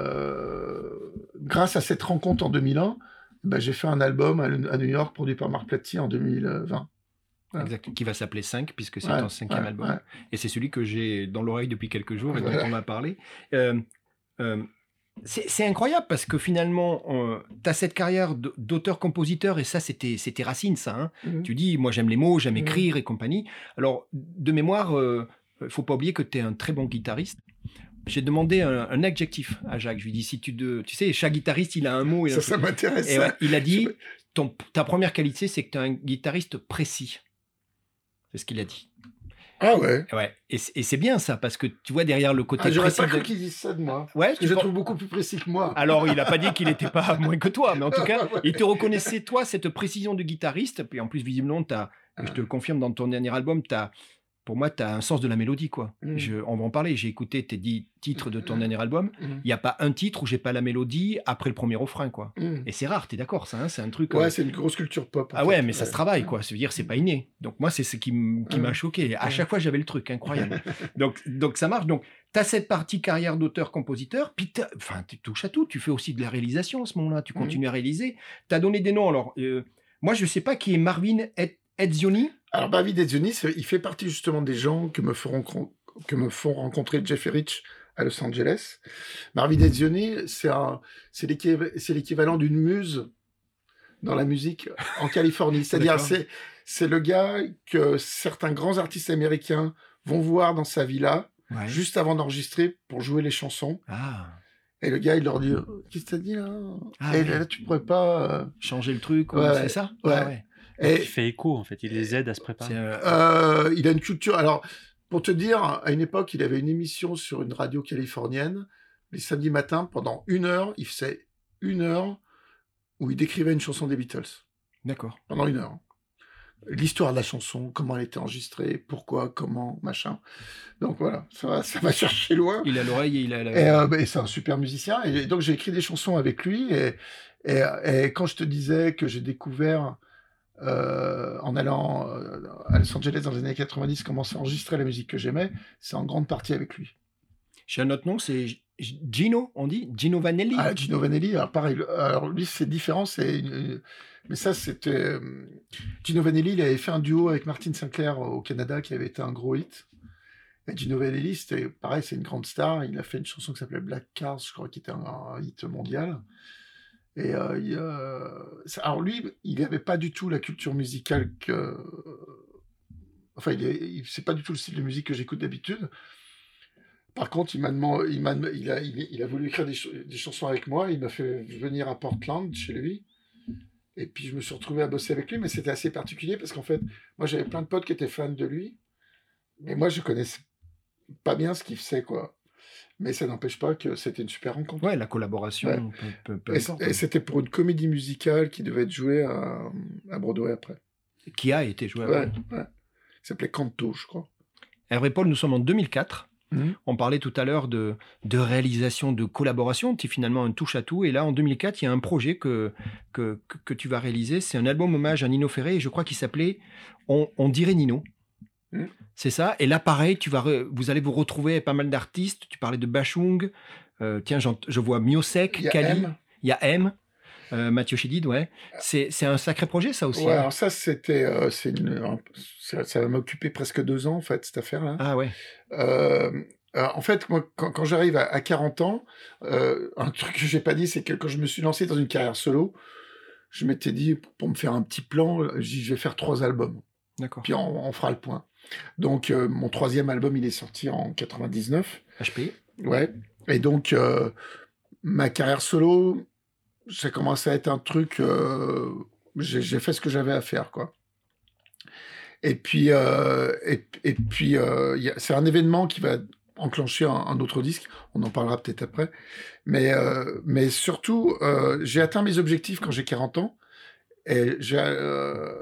euh, grâce à cette rencontre en deux mille un, bah, j'ai fait un album à New York produit par Marc Platy en deux mille vingt. Voilà. Exact, qui va s'appeler cinq, puisque c'est ouais, ton cinquième ouais, album. Ouais. Et c'est celui que j'ai dans l'oreille depuis quelques jours et voilà. dont on m'a parlé. Euh, euh, C'est incroyable parce que finalement, euh, tu as cette carrière d'auteur-compositeur et ça, c'était Racine, ça. Hein. Mmh. Tu dis, moi, j'aime les mots, j'aime mmh. écrire et compagnie. Alors, de mémoire, il euh, ne faut pas oublier que tu es un très bon guitariste. J'ai demandé un, un adjectif à Jacques. Je lui ai dit, si tu, de, tu sais, chaque guitariste, il a un mot. Et ça, un ça m'intéresse. Et ouais, il a dit, ton, ta première qualité, c'est que tu es un guitariste précis. C'est ce qu'il a dit. Ah ouais. Ouais. Et c'est bien ça, parce que tu vois derrière le côté ah, j'aurais précis. J'aurais pas cru de... qu'il dise ça de moi. Ouais, parce que je le trouve beaucoup plus précis que moi. Alors, il n'a pas dit qu'il n'était pas moins que toi, mais en tout cas, ouais. il te reconnaissait, toi, cette précision de guitariste. Puis en plus, visiblement, as, ah. je te le confirme, dans ton dernier album, as, pour moi, tu as un sens de la mélodie, quoi. Mm. Je, on va en parler. J'ai écouté tes dix titres de ton mm. dernier album. Il mm. n'y a pas un titre où j'ai pas la mélodie après le premier refrain, quoi. Mm. Et c'est rare, tu es d'accord, ça, hein, c'est un truc. Ouais, euh... c'est une grosse culture pop. Ah fait. ouais, mais ça se travaille, quoi. Ça veut dire, c'est pas inné. Donc moi, c'est ce qui m'a mm. choqué. À chaque fois, j'avais le truc, incroyable. donc, donc ça marche. Donc, tu as cette partie carrière d'auteur-compositeur, puis enfin, tu touches à tout. Tu fais aussi de la réalisation à ce moment-là. Tu continues mm. à réaliser. Tu as donné des noms. Alors, euh, moi, je sais pas qui est Marvin Etzioni. Alors, Marvin Etzioni, il fait partie justement des gens que me feront, que me font rencontrer Jeff Rich à Los Angeles. Marvin Etzioni, c'est l'équivalent d'une muse dans la musique en Californie. C'est-à-dire, c'est le gars que certains grands artistes américains vont voir dans sa villa ouais. juste avant d'enregistrer pour jouer les chansons. Ah. Et le gars, il leur dit « Qu'est-ce que t'as dit là ah, Et oui. là, tu pourrais pas... Euh... » Changer le truc, ouais, c'est ça ouais. Ah, ouais. Et il fait écho, en fait. Il les aide à se préparer. Euh, il a une culture... Alors, pour te dire, à une époque, il avait une émission sur une radio californienne. Les samedis matins, pendant une heure, il faisait une heure où il décrivait une chanson des Beatles. D'accord. Pendant une heure. L'histoire de la chanson, comment elle était enregistrée, pourquoi, comment, machin. Donc voilà, ça va, ça va chercher loin. Il a l'oreille et il a... La... Et, euh, bah, c'est un super musicien. Et donc, j'ai écrit des chansons avec lui. Et, et, et quand je te disais que j'ai découvert... Euh, en allant euh, à Los Angeles dans les années quatre-vingt-dix, commencer à enregistrer la musique que j'aimais, c'est en grande partie avec lui. J'ai un autre nom, c'est Gino, on dit Gino Vanelli. Ah, Gino Vanelli, alors pareil, alors lui c'est différent, c'est une... mais ça c'était... Euh... Gino Vanelli, il avait fait un duo avec Martin Sinclair au Canada qui avait été un gros hit. Et Gino Vanelli, c'était pareil, c'est une grande star, il a fait une chanson qui s'appelait Black Cars, je crois, qui était un, un hit mondial. Et euh, il, euh, alors lui, il n'avait pas du tout la culture musicale que, enfin, il, il c'est pas du tout le style de musique que j'écoute d'habitude. Par contre, il m'a demandé, il m'a, il a, il, il a voulu écrire des, ch des chansons avec moi. Il m'a fait venir à Portland chez lui, et puis je me suis retrouvé à bosser avec lui. Mais c'était assez particulier parce qu'en fait, moi, j'avais plein de potes qui étaient fans de lui, mais moi, je connaissais pas bien ce qu'il faisait, quoi. Mais ça n'empêche pas que c'était une super rencontre. Ouais, la collaboration. Ouais. Peu, peu, peu et importe, et c'était pour une comédie musicale qui devait être jouée à, à Broadway après. Qui a été jouée à ouais, Broadway. Ouais. Ça s'appelait Canto, je crois. Hervé Paul, nous sommes en deux mille quatre. Mmh. On parlait tout à l'heure de, de réalisation, de collaboration. Tu es finalement un touche-à-tout. Et là, en deux mille quatre, il y a un projet que, que, que, que tu vas réaliser. C'est un album hommage à Nino Ferrer. Et je crois qu'il s'appelait On, On dirait Nino. Mmh. C'est ça. Et là, pareil, tu vas re, vous allez vous retrouver avec pas mal d'artistes. Tu parlais de Bachung. Euh, tiens, je vois Miosek, Kali. Il y a M. Euh, Mathieu Chédid, ouais. C'est, c'est un sacré projet, ça aussi. Ouais, hein. alors ça, c'était, euh, c'est une, un, ça, ça va m'occuper presque deux ans, en fait, cette affaire-là. Ah ouais. Euh, euh, en fait, moi, quand, quand j'arrive à, à quarante ans, euh, un truc que j'ai pas dit, c'est que quand je me suis lancé dans une carrière solo, je m'étais dit, pour, pour me faire un petit plan, je vais faire trois albums. D'accord. Puis on, on fera le point. Donc, euh, mon troisième album, il est sorti en quatre-vingt-dix-neuf. H P. Ouais. Et donc, euh, ma carrière solo, ça commençait à être un truc... Euh, j'ai, j'ai fait ce que j'avais à faire, quoi. Et puis, euh, et, et puis euh, y a, c'est un événement qui va enclencher un, un autre disque. On en parlera peut-être après. Mais, euh, mais surtout, euh, j'ai atteint mes objectifs quand j'ai quarante ans. Et j'ai, euh,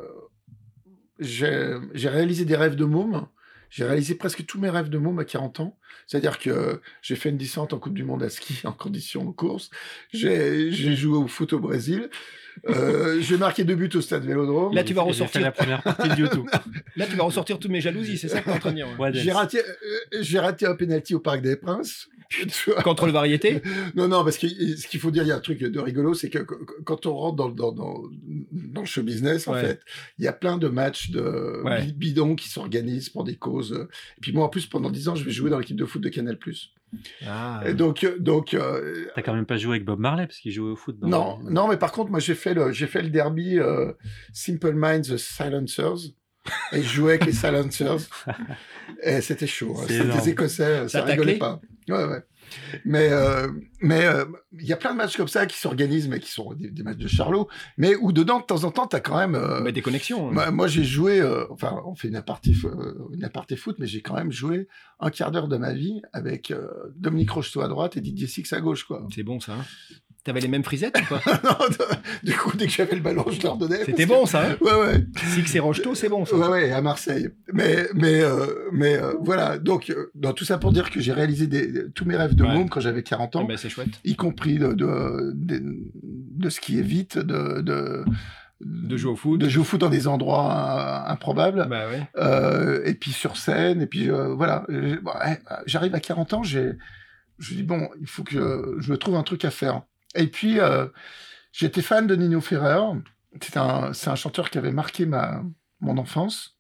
j'ai, j'ai réalisé des rêves de môme. J'ai réalisé presque tous mes rêves de môme à quarante ans. C'est-à-dire que j'ai fait une descente en Coupe du Monde à ski en condition de course. J'ai, j'ai joué au foot au Brésil. Euh, j'ai marqué deux buts au stade Vélodrome. Là, tu vas ressortir la première partie de YouTube. Là, tu vas ressortir toutes mes jalousies, c'est ça que tu es en train de dire. Ouais, j'ai, raté, euh, j'ai raté un penalty au Parc des Princes. Contre le Variété. Non, non, parce que ce qu'il faut dire, il y a un truc de rigolo, c'est que quand on rentre dans, dans, dans, dans le show business, en ouais. fait, il y a plein de matchs de ouais. bidons qui s'organisent pour des causes. Et puis moi, en plus, pendant dix ans, je vais jouer dans l'équipe de foot de Canal+. Ah. Et donc, donc. Euh, T'as quand même pas joué avec Bob Marley parce qu'il jouait au foot. Non, le... non, mais par contre, moi, j'ai fait le, j'ai fait le derby euh, Simple Minds The Silencers. Et je jouais avec les Silencers. Et c'était chaud. Hein. C'était des Écossais, ça, ça rigolait pas. Ouais, ouais. Mais euh, mais il euh, y a plein de matchs comme ça qui s'organisent, mais qui sont des, des matchs de Charlot, mais où dedans de temps en temps t'as quand même euh, bah, des connexions. Hein. Moi, moi j'ai joué, euh, enfin on fait une aparté, euh, une aparté foot, mais j'ai quand même joué un quart d'heure de ma vie avec euh, Dominique Rocheteau à droite et Didier Six à gauche, quoi. C'est bon ça. Hein. T'avais les mêmes frisettes ou pas? Non, du coup, dès que j'avais le ballon, je leur donnais. C'était bon, que... ça. Hein ouais, ouais. Six et Rocheteau, c'est bon, ça. Ouais, ouais, à Marseille. Mais, mais, euh, mais euh, voilà. Donc, euh, dans tout ça pour dire que j'ai réalisé des, tous mes rêves de ouais. môme quand j'avais quarante ans. Eh ben, c'est chouette. Y compris de, de, de, de skier vite, de, de, de jouer au foot. De jouer au foot dans des endroits euh, improbables. Bah ouais. Euh, et puis sur scène. Et puis, euh, voilà. Ouais, j'arrive à quarante ans, j'ai, je dis, bon, il faut que je me trouve un truc à faire. Et puis, euh, j'étais fan de Nino Ferrer. C'est un, c'est un chanteur qui avait marqué ma, mon enfance.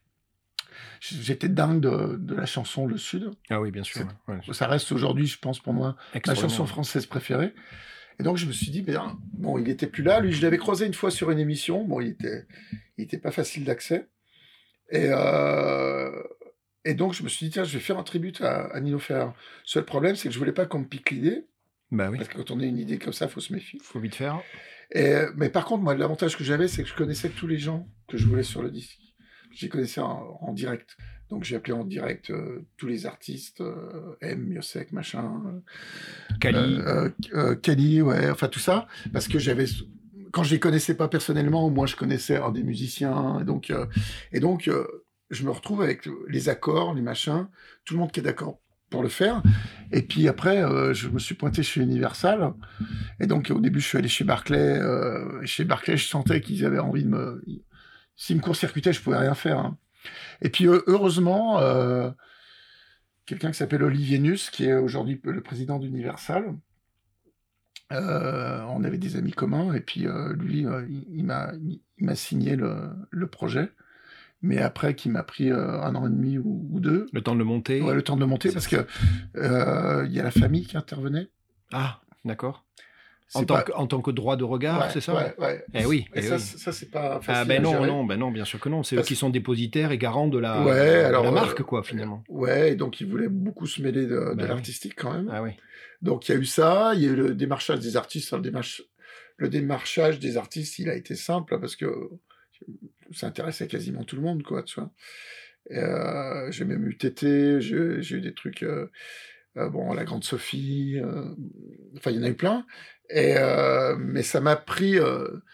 J'étais dingue de, de la chanson Le Sud. Ah oui, bien sûr. Ouais. Ça reste aujourd'hui, je pense, pour moi, ma chanson française préférée. Et donc, je me suis dit, ben, bon, il n'était plus là. Lui, je l'avais croisé une fois sur une émission. Bon, il était, il était pas facile d'accès. Et, euh, et donc, je me suis dit, tiens, je vais faire un tribut à, à Nino Ferrer. Seul problème, c'est que je voulais pas qu'on me pique l'idée. Bah oui. Parce que quand on a une idée comme ça, il faut se méfier. Il faut vite faire. Et, mais par contre, moi, l'avantage que j'avais, c'est que je connaissais tous les gens que je voulais sur le disque. Je les connaissais en, en direct. Donc, j'ai appelé en direct euh, tous les artistes, euh, M, Miosek, machin. Kali. Euh, euh, Kali, ouais, enfin tout ça. Parce que j'avais... Quand je les connaissais pas personnellement, au moins je connaissais un des musiciens. Et donc, euh, et donc euh, je me retrouve avec les accords, les machins, tout le monde qui est d'accord pour le faire. Et puis après, euh, je me suis pointé chez Universal. Et donc, au début, je suis allé chez Barclay. Euh, chez Barclay, je sentais qu'ils avaient envie de me... S'ils me court-circuitaient, je pouvais rien faire. Hein. Et puis, euh, heureusement, euh, quelqu'un qui s'appelle Olivier Nuss, qui est aujourd'hui le président d'Universal, euh, on avait des amis communs. Et puis, euh, lui, euh, il, il, m'a, il m'a signé le, le projet. Mais après, qui m'a pris euh, un an et demi ou, ou deux. Le temps de le monter. Ouais, le temps de le monter, parce que il euh, y a la famille qui intervenait. Ah, d'accord. En tant, pas... que, en tant que droit de regard, ouais, c'est ça? Ouais, ouais. Eh oui. Et eh ça, oui. ça, c'est pas facile. Ah ben non, à gérer. non, ben non, bien sûr que non. C'est parce... eux qui sont dépositaires et garants de la, ouais, de alors, la marque, euh, quoi, finalement. Ouais, et donc ils voulaient beaucoup se mêler de, ben de oui. l'artistique quand même. Ah oui. Donc il y a eu ça, il y a eu le démarchage des artistes. Le, démarche... le démarchage des artistes, il a été simple parce que ça intéressait quasiment tout le monde, quoi, tu vois. Euh, j'ai même eu Tété, j'ai, j'ai eu des trucs, euh, euh, bon, la Grande Sophie, euh, enfin, il y en a eu plein, et, euh, mais ça m'a pris, euh,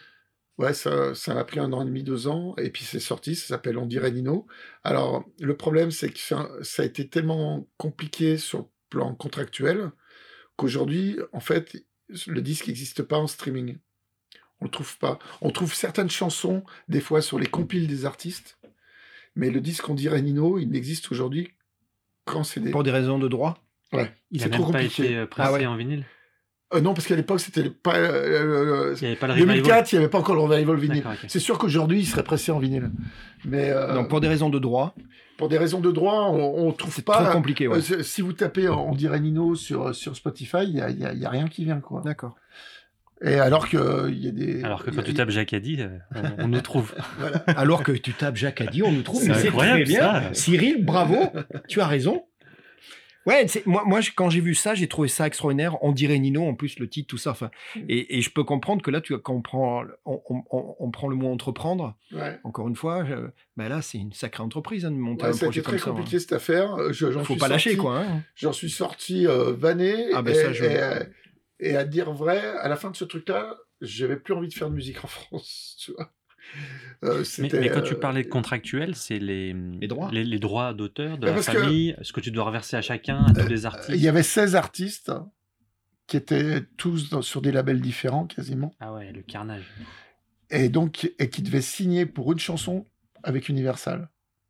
Ouais, ça, ça m'a pris un an et demi, deux ans, et puis c'est sorti, ça s'appelle On dirait Nino. Alors, le problème, c'est que ça, ça a été tellement compliqué sur le plan contractuel qu'aujourd'hui, en fait, le disque n'existe pas en streaming. On le trouve pas. On trouve certaines chansons, des fois, sur les compiles des artistes, mais le disque On dirait Nino, il n'existe aujourd'hui qu'en C D. Pour des raisons de droit? Ouais, Il c'est a trop même pas compliqué. été euh, pressé Ah ouais. en vinyle. Euh, non, parce qu'à l'époque, c'était pas... euh, Il n'y avait pas le deux mille revival. quatre, il n'y avait pas encore le revival vinyle. D'accord, ok. C'est sûr qu'aujourd'hui, il serait pressé en vinyle. Mais euh, Donc, pour des raisons de droit, pour des raisons de droit, on ne trouve c'est pas... trop compliqué. Ouais. Euh, si vous tapez On dirait Nino sur, sur Spotify, il n'y a, y a- y a rien qui vient, quoi. D'accord. Et alors que il y a des... Alors que y quand a- tu tapes Jacadi, euh, on, on nous trouve. Voilà. Alors que tu tapes Jacadi, on nous trouve. C'est mais incroyable, très bien. ça. Cyril, bravo. Tu as raison. Ouais, c'est- moi, moi je- quand j'ai vu ça, j'ai trouvé ça extraordinaire. On dirait Nino, en plus, le titre, tout ça. Enfin, et, et je peux comprendre que là, tu, quand on prend, on, on- on- on prend le mot entreprendre, Ouais. encore une fois, je- ben là, c'est une sacrée entreprise hein, de monter Ouais, un ça a projet été comme très ça. compliqué cette affaire. Euh, Je, Il j'en faut suis pas lâcher, sorti- quoi. Hein. J'en suis sorti euh, vanné. Ah ben et, ça, je- et, euh, et à dire vrai, à la fin de ce truc-là, j'avais plus envie de faire de musique en France, tu vois. Euh, Mais, c'était, mais quand tu euh, parlais de contractuel, c'est les, Les droits. les, les droits d'auteur de Bah, la parce que- famille, ce que tu dois reverser à chacun, à tous les artistes. Il y avait seize artistes qui étaient tous dans- sur des labels différents, quasiment. Ah ouais, le carnage. Et donc, et qui devaient signer pour une chanson avec Universal.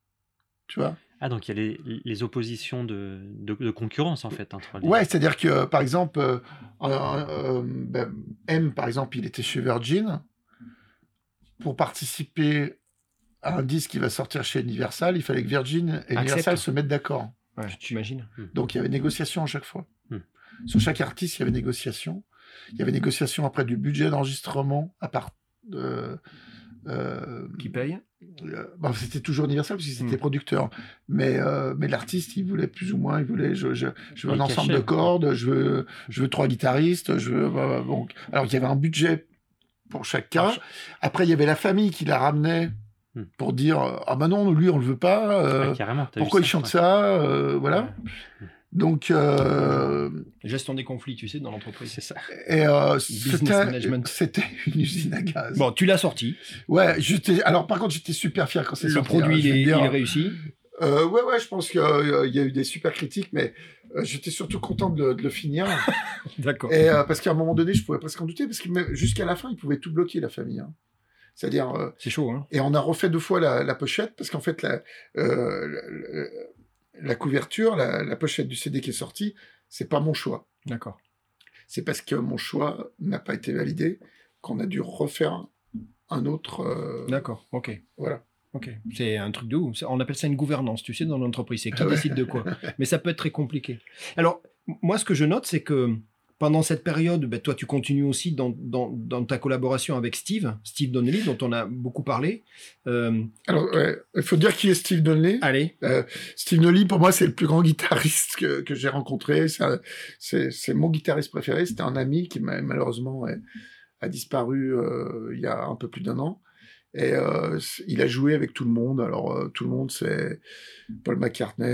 Tu vois? Ah, donc il y a les, les oppositions de, de, de concurrence, en fait, entre les... Ouais, c'est-à-dire que, par exemple, euh, euh, euh, ben, M, par exemple, il était chez Virgin. Pour participer à un disque qui va sortir chez Universal, il fallait que Virgin et Universal Accepte. se mettent d'accord. Ouais, t'imagines. Donc, il y avait négociation à chaque fois. Hmm. Sur chaque artiste, il y avait négociation. Il y avait négociation après du budget d'enregistrement à part... Euh, euh, Qui paye? euh, bon, c'était toujours Universal parce qu'ils étaient Hmm. producteurs. Mais, euh, mais l'artiste, il voulait plus ou moins, il voulait, je, je, je veux Il un ensemble cachait. de cordes, je veux, je veux trois guitaristes, je veux... bah, bah, bon. Alors, il y avait un budget pour chaque cas. Après, il y avait la famille qui la ramenait Hmm. pour dire « Ah ben non, lui, on le veut pas. euh, Ah, carrément, t'as pourquoi vu il chante ouais. ça euh, Voilà. Ouais. Donc, euh, Gestion des conflits, tu sais, dans l'entreprise. C'est ça. et, euh, Business c'était, management. c'était une usine à gaz. Bon, tu l'as sorti. Ouais, j'étais, alors par contre, j'étais super fier quand c'est Le sorti. produit, hein, il je vais est, te dire. il est réussi. Euh, ouais, ouais, je pense qu'il y a eu des super critiques, mais euh, j'étais surtout content de, de le finir. D'accord. Et, euh, parce qu'à un moment donné, je pouvais presque en douter, parce que même jusqu'à la fin, ils pouvaient tout bloquer, la famille. hein. C'est-à-dire, euh, C'est chaud, hein. et on a refait deux fois la, la pochette, parce qu'en fait, la, euh, la, la couverture, la, la pochette du C D qui est sortie, c'est pas mon choix. D'accord. C'est parce que mon choix n'a pas été validé qu'on a dû refaire un autre. euh, D'accord, ok. Voilà. Ok, c'est un truc de ouf. Ça, on appelle ça une gouvernance, tu sais, dans l'entreprise. C'est qui Ah ouais. décide de quoi. Mais ça peut être très compliqué. Alors, m- moi, ce que je note, c'est que pendant cette période, ben, toi, tu continues aussi dans, dans, dans ta collaboration avec Steve, Steve Donnelly, dont on a beaucoup parlé. Euh, Alors, ouais, il faut dire qui est Steve Donnelly. allez, Euh, Steve Donnelly, pour moi, c'est le plus grand guitariste que, que j'ai rencontré. C'est, un- c'est, c'est mon guitariste préféré. C'était un ami qui m'a, malheureusement ouais, a disparu euh, il y a un peu plus d'un an. Et euh, c- il a joué avec tout le monde. Alors, euh, tout le monde, c'est Paul McCartney,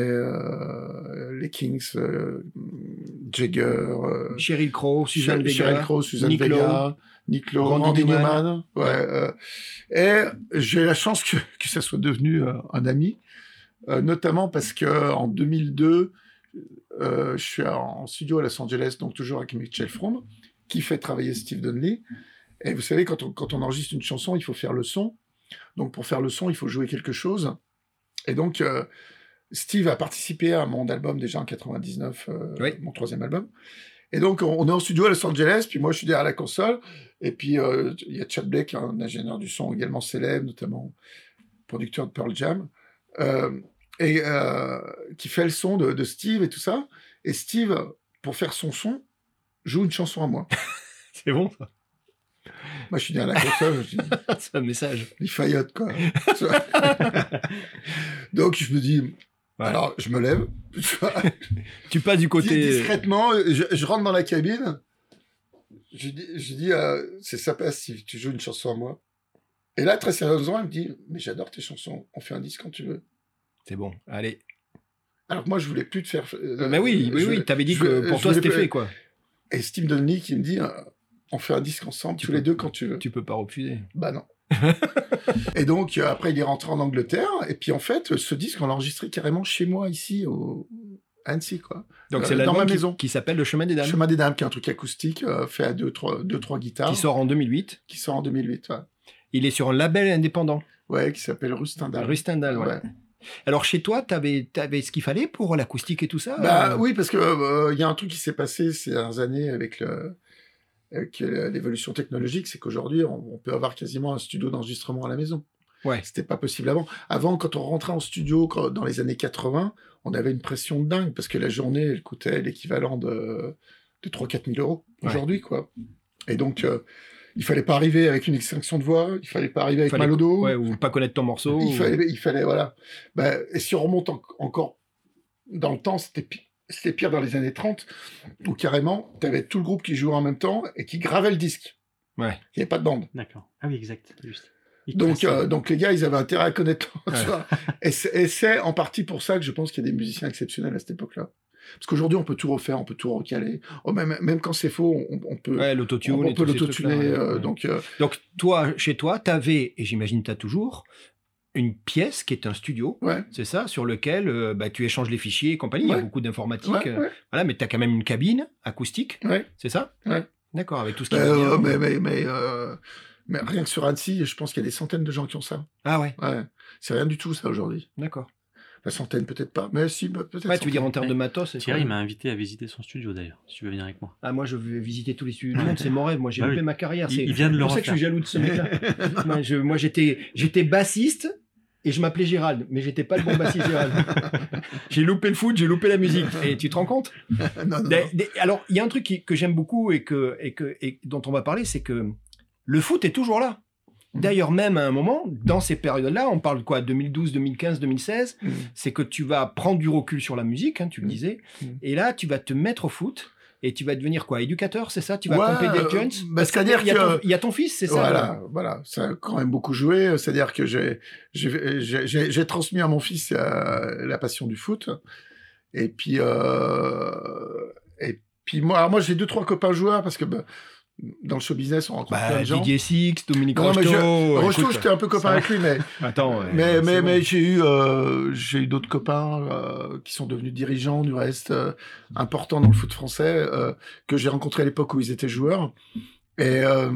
euh, les Kings, euh, Jagger, euh, Sheryl Crow, Suzanne Sheryl- Sheryl Vega, Crow, Suzanne Nick Vega, Nick Lowe, Randy Randy Newman. Newman. Ouais, euh, et j'ai la chance que, que ça soit devenu euh, un ami, euh, notamment parce que en deux mille deux, euh, je suis en studio à Los Angeles, donc toujours avec Mitchell Fromm, qui fait travailler Steve Donnelly. Et vous savez, quand on, quand on enregistre une chanson, il faut faire le son. Donc pour faire le son, il faut jouer quelque chose. Et donc, euh, Steve a participé à mon album déjà en quatre-vingt-dix-neuf, euh, Oui. mon troisième album. Et donc, on, on est en studio à Los Angeles, puis moi, je suis derrière la console. Et puis, euh, il y a Chad Blake, un ingénieur du son également célèbre, notamment producteur de Pearl Jam, euh, et euh, qui fait le son de, de Steve et tout ça. Et Steve, pour faire son son, joue une chanson à moi. c'est bon, ça. Moi, je suis derrière la console, je dis, C'est un message. les faillottes, quoi. Donc, je me dis, alors, je me lève, tu vois, Tu passes du côté... discrètement, je, je rentre dans la cabine, je dis, je dis euh, c'est sympa si tu joues une chanson à moi. Et là, très sérieusement, il me dit, mais j'adore tes chansons, on fait un disque quand tu veux. C'est bon, allez. Alors que moi, je voulais plus te faire... euh, Mais oui, oui, je- oui, t'avais dit je- que pour je toi, voulais c'était plus- fait, quoi. Et Steve Donnelly qui me dit, euh, on fait un disque ensemble, Tu tous peux- les deux, quand tu veux. Tu peux pas refuser. Bah non. Et donc, euh, après, il est rentré en Angleterre. Et puis, en fait, ce disque, on l'a enregistré carrément chez moi, ici, au... à Annecy, quoi. Donc Euh, c'est dans l'album ma qui, maison. qui s'appelle Le Chemin des Dames, Chemin des Dames, qui est un truc acoustique, euh, fait à deux trois, deux, trois guitares, qui sort en deux mille huit. qui sort en deux mille huit. Ouais, Il est sur un label indépendant, ouais qui s'appelle Rustindal. Rue Stendhal. Ouais. Ouais. Alors chez toi, tu avais ce qu'il fallait pour l'acoustique et tout ça Bah euh, oui, parce que euh, il y a un truc qui s'est passé ces dernières années avec le avec euh, l'évolution technologique, c'est qu'aujourd'hui, on, on peut avoir quasiment un studio d'enregistrement à la maison. Ouais. C'était pas possible avant. Avant, quand on rentrait en studio quand- dans les années quatre-vingts, on avait une pression de dingue parce que la journée, elle coûtait l'équivalent de, de trois à quatre mille euros Ouais. aujourd'hui, quoi. Et donc, euh, il fallait pas arriver avec une extinction de voix, il fallait pas arriver avec fallait- mal au dos. ouais, ou pas connaître ton morceau. Il ou- fallait, il fallait, voilà. Bah, et si on remonte en- encore dans le temps, c'était pi- c'était pire dans les années trente, où carrément, tu avais tout le groupe qui jouait en même temps et qui gravait le disque. Ouais. Il n'y avait pas de bande. D'accord. Ah oui, exact. Juste. Il Donc, traçait. euh, donc les gars, ils avaient intérêt à connaître leur Ouais. soir. Et c'est et c'est en partie pour ça que je pense qu'il y a des musiciens exceptionnels à cette époque-là. Parce qu'aujourd'hui, on peut tout refaire, on peut tout recaler. Oh, même, même quand c'est faux, on, on peut, Ouais, l'autotune. on, et peut tous ces l'autotuner. trucs-là, ouais. euh, Ouais. Donc, euh, Donc, toi, chez toi, tu avais, et j'imagine tu as toujours, une pièce qui est un studio, ouais. c'est ça, sur lequel euh, bah, tu échanges les fichiers et compagnie. Il y a Ouais. beaucoup d'informatique. Ouais, euh, ouais, Voilà, mais tu as quand même une cabine acoustique, ouais. c'est ça Ouais. D'accord, avec tout ce qui Bah, va bien. euh, mais, mais, mais, euh, mais rien que sur Annecy, je pense qu'il y a des centaines de gens qui ont ça. Ah ouais, Ouais. C'est rien du tout, ça, aujourd'hui. d'accord. La centaine, peut-être pas. Mais si, bah, peut-être. Ouais, tu veux dire en termes Ouais. de matos c'est Thierry quoi m'a invité à visiter son studio d'ailleurs, si tu veux venir avec moi. Ah, moi, je vais visiter tous les studios du monde, c'est mon rêve. Moi, j'ai Bah loupé oui. ma carrière. Il- C'est il vient de le pour ça que je suis refaire. jaloux de ce mec-là. moi, je- moi, j'étais j'étais bassiste et je m'appelais Gérald, mais j'étais pas le bon bassiste Gérald. J'ai loupé le foot, j'ai loupé la musique. Et tu te rends compte non, non, Des- non. des- Alors, il y a un truc qui- que j'aime beaucoup et, que, et, que, et dont on va parler, c'est que le foot est toujours là. D'ailleurs, même à un moment, dans ces périodes-là, on parle de quoi, deux mille douze, deux mille quinze, deux mille seize, Mm. c'est que tu vas prendre du recul sur la musique, hein, tu le Mm. disais, Mm. et là, tu vas te mettre au foot. Et tu vas devenir quoi, éducateur, c'est ça? Tu vas Ouais, accompagner des euh, jeunes? bah, Parce que c'est-à-dire il y a ton- que- il y a ton fils, c'est ça? Voilà, voilà, ça a quand même beaucoup joué. C'est-à-dire que j'ai, j'ai, j'ai, j'ai- j'ai transmis à mon fils euh, la passion du foot. Et puis, euh, et puis moi, alors moi, j'ai deux trois copains joueurs parce que bah, dans le show business, on rencontre plein Bah, de gens. Didier Six, Dominique Non, mais je- Rocheteau. Rocheteau, écoute, j'étais un peu copain ça- avec lui, mais Attends, ouais, mais c'est mais, bon. mais j'ai eu euh, j'ai eu d'autres copains euh, qui sont devenus dirigeants du reste euh, importants dans le foot français euh, que j'ai rencontrés à l'époque où ils étaient joueurs et euh,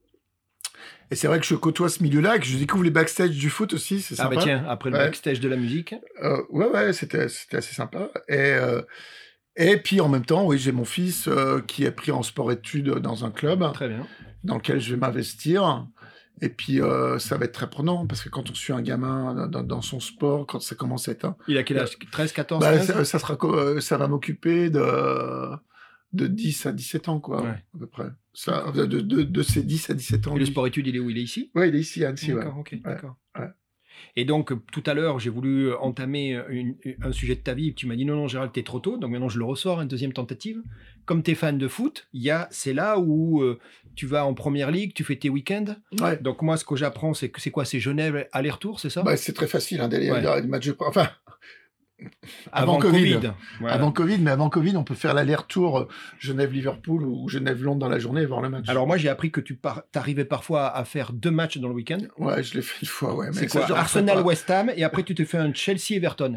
et c'est vrai que je côtoie ce milieu-là et que je découvre les backstage du foot aussi, c'est Ah sympa. bah tiens, après le Ouais. backstage de la musique. Euh, ouais ouais, c'était c'était assez sympa et euh, et puis en même temps, oui, j'ai mon fils euh, qui est pris en sport-études dans un club Très bien. dans lequel je vais m'investir. Et puis, euh, ça va être très prenant, parce que quand on suit un gamin dans, dans son sport, quand ça commence à être un... Il a quel âge? treize, quatorze, Bah, quinze? ça, ça, sera, co- euh, ça va m'occuper de, de dix à dix-sept ans, quoi, Ouais. à peu près. Ça, de, de, de, de ces dix à dix-sept ans. Et le lui. sport-études, il est où? Il est ici? Ouais, il est ici, à Annecy, ouais. D'accord, ok, d'accord. ouais. Et donc, euh, tout à l'heure, j'ai voulu euh, entamer une- un sujet de ta vie. Tu m'as dit non, non, Gérald, t'es trop tôt. Donc maintenant, je le ressors, une deuxième tentative. Comme t'es fan de foot, il y a, c'est là où euh, tu vas en première ligue, tu fais tes week-ends. Ouais. Donc moi, ce que j'apprends, c'est que c'est quoi? C'est Genève aller-retour, c'est ça? Bah, c'est très facile, hein, d'aller Ouais. à des matchs de... Enfin, Avant, avant Covid. Covid. Voilà. avant Covid, mais avant Covid, on peut faire l'aller-retour euh, Genève-Liverpool ou Genève-Londres dans la journée et voir le match. Alors moi, j'ai appris que tu par... arrivais parfois à faire deux matchs dans le week-end. Ouais, je l'ai fait une fois, ouais. Mais C'est ça, quoi? je referai pas. Arsenal-West Ham, et après tu te fais un Chelsea-Everton.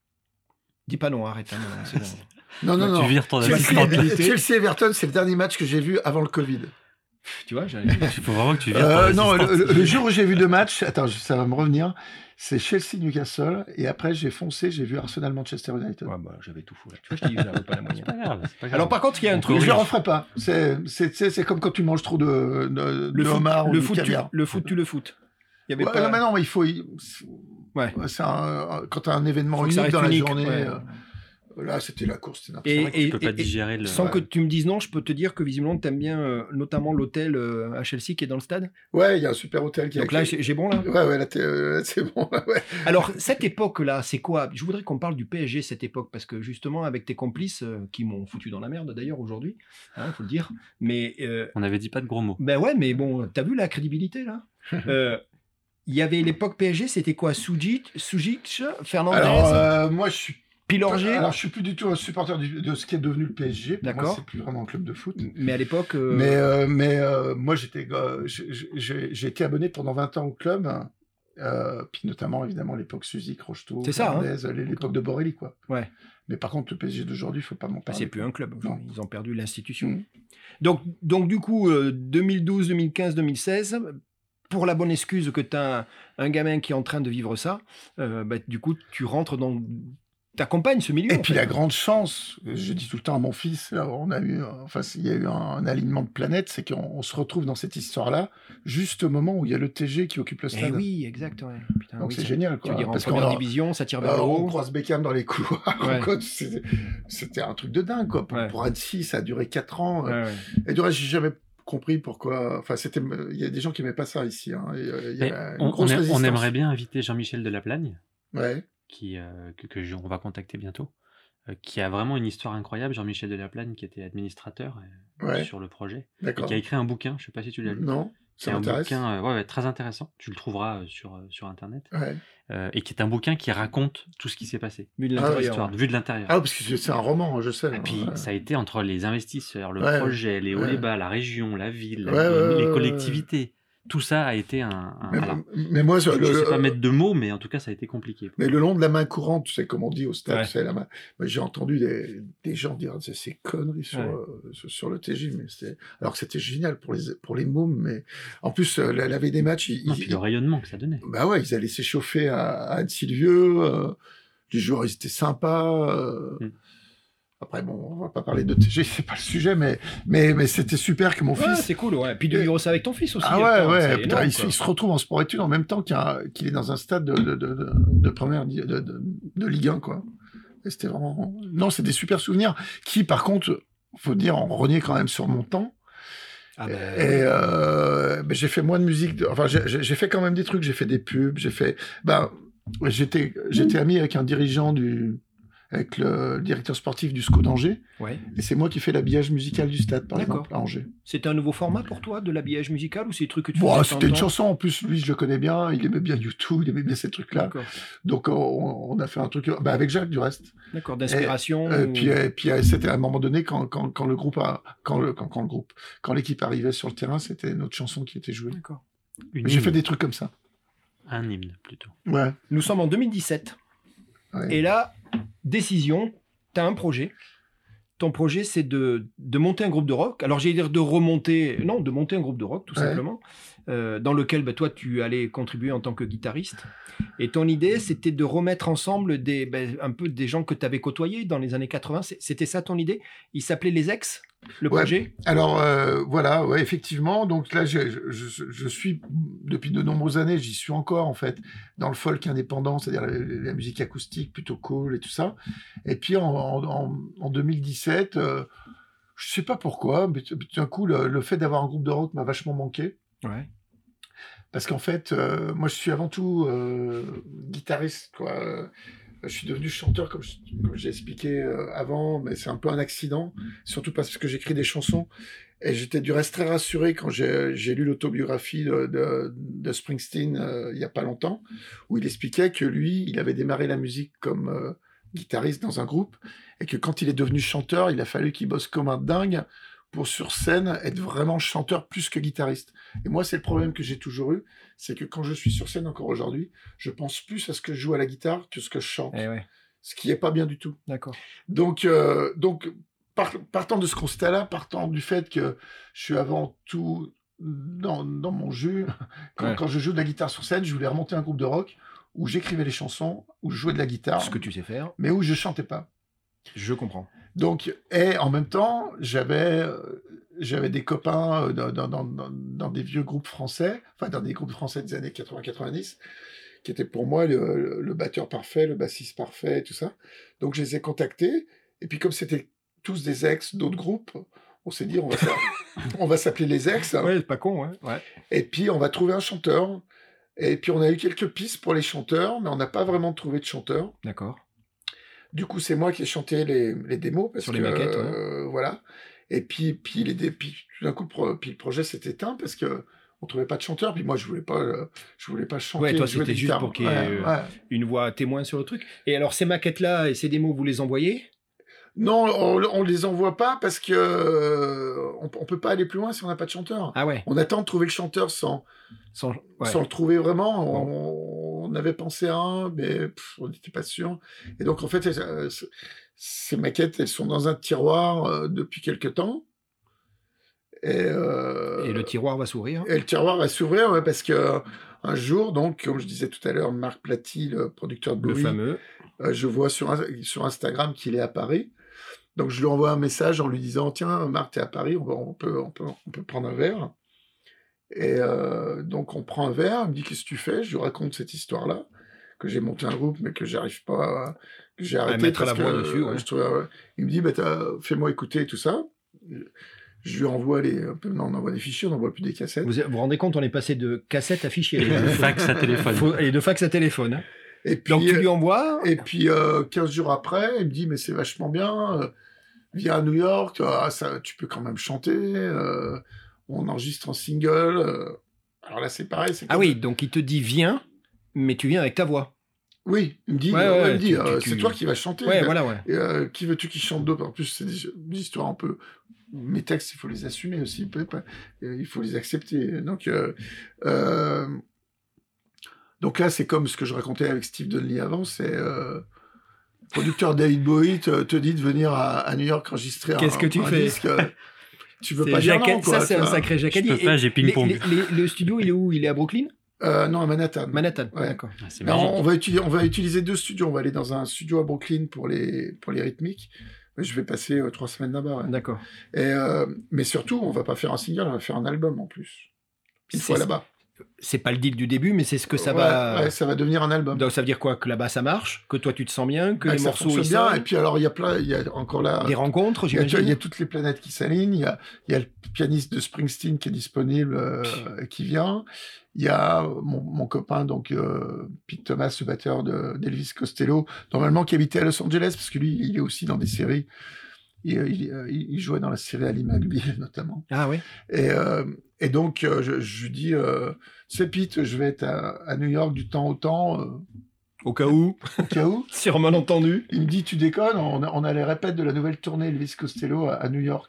Dis pas non, arrête. hein, non, non, c'est bon. Non, non, non. Tu vires ton Chelsea, assistant. Chelsea-Everton, c'est le dernier match que j'ai vu avant le Covid. Tu vois, j'ai- Il faut vraiment que tu vires ton Euh, non, assistant. le, le- le jour où j'ai vu deux matchs, attends, je- ça va me revenir, c'est Chelsea-Newcastle, et après j'ai foncé, j'ai vu Arsenal-Manchester United. Ouais, bah, j'avais tout fou là. Tu vois, je t'ai dit, j'avais pas la moyenne. C'est pas grave, c'est pas grave. Alors par contre, il y a un On truc. Mais je corrige. le referai pas. C'est, c'est, c'est, c'est comme quand tu manges trop de, de, Le de foot, homard ou le de foot, tu, caviar. le foot, tu le foot. Il y avait Ouais, pas. non, mais non, mais il faut. il- Ouais. c'est un- quand tu as un événement Faut que ça unique reste dans unique, la journée. ouais. euh, là, c'était la course, c'était n'importe Et- C'est vrai que tu peux pas et- digérer le... Sans Ouais. que tu me dises non, je peux te dire que visiblement tu aimes bien euh, notamment l'hôtel euh, à Chelsea qui est dans le stade. quoi. Ouais, il y a un super hôtel qui est Donc là, j'ai j'ai bon là. Ouais, ouais, là, t'es- euh, là, c'est bon. là, ouais. Alors cette époque-là, c'est quoi? Je voudrais qu'on parle du P S G cette époque parce que justement avec tes complices euh, qui m'ont foutu dans la merde d'ailleurs aujourd'hui, il faut le dire. Mais euh, On avait dit pas de gros mots. ben ouais, mais bon, t'as vu la crédibilité là? Euh, Il y avait l'époque P S G, c'était quoi? Sujic, Sujic, Fernandez. Alors, euh, moi, je suis Pilorgé. Alors, je suis plus du tout un supporter du, de ce qui est devenu le P S G. Pour D'accord. moi, c'est plus vraiment un club de foot. Mais à l'époque. Euh... Mais, euh, mais euh, moi, j'étais, euh, j'ai, j'ai été abonné pendant vingt ans au club. Euh, puis notamment, évidemment, l'époque Suzy, Crocheteau, c'est ça, hein. l'époque de Borelli, quoi. Ouais. Mais par contre, le P S G d'aujourd'hui, il ne faut pas m'en parler. C'est plus un club. Non. Ils ont perdu l'institution. Mmh. Donc, donc, du coup, euh, deux mille douze, deux mille quinze, deux mille seize, pour la bonne excuse que tu as un, un gamin qui est en train de vivre ça, euh, bah, du coup, tu rentres dans... T'accompagnes ce milieu. Et puis fait. La grande chance, je dis tout le temps à mon fils, on a eu, enfin, il y a eu un, un alignement de planètes, c'est qu'on on se retrouve dans cette histoire-là, juste au moment où il y a le T G qui occupe le stade. Eh oui, exact. Ouais. Putain, donc oui, c'est ça, génial, quoi. Tu veux dire, en parce première qu'on division, ça tire vers euh, le haut. On croise Beckham dans les couloirs. Ouais. Quoi, c'était, c'était un truc de dingue, quoi. Pour, ouais. pour Annecy, ça a duré quatre ans. Ouais, ouais. Et du reste, j'ai jamais compris pourquoi. Enfin, c'était. Il y a des gens qui n'aimaient pas ça ici. Hein. Et, euh, il y a une on, grosse on, a, on aimerait résistance. bien inviter Jean-Michel Delaplagne, Ouais. qui, euh, que, que je- on va contacter bientôt, euh, qui a vraiment une histoire incroyable. Jean-Michel Delaplagne, qui était administrateur euh, Ouais. sur le projet, et D'accord. qui a écrit un bouquin, je ne sais pas si tu l'as lu. Non, C'est ça un m'intéresse. bouquin euh, ouais, ouais, très intéressant, tu le trouveras euh, sur, euh, sur Internet, Ouais. euh, et qui est un bouquin qui raconte tout ce qui s'est passé. Vu de Ah, l'intérieur. L'histoire, vu de l'intérieur. Ah, parce que c'est un roman, je sais. Et puis, Ouais. ça a été entre les investisseurs, le Ouais. projet, les hauts, Ouais. les bas, la région, la ville, la- Ouais, ouais, les ouais, collectivités. Tout ça a été un... un- Mais, alors, mais moi, je le, ne sais le- pas mettre de mots, mais en tout cas, ça a été compliqué. mais le long de la main courante, tu sais, comme on dit au stade, Ouais. tu sais, la main. Moi, j'ai entendu des, des gens dire c'est ces conneries sur, Ouais. euh, sur, sur le T G, mais c'était, alors que c'était génial pour les, pour les mômes, mais en plus, euh, la, la veille des matchs, ils, Non, ils- puis le rayonnement que ça donnait. bah ouais, ils allaient s'échauffer à, à Annecy-le-Vieux, euh, les joueurs, ils étaient sympas. euh. Mm. Après, bon, on va pas parler de T G, c'est pas le sujet, mais, mais, mais c'était super que mon Ouais, fils. c'est cool, ouais. Puis de vivre ça avec ton fils aussi. Ah attends, ouais, c'est ouais, putain, énorme, il, se- quoi. il se retrouve en sport-études en même temps qu'il, y a- qu'il est dans un stade de, de, de, de, de première di- de, de, de Ligue un, quoi. Et c'était vraiment... Non, c'est des super souvenirs qui, par contre, faut dire, on reniait quand même sur mon temps. Ah ben, Et euh, ben, j'ai fait moins de musique. de- Enfin, j'ai, j'ai j'ai fait quand même des trucs. J'ai fait des pubs. J'ai fait. Ben, j'étais, j'étais ami avec un dirigeant du, avec le directeur sportif du S C O d'Angers. ouais. Et c'est moi qui fais l'habillage musical du stade, par D'accord. exemple, à Angers. C'était un nouveau format pour toi, de l'habillage musical, ou c'est des trucs que tu Bon, faisais de c'était temps en une temps chanson en plus. Lui, je le connais bien. Il aimait bien YouTube. Il aimait bien ces trucs-là. D'accord. Donc, on, on a fait un truc. Ben, avec Jacques, du reste. D'accord, d'inspiration. Et ou- puis, et puis euh, c'était à un moment donné quand, quand, quand le groupe a, quand le, quand, quand le groupe, quand l'équipe arrivait sur le terrain, c'était notre chanson qui était jouée. D'accord. Une J'ai hymne. fait des trucs comme ça. Un hymne, plutôt. Ouais. Nous sommes en deux mille dix-sept. Ouais. Et là, décision, tu as un projet. Ton projet, c'est de, de monter un groupe de rock. Alors, j'allais dire de remonter... Non, de monter un groupe de rock, tout Ouais. simplement, euh, dans lequel bah, toi, tu allais contribuer en tant que guitariste. Et ton idée, c'était de remettre ensemble des, ben, un peu des gens que tu avais côtoyés dans les années quatre-vingts. C'est- C'était ça ton idée? Il s'appelait Les Ex, le Ouais. projet? Alors euh, voilà, ouais, effectivement. Donc là, je, je, je- je suis depuis de nombreuses années, j'y suis encore en fait dans le folk indépendant, c'est-à-dire la, la musique acoustique plutôt cool et tout ça. Et puis en, en, en- en deux mille dix-sept, euh, je sais pas pourquoi, mais tout d'un coup, le, le fait d'avoir un groupe de rock m'a vachement manqué. Ouais. Parce qu'en fait, euh, moi, je suis avant tout euh, guitariste, quoi. Euh, Je suis devenu chanteur, comme je- comme j'ai expliqué euh, avant, mais c'est un peu un accident, surtout parce que j'écris des chansons. Et j'étais du reste très rassuré quand j'ai j'ai lu l'autobiographie de, de, de Springsteen euh, il y a pas longtemps, où il expliquait que lui, il avait démarré la musique comme euh, guitariste dans un groupe, et que quand il est devenu chanteur, il a fallu qu'il bosse comme un dingue pour sur scène être vraiment chanteur plus que guitariste. Et moi, c'est le problème que j'ai toujours eu, c'est que quand je suis sur scène encore aujourd'hui, je pense plus à ce que je joue à la guitare que ce que je chante, Eh ouais, ce qui est pas bien du tout. d'accord. Donc, euh, donc par- partant de ce constat-là, partant du fait que je suis avant tout dans, dans mon jus, quand, Ouais. quand je joue de la guitare sur scène, je voulais remonter un groupe de rock où j'écrivais les chansons, où je jouais de la guitare, Ce que tu sais faire, mais où je chantais pas. je comprends. Donc, et en même temps, j'avais, euh, j'avais des copains euh, dans, dans, dans, dans- dans des vieux groupes français, enfin dans des groupes français des années quatre-vingts quatre-vingt-dix, qui étaient pour moi le, le batteur parfait, le bassiste parfait, tout ça. Donc, je les ai contactés. Et puis, comme c'était tous des ex d'autres groupes, on s'est dit, on va, s'a- on va s'appeler les ex. hein. Ouais, c'est pas con, ouais. ouais. Et puis, on va trouver un chanteur. Et puis, on a eu quelques pistes pour les chanteurs, mais on n'a pas vraiment trouvé de chanteur. D'accord. Du coup, c'est moi qui ai chanté les, les démos. Parce Sur que, les maquettes, euh, voilà. Et puis, puis, les, dé- puis tout d'un coup, le, pro- puis le projet s'est éteint parce que on trouvait pas de chanteur. Puis moi, je voulais pas, euh, je voulais pas chanter. Ouais, toi, jouer c'était des juste guitares. pour qu'il y ait Ouais, euh, ouais. une voix témoin sur le truc. Et alors, ces maquettes-là et ces démos, vous les envoyez? Non, on, on les envoie pas parce que euh, on, on peut pas aller plus loin si on n'a pas de chanteur. Ah ouais. On attend de trouver le chanteur sans, Sans, ouais. sans le trouver vraiment. On, on avait pensé à un, mais pff, on n'était pas sûr. Et donc, en fait, euh, ces maquettes, elles sont dans un tiroir euh, depuis quelque temps. Et, euh, et le tiroir va s'ouvrir. Et le tiroir va s'ouvrir, ouais, parce que un jour, donc, comme je disais tout à l'heure, Marc Platy, le producteur de Bowie, le fameux, euh, je vois sur, sur Instagram qu'il est à Paris. Donc, je lui envoie un message en lui disant, tiens, Marc, t'es à Paris, on, va, on, peut, on, peut, on peut prendre un verre. Et euh, donc, on prend un verre, il me dit, qu'est-ce que tu fais? Je lui raconte cette histoire-là, que j'ai monté un groupe, mais que j'arrive pas à... que j'ai arrêté à mettre parce la voix que, dessus. Ouais. Je trouvais, euh, il me dit, bah, fais-moi écouter tout ça. Je lui envoie les... Non, on envoie des fichiers, on n'envoie plus des cassettes. Vous vous rendez compte, on est passé de cassette à fichier. Et de fax à téléphone. Faut... Et de fax à téléphone. Hein. Et puis, donc, tu lui envoies. Et puis, euh, quinze jours après, il me dit, mais c'est vachement bien... Euh, viens à New York, ah, ça, tu peux quand même chanter, euh, on enregistre en single. Euh. Alors là, c'est pareil. C'est ah oui, donc il te dit viens, mais tu viens avec ta voix. Oui, il me dit, ouais, euh, ouais, il me dit tu, euh, tu, c'est tu... toi qui vas chanter. Ouais, ben, voilà, ouais. Et, euh, qui veux-tu qui chante d'autre? En plus, c'est des, des histoires un peu... Mes textes, il faut les assumer aussi, il faut les accepter. Donc, euh, euh... donc là, c'est comme ce que je racontais avec Steve Donnelly avant, c'est... Euh... producteur David Bowie te, te dit de venir à, à New York enregistrer un, Qu'est-ce que tu un fais disque. Tu veux pas dire non, quoi. Ça, c'est un sacré Jacadi. Je peux pas, j'ai ping-pong. Le studio, il est où? Il est à Brooklyn? euh, Non, à Manhattan. Manhattan, ouais. D'accord. Ah, c'est Alors, on, va utiliser, on va utiliser deux studios. On va aller dans un studio à Brooklyn pour les, pour les rythmiques. Je vais passer euh, trois semaines là-bas. Ouais. D'accord. Et, euh, mais surtout, on va pas faire un single, on va faire un album en plus. Une fois là-bas. C'est pas le deal du début, mais c'est ce que ça ouais, va. Ouais, ça va devenir un album. Donc ça veut dire quoi? Que là-bas ça marche, que toi tu te sens bien, que ah, les ça morceaux ils bien. sonnent. Et puis alors il y a plein, il y a encore là des rencontres, j'imagine. Il y a toutes les planètes qui s'alignent. Il y a, il y a le pianiste de Springsteen qui est disponible, euh, qui vient. Il y a mon, mon copain donc euh, Pete Thomas, le batteur de, d'Elvis Costello, normalement qui habitait à Los Angeles parce que lui il est aussi dans des séries. Il, il, il jouait dans la série Ali McBeal notamment. Ah oui. Et, euh, et donc je, je, je lui dis, euh, c'est Pete, je vais être à, à New York du temps au temps. Euh, au cas où. Au cas où. Sur malentendu. Il me dit, tu déconnes, on, on a les répètes de la nouvelle tournée Elvis Costello à, à New York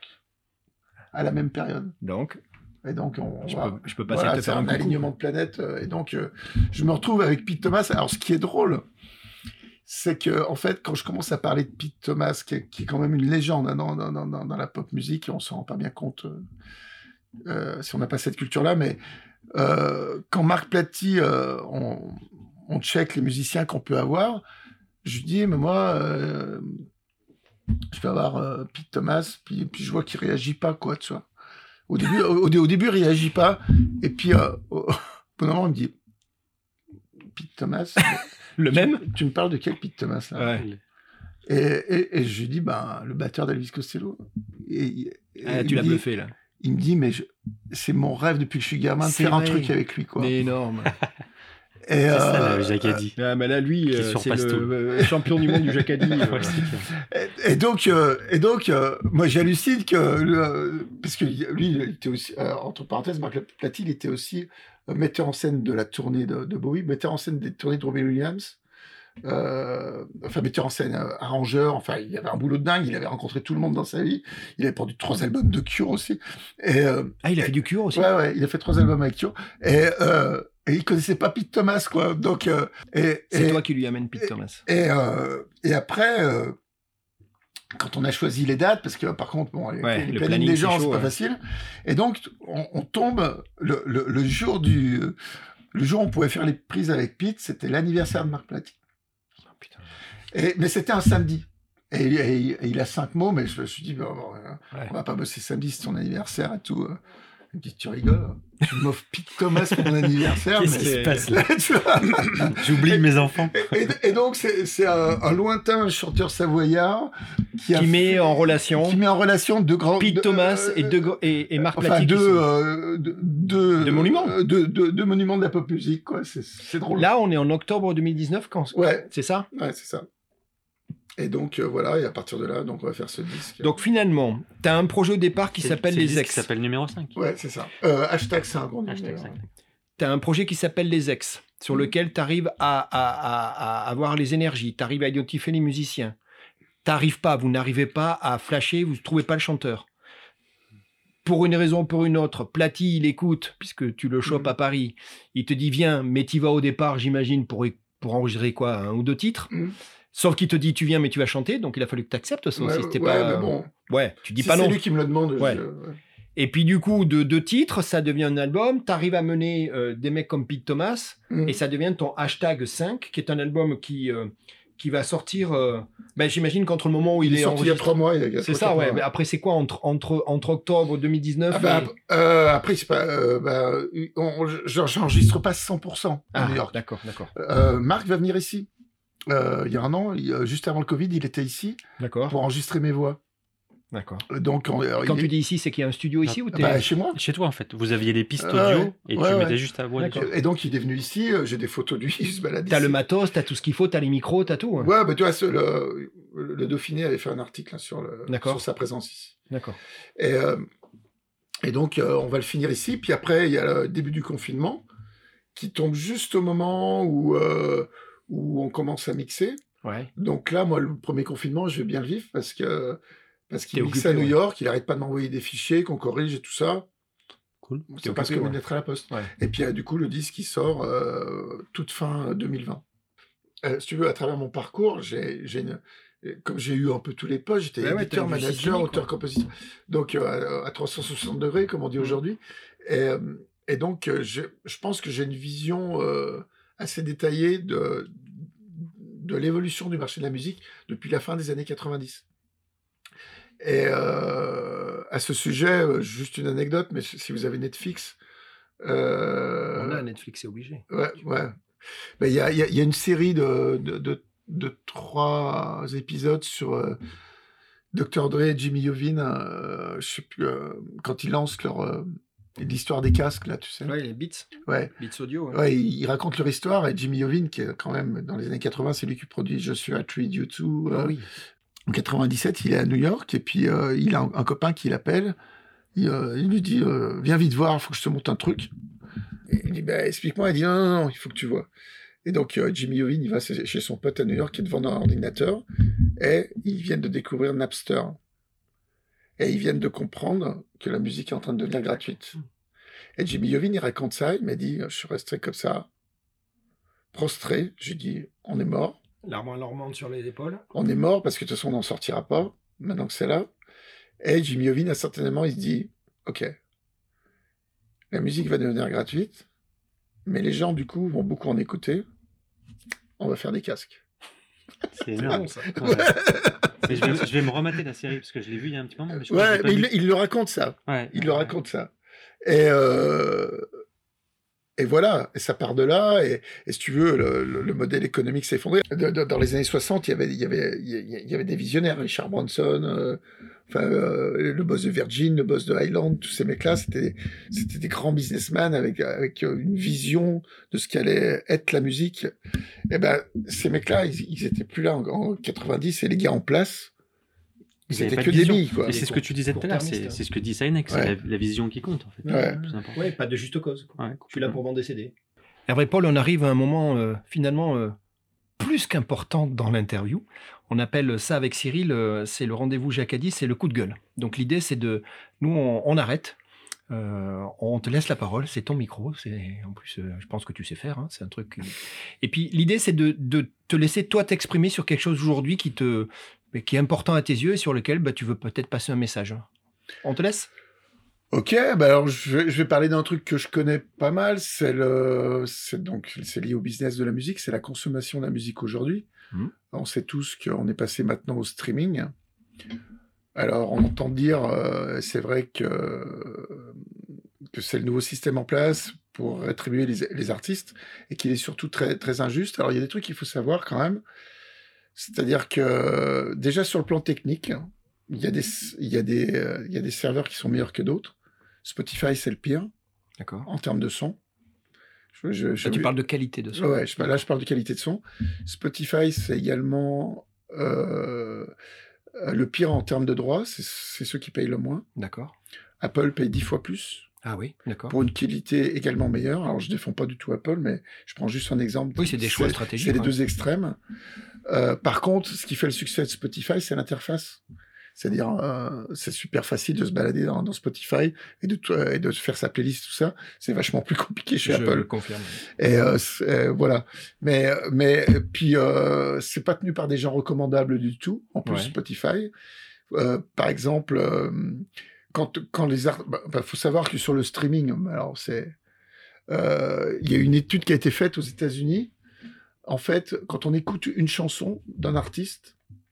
à la même période. Donc. Et donc on, je, va, peux, je peux passer voilà, à te faire un, un alignement de planètes. Et donc euh, je me retrouve avec Pete Thomas. Alors ce qui est drôle, c'est que en fait, quand je commence à parler de Pete Thomas, qui est, qui est quand même une légende hein, dans, dans, dans, dans la pop musique, on s'en rend pas bien compte euh, euh, si on n'a pas cette culture-là, mais euh, quand Marc Platy, euh, on, on check les musiciens qu'on peut avoir, je lui dis, mais moi, euh, je vais avoir euh, Pete Thomas, puis, puis je vois qu'il réagit pas, quoi, tu vois. Au début, au, au début, il réagit pas, et puis euh, au bout d'un moment, il me dit, Pete Thomas. Le tu, même tu me parles de quel Pete Thomas là ouais. et, et, et je lui dis, ben, le batteur d'Elvis Costello. Et, et ah, tu l'as dit, bluffé là. Il me dit, mais je, c'est mon rêve depuis que je suis gamin de c'est faire vrai. un truc avec lui. Quoi. C'est énorme. Et c'est euh, ça, le Jacadi. Ah, mais là, lui, euh, c'est le euh, champion du monde du Jacadi. euh. et, et donc, euh, et donc euh, moi, j'hallucine que... Euh, parce que lui, il était aussi... Euh, entre parenthèses, Marc Platy, il était aussi euh, metteur en scène de la tournée de, de Bowie, metteur en scène des tournées de Robbie Williams. Euh, enfin, metteur en scène, euh, arrangeur, enfin, il avait un boulot de dingue, il avait rencontré tout le monde dans sa vie, il avait produit trois albums de Cure aussi. Et, euh, ah, il a et, fait du Cure aussi? Ouais, ouais, il a fait trois albums avec Cure. Et... Euh, Et il connaissait pas Pete Thomas, quoi. Donc, euh, et, c'est et, toi qui lui amène Pete et, Thomas. Et, euh, et après, euh, quand on a choisi les dates, parce que par contre, bon, les, ouais, les le planning planning des gens, c'est chaud, pas ouais. facile. Et donc, on, on tombe le, le, le jour du, le jour où on pouvait faire les prises avec Pete, c'était l'anniversaire de Marc Platy. Oh, putain. Et, mais c'était un samedi. Et, et, et il a cinq mots, mais je me suis dit, bon, bon, ouais. on va pas bosser samedi, c'est ton anniversaire et tout. Il me dit, tu rigoles, tu m'offres Pete Thomas pour mon anniversaire. Qu'est-ce qui se passe là? J'oublie mes enfants. Et, et, et donc, c'est, c'est un, un lointain chanteur savoyard qui, a qui met fait, en relation qui met en relation deux grands... Pete de, Thomas euh, et, deux, et, et Marc enfin, Platy. deux, sont... euh, deux, deux, deux monuments. Euh, deux, deux, deux monuments de la pop musique, quoi. C'est, c'est drôle. Là, on est en octobre deux mille dix-neuf, quand... Ouais. C'est ça? Ouais, c'est ça. Et donc, euh, voilà, et à partir de là, donc, on va faire ce disque. Donc, finalement, tu as un projet au départ qui C'est- s'appelle c'est le Les disque Ex. qui s'appelle numéro cinq. Ouais, c'est ça. Euh, hashtag, c'est un grand Hashtag numéro. cinq. Tu as un projet qui s'appelle Les Ex, sur Mhm. lequel tu arrives à, à, à, à avoir les énergies, tu arrives à identifier les musiciens. T'arrives pas, vous n'arrivez pas à flasher, vous ne trouvez pas le chanteur. Pour une raison ou pour une autre, Platy, il écoute, puisque tu le chopes Mhm. à Paris. Il te dit, viens, mais tu vas au départ, j'imagine, pour, pour enregistrer quoi, un ou deux titres. Mhm. Sauf qu'il te dit, tu viens, mais tu vas chanter. Donc, il a fallu que tu acceptes ça Ouais, aussi. C'était ouais, pas... mais bon. Ouais, tu dis Si pas c'est non. lui qui me le demande, Ouais. je... ouais. Et puis, du coup, de deux titres, ça devient un album. Tu arrives à mener euh, des mecs comme Pete Thomas. Mhm. Et ça devient ton hashtag cinq, qui est un album qui, euh, qui va sortir... euh, ben, j'imagine qu'entre le moment où il, Il est sorti il y a enregistré... trois mois. il y a- il y a C'est trois, ça, quatre ouais. mois, Mais après, c'est quoi entre, entre, entre octobre deux mille dix-neuf Ah bah, et... ap- euh, après, c'est pas, euh, bah, on, je- j'enregistre pas cent pour cent à Ah, New York. d'accord, d'accord. Euh, Marc va venir ici. Euh, il y a un an, il- euh, juste avant le Covid, il était ici D'accord, pour enregistrer mes voix. d'accord. Donc, on, euh, Quand il tu est- dis ici, c'est qu'il y a un studio ici ou t'es... bah, chez moi. Chez toi, en fait. Vous aviez les pistes Ouais, audio ouais. et Ouais, tu ouais. mettais juste ta voix D'accord. dessus. Et donc, il est venu ici. euh, J'ai des photos de lui. Il se balade T'as ici. le matos, t'as tout ce qu'il faut, t'as les micros, t'as tout. hein. Ouais, bah, tu vois, ce- le, le Dauphiné avait fait un article hein, sur, le, D'accord. sur sa présence ici. D'accord. Et, euh, et donc, euh, on va le finir ici. Puis après, il y a le début du confinement qui tombe juste au moment où, euh, où on commence à mixer. Ouais. Donc là, moi, le premier confinement, je vais bien le vivre parce que parce qu'il T'es mixe occupé, à New ouais. York, il arrête pas de m'envoyer des fichiers qu'on corrige et tout ça. Cool. C'est T'es parce occupé, que ouais. une lettre à la poste. Ouais. Et puis, euh, du coup, le disque qui sort euh, toute fin deux mille vingt. Euh, si tu veux, à travers mon parcours, j'ai, j'ai une- comme j'ai eu un peu tous les postes, j'étais Ouais, ouais, éditeur, t'as une vie manager, systémique, auteur, quoi. compositeur. Donc, euh, à trois cent soixante degrés, comme on dit Mhm. aujourd'hui. Et, euh, et donc, euh, je, je pense que j'ai une vision euh, assez détaillée de, de l'évolution du marché de la musique depuis la fin des années quatre-vingt-dix. Et euh, à ce sujet, euh, juste une anecdote, mais si vous avez Netflix... euh, On a Netflix, c'est obligé. Ouais, ouais. Mais il y a, il y a- il y a une série de, de, de, de trois épisodes sur euh, docteur Dre et Jimmy Iovine, euh, je sais plus, euh, quand ils lancent leur, euh, l'histoire des casques, là, tu sais. Ouais, les beats, Ouais. beats audio. ouais. Ouais, ils, ils racontent leur histoire, et Jimmy Iovine, qui est quand même, dans les années quatre-vingts, c'est lui qui produit Joshua Tree, U deux. Ah euh, oui. En quatre-vingt-dix-sept, il est à New York, et puis euh, il a un, un copain qui l'appelle. Il, euh, il lui dit euh, viens vite voir, il faut que je te montre un truc. Et il dit bah, explique-moi. Il dit non, non, non, il faut que tu vois. Et donc euh, Jimmy Iovine, il va chez son pote à New York, qui est devant un ordinateur, et ils viennent de découvrir Napster. Et ils viennent de comprendre que la musique est en train de devenir gratuite. Et Jimmy Iovine, il raconte ça, il m'a dit je suis resté comme ça, prostré. J'ai dit on est mort. L'armoire normande sur les épaules. On est mort parce que de toute façon, on n'en sortira pas, maintenant que c'est là. Et Jimmy Iovine, certainement, il se dit, OK, la musique va devenir gratuite, mais les gens, du coup, vont beaucoup en écouter. On va faire des casques. C'est énorme. bon, ça. Ouais. Mais je, vais, je vais me remater la série parce que je l'ai vue il y a un petit moment. Mais je crois que je Ouais, l'ai pas mais il, vue. il le raconte, ça. Ouais. Il le raconte, ça. Et, euh, et voilà, et ça part de là. Et, et si tu veux, le, le, le modèle économique s'est effondré. De- de- Dans les années soixante, il y avait, il y avait, il y il y avait des visionnaires, Richard Branson, euh, enfin, euh, le boss de Virgin, le boss de Highland, tous ces mecs-là, c'était, c'était des grands businessmen avec, avec une vision de ce qu'allait être la musique. Et ben, ces mecs-là, ils, ils étaient plus là en, en quatre-vingt-dix, et les gars en place, ils Ils avaient étaient pas que de des vision. billes, quoi. Et c'est ce que tu disais tout à l'heure, c'est court-termiste, c'est ce que dit Sinex, Ouais. c'est la, la vision qui compte en fait. Ouais. C'est plus important. Ouais, pas de juste cause. quoi. Ouais, Je suis là pour vendre des C D. Hervé Paul, on arrive à un moment euh, finalement euh, plus qu'important dans l'interview. On appelle ça avec Cyril, euh, c'est le rendez-vous Jacadi, c'est le coup de gueule. Donc l'idée, c'est de... Nous, on, on arrête, euh, on te laisse la parole, c'est ton micro. C'est en plus, euh, je pense que tu sais faire, hein, c'est un truc... Et puis l'idée, c'est de, de te laisser toi t'exprimer sur quelque chose aujourd'hui qui, te, qui est important à tes yeux et sur lequel bah, tu veux peut-être passer un message. On te laisse ? Ok, bah alors je vais, je vais parler d'un truc que je connais pas mal. C'est le, c'est donc c'est lié au business de la musique, c'est la consommation de la musique aujourd'hui. Mmh. On sait tous qu'on est passé maintenant au streaming. Alors on entend dire, euh, c'est vrai que que c'est le nouveau système en place pour rétribuer les, les artistes et qu'il est surtout très très injuste. Alors il y a des trucs qu'il faut savoir quand même. C'est-à-dire que déjà sur le plan technique, il y a des il y a des euh, il y a des serveurs qui sont meilleurs que d'autres. Spotify, c'est le pire D'accord. en termes de son. Je, je, je- Là, tu parles de qualité de son. Ouais, je- là, je parle de qualité de son. Spotify, c'est également euh, le pire en termes de droits, c'est, c'est ceux qui payent le moins. D'accord. Apple paye dix fois plus. Ah oui, d'accord. Pour une qualité également meilleure. Alors, je ne défends pas du tout Apple, mais je prends juste un exemple. Oui, c'est des choix stratégiques. C'est les ouais. deux extrêmes. Euh, par contre, ce qui fait le succès de Spotify, c'est l'interface. C'est-à-dire, euh, c'est super facile de se balader dans, dans Spotify et de, euh, et de faire sa playlist, tout ça. C'est vachement plus compliqué chez je Apple. Je le confirme. Et euh, euh, voilà. Mais, mais puis, euh, c'est pas tenu par des gens recommandables du tout. En plus, ouais. Spotify, euh, par exemple, euh, quand, quand les arts, bah, bah, faut savoir que sur le streaming, alors c'est, euh, il y a une étude qui a été faite aux États-Unis. En fait, quand on écoute une chanson d'un artiste,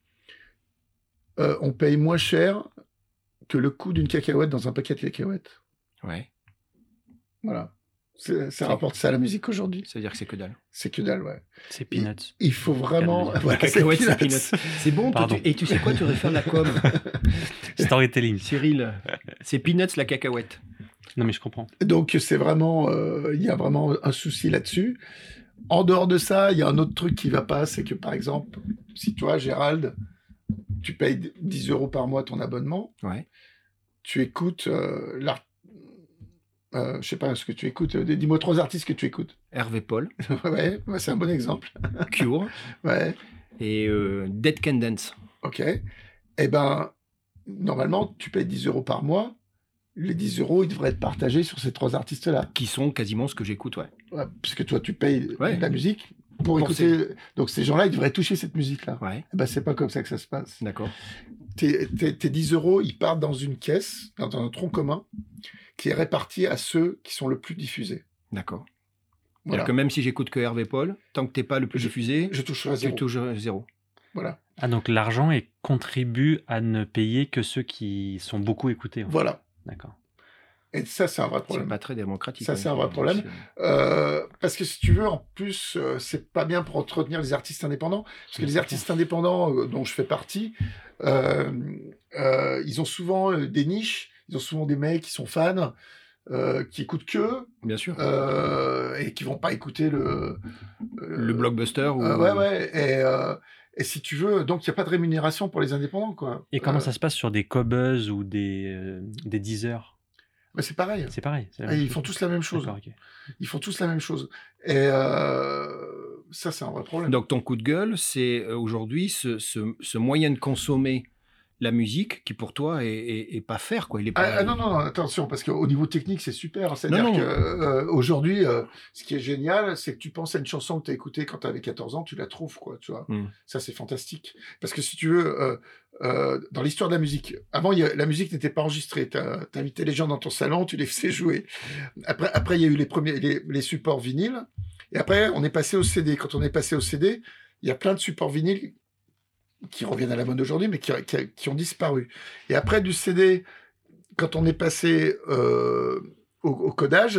Euh, on paye moins cher que le coût d'une cacahuète dans un paquet de cacahuètes. Ouais. Voilà. C'est, ça rapporte ça à la musique aujourd'hui. C'est-à-dire que c'est que dalle. C'est que dalle, ouais. C'est peanuts. Il, il faut vraiment... Voilà, cacahuètes, c'est peanuts. C'est bon. Toi, tu... Et tu sais quoi, tu aurais fait de la com. Storytelling. Cyril, c'est peanuts la cacahuète. Non, mais je comprends. Donc, c'est vraiment... Il euh, y a vraiment un souci là-dessus. En dehors de ça, il y a un autre truc qui va pas, c'est que, par exemple, si toi, Gérald... tu payes dix euros par mois ton abonnement, ouais. tu écoutes euh, l'art... Euh, je sais pas ce que tu écoutes, euh, dis-moi trois artistes que tu écoutes. Hervé Paul. ouais, ouais, c'est un bon exemple. Cure. Ouais. Et euh, Dead Can Dance. Ok. Eh ben, normalement, tu payes dix euros par mois. Les dix euros, ils devraient être partagés sur ces trois artistes-là. Qui sont quasiment ce que j'écoute, ouais. Ouais, puisque toi, tu payes ouais. de la musique. Pour, pour écouter, ces... donc ces gens-là, ils devraient toucher cette musique-là. Ouais. Eh ben, c'est pas comme ça que ça se passe. D'accord. Tes, tes, tes dix euros, ils partent dans une caisse, dans un tronc commun, qui est réparti à ceux qui sont le plus diffusés. D'accord. Voilà. C'est-à-dire que même si j'écoute que Hervé Paul, tant que t'es pas le plus je, diffusé, je toucherai zéro. Tu touches zéro. Voilà. Ah, donc l'argent est, contribue à ne payer que ceux qui sont beaucoup écoutés. En voilà. Fait. D'accord. Et ça, c'est un vrai problème. C'est pas très démocratique. Ça, c'est un vrai problème. Euh, parce que si tu veux, en plus, euh, c'est pas bien pour entretenir les artistes indépendants. Parce que les artistes indépendants euh, dont je fais partie, euh, euh, ils ont souvent euh, des niches, ils ont souvent des mecs qui sont fans, euh, qui écoutent que. Bien sûr. Euh, et qui vont pas écouter le. Euh, le blockbuster ou. Euh, ouais, ouais. Et. Euh, Et si tu veux, donc il n'y a pas de rémunération pour les indépendants, quoi. Et comment euh... ça se passe sur des Cobuzz ou des, euh, des Deezer? Bah, c'est pareil. C'est pareil. C'est Et ils font tous la même chose. Okay. Ils font tous la même chose. Et euh, ça, c'est un vrai problème. Donc, ton coup de gueule, c'est aujourd'hui ce, ce, ce moyen de consommer la musique qui, pour toi, est, est, est pas faire, quoi. Il est pas... ah, ah, non, non, attention, parce qu'au niveau technique, c'est super. C'est-à-dire qu'aujourd'hui, euh, euh, ce qui est génial, c'est que tu penses à une chanson que tu as écoutée quand tu avais quatorze ans, tu la trouves, quoi, tu vois. Mm. Ça, c'est fantastique. Parce que si tu veux... Euh, Euh, dans l'histoire de la musique. Avant, y a, la musique n'était pas enregistrée. Tu invitais les gens dans ton salon, tu les faisais jouer. Après, après, il y a eu les premiers, les, les supports vinyles. Et après, on est passé au C D. Quand on est passé au C D, il y a plein de supports vinyles qui reviennent à la mode aujourd'hui, mais qui, qui, qui ont disparu. Et après du C D, quand on est passé euh, au, au codage,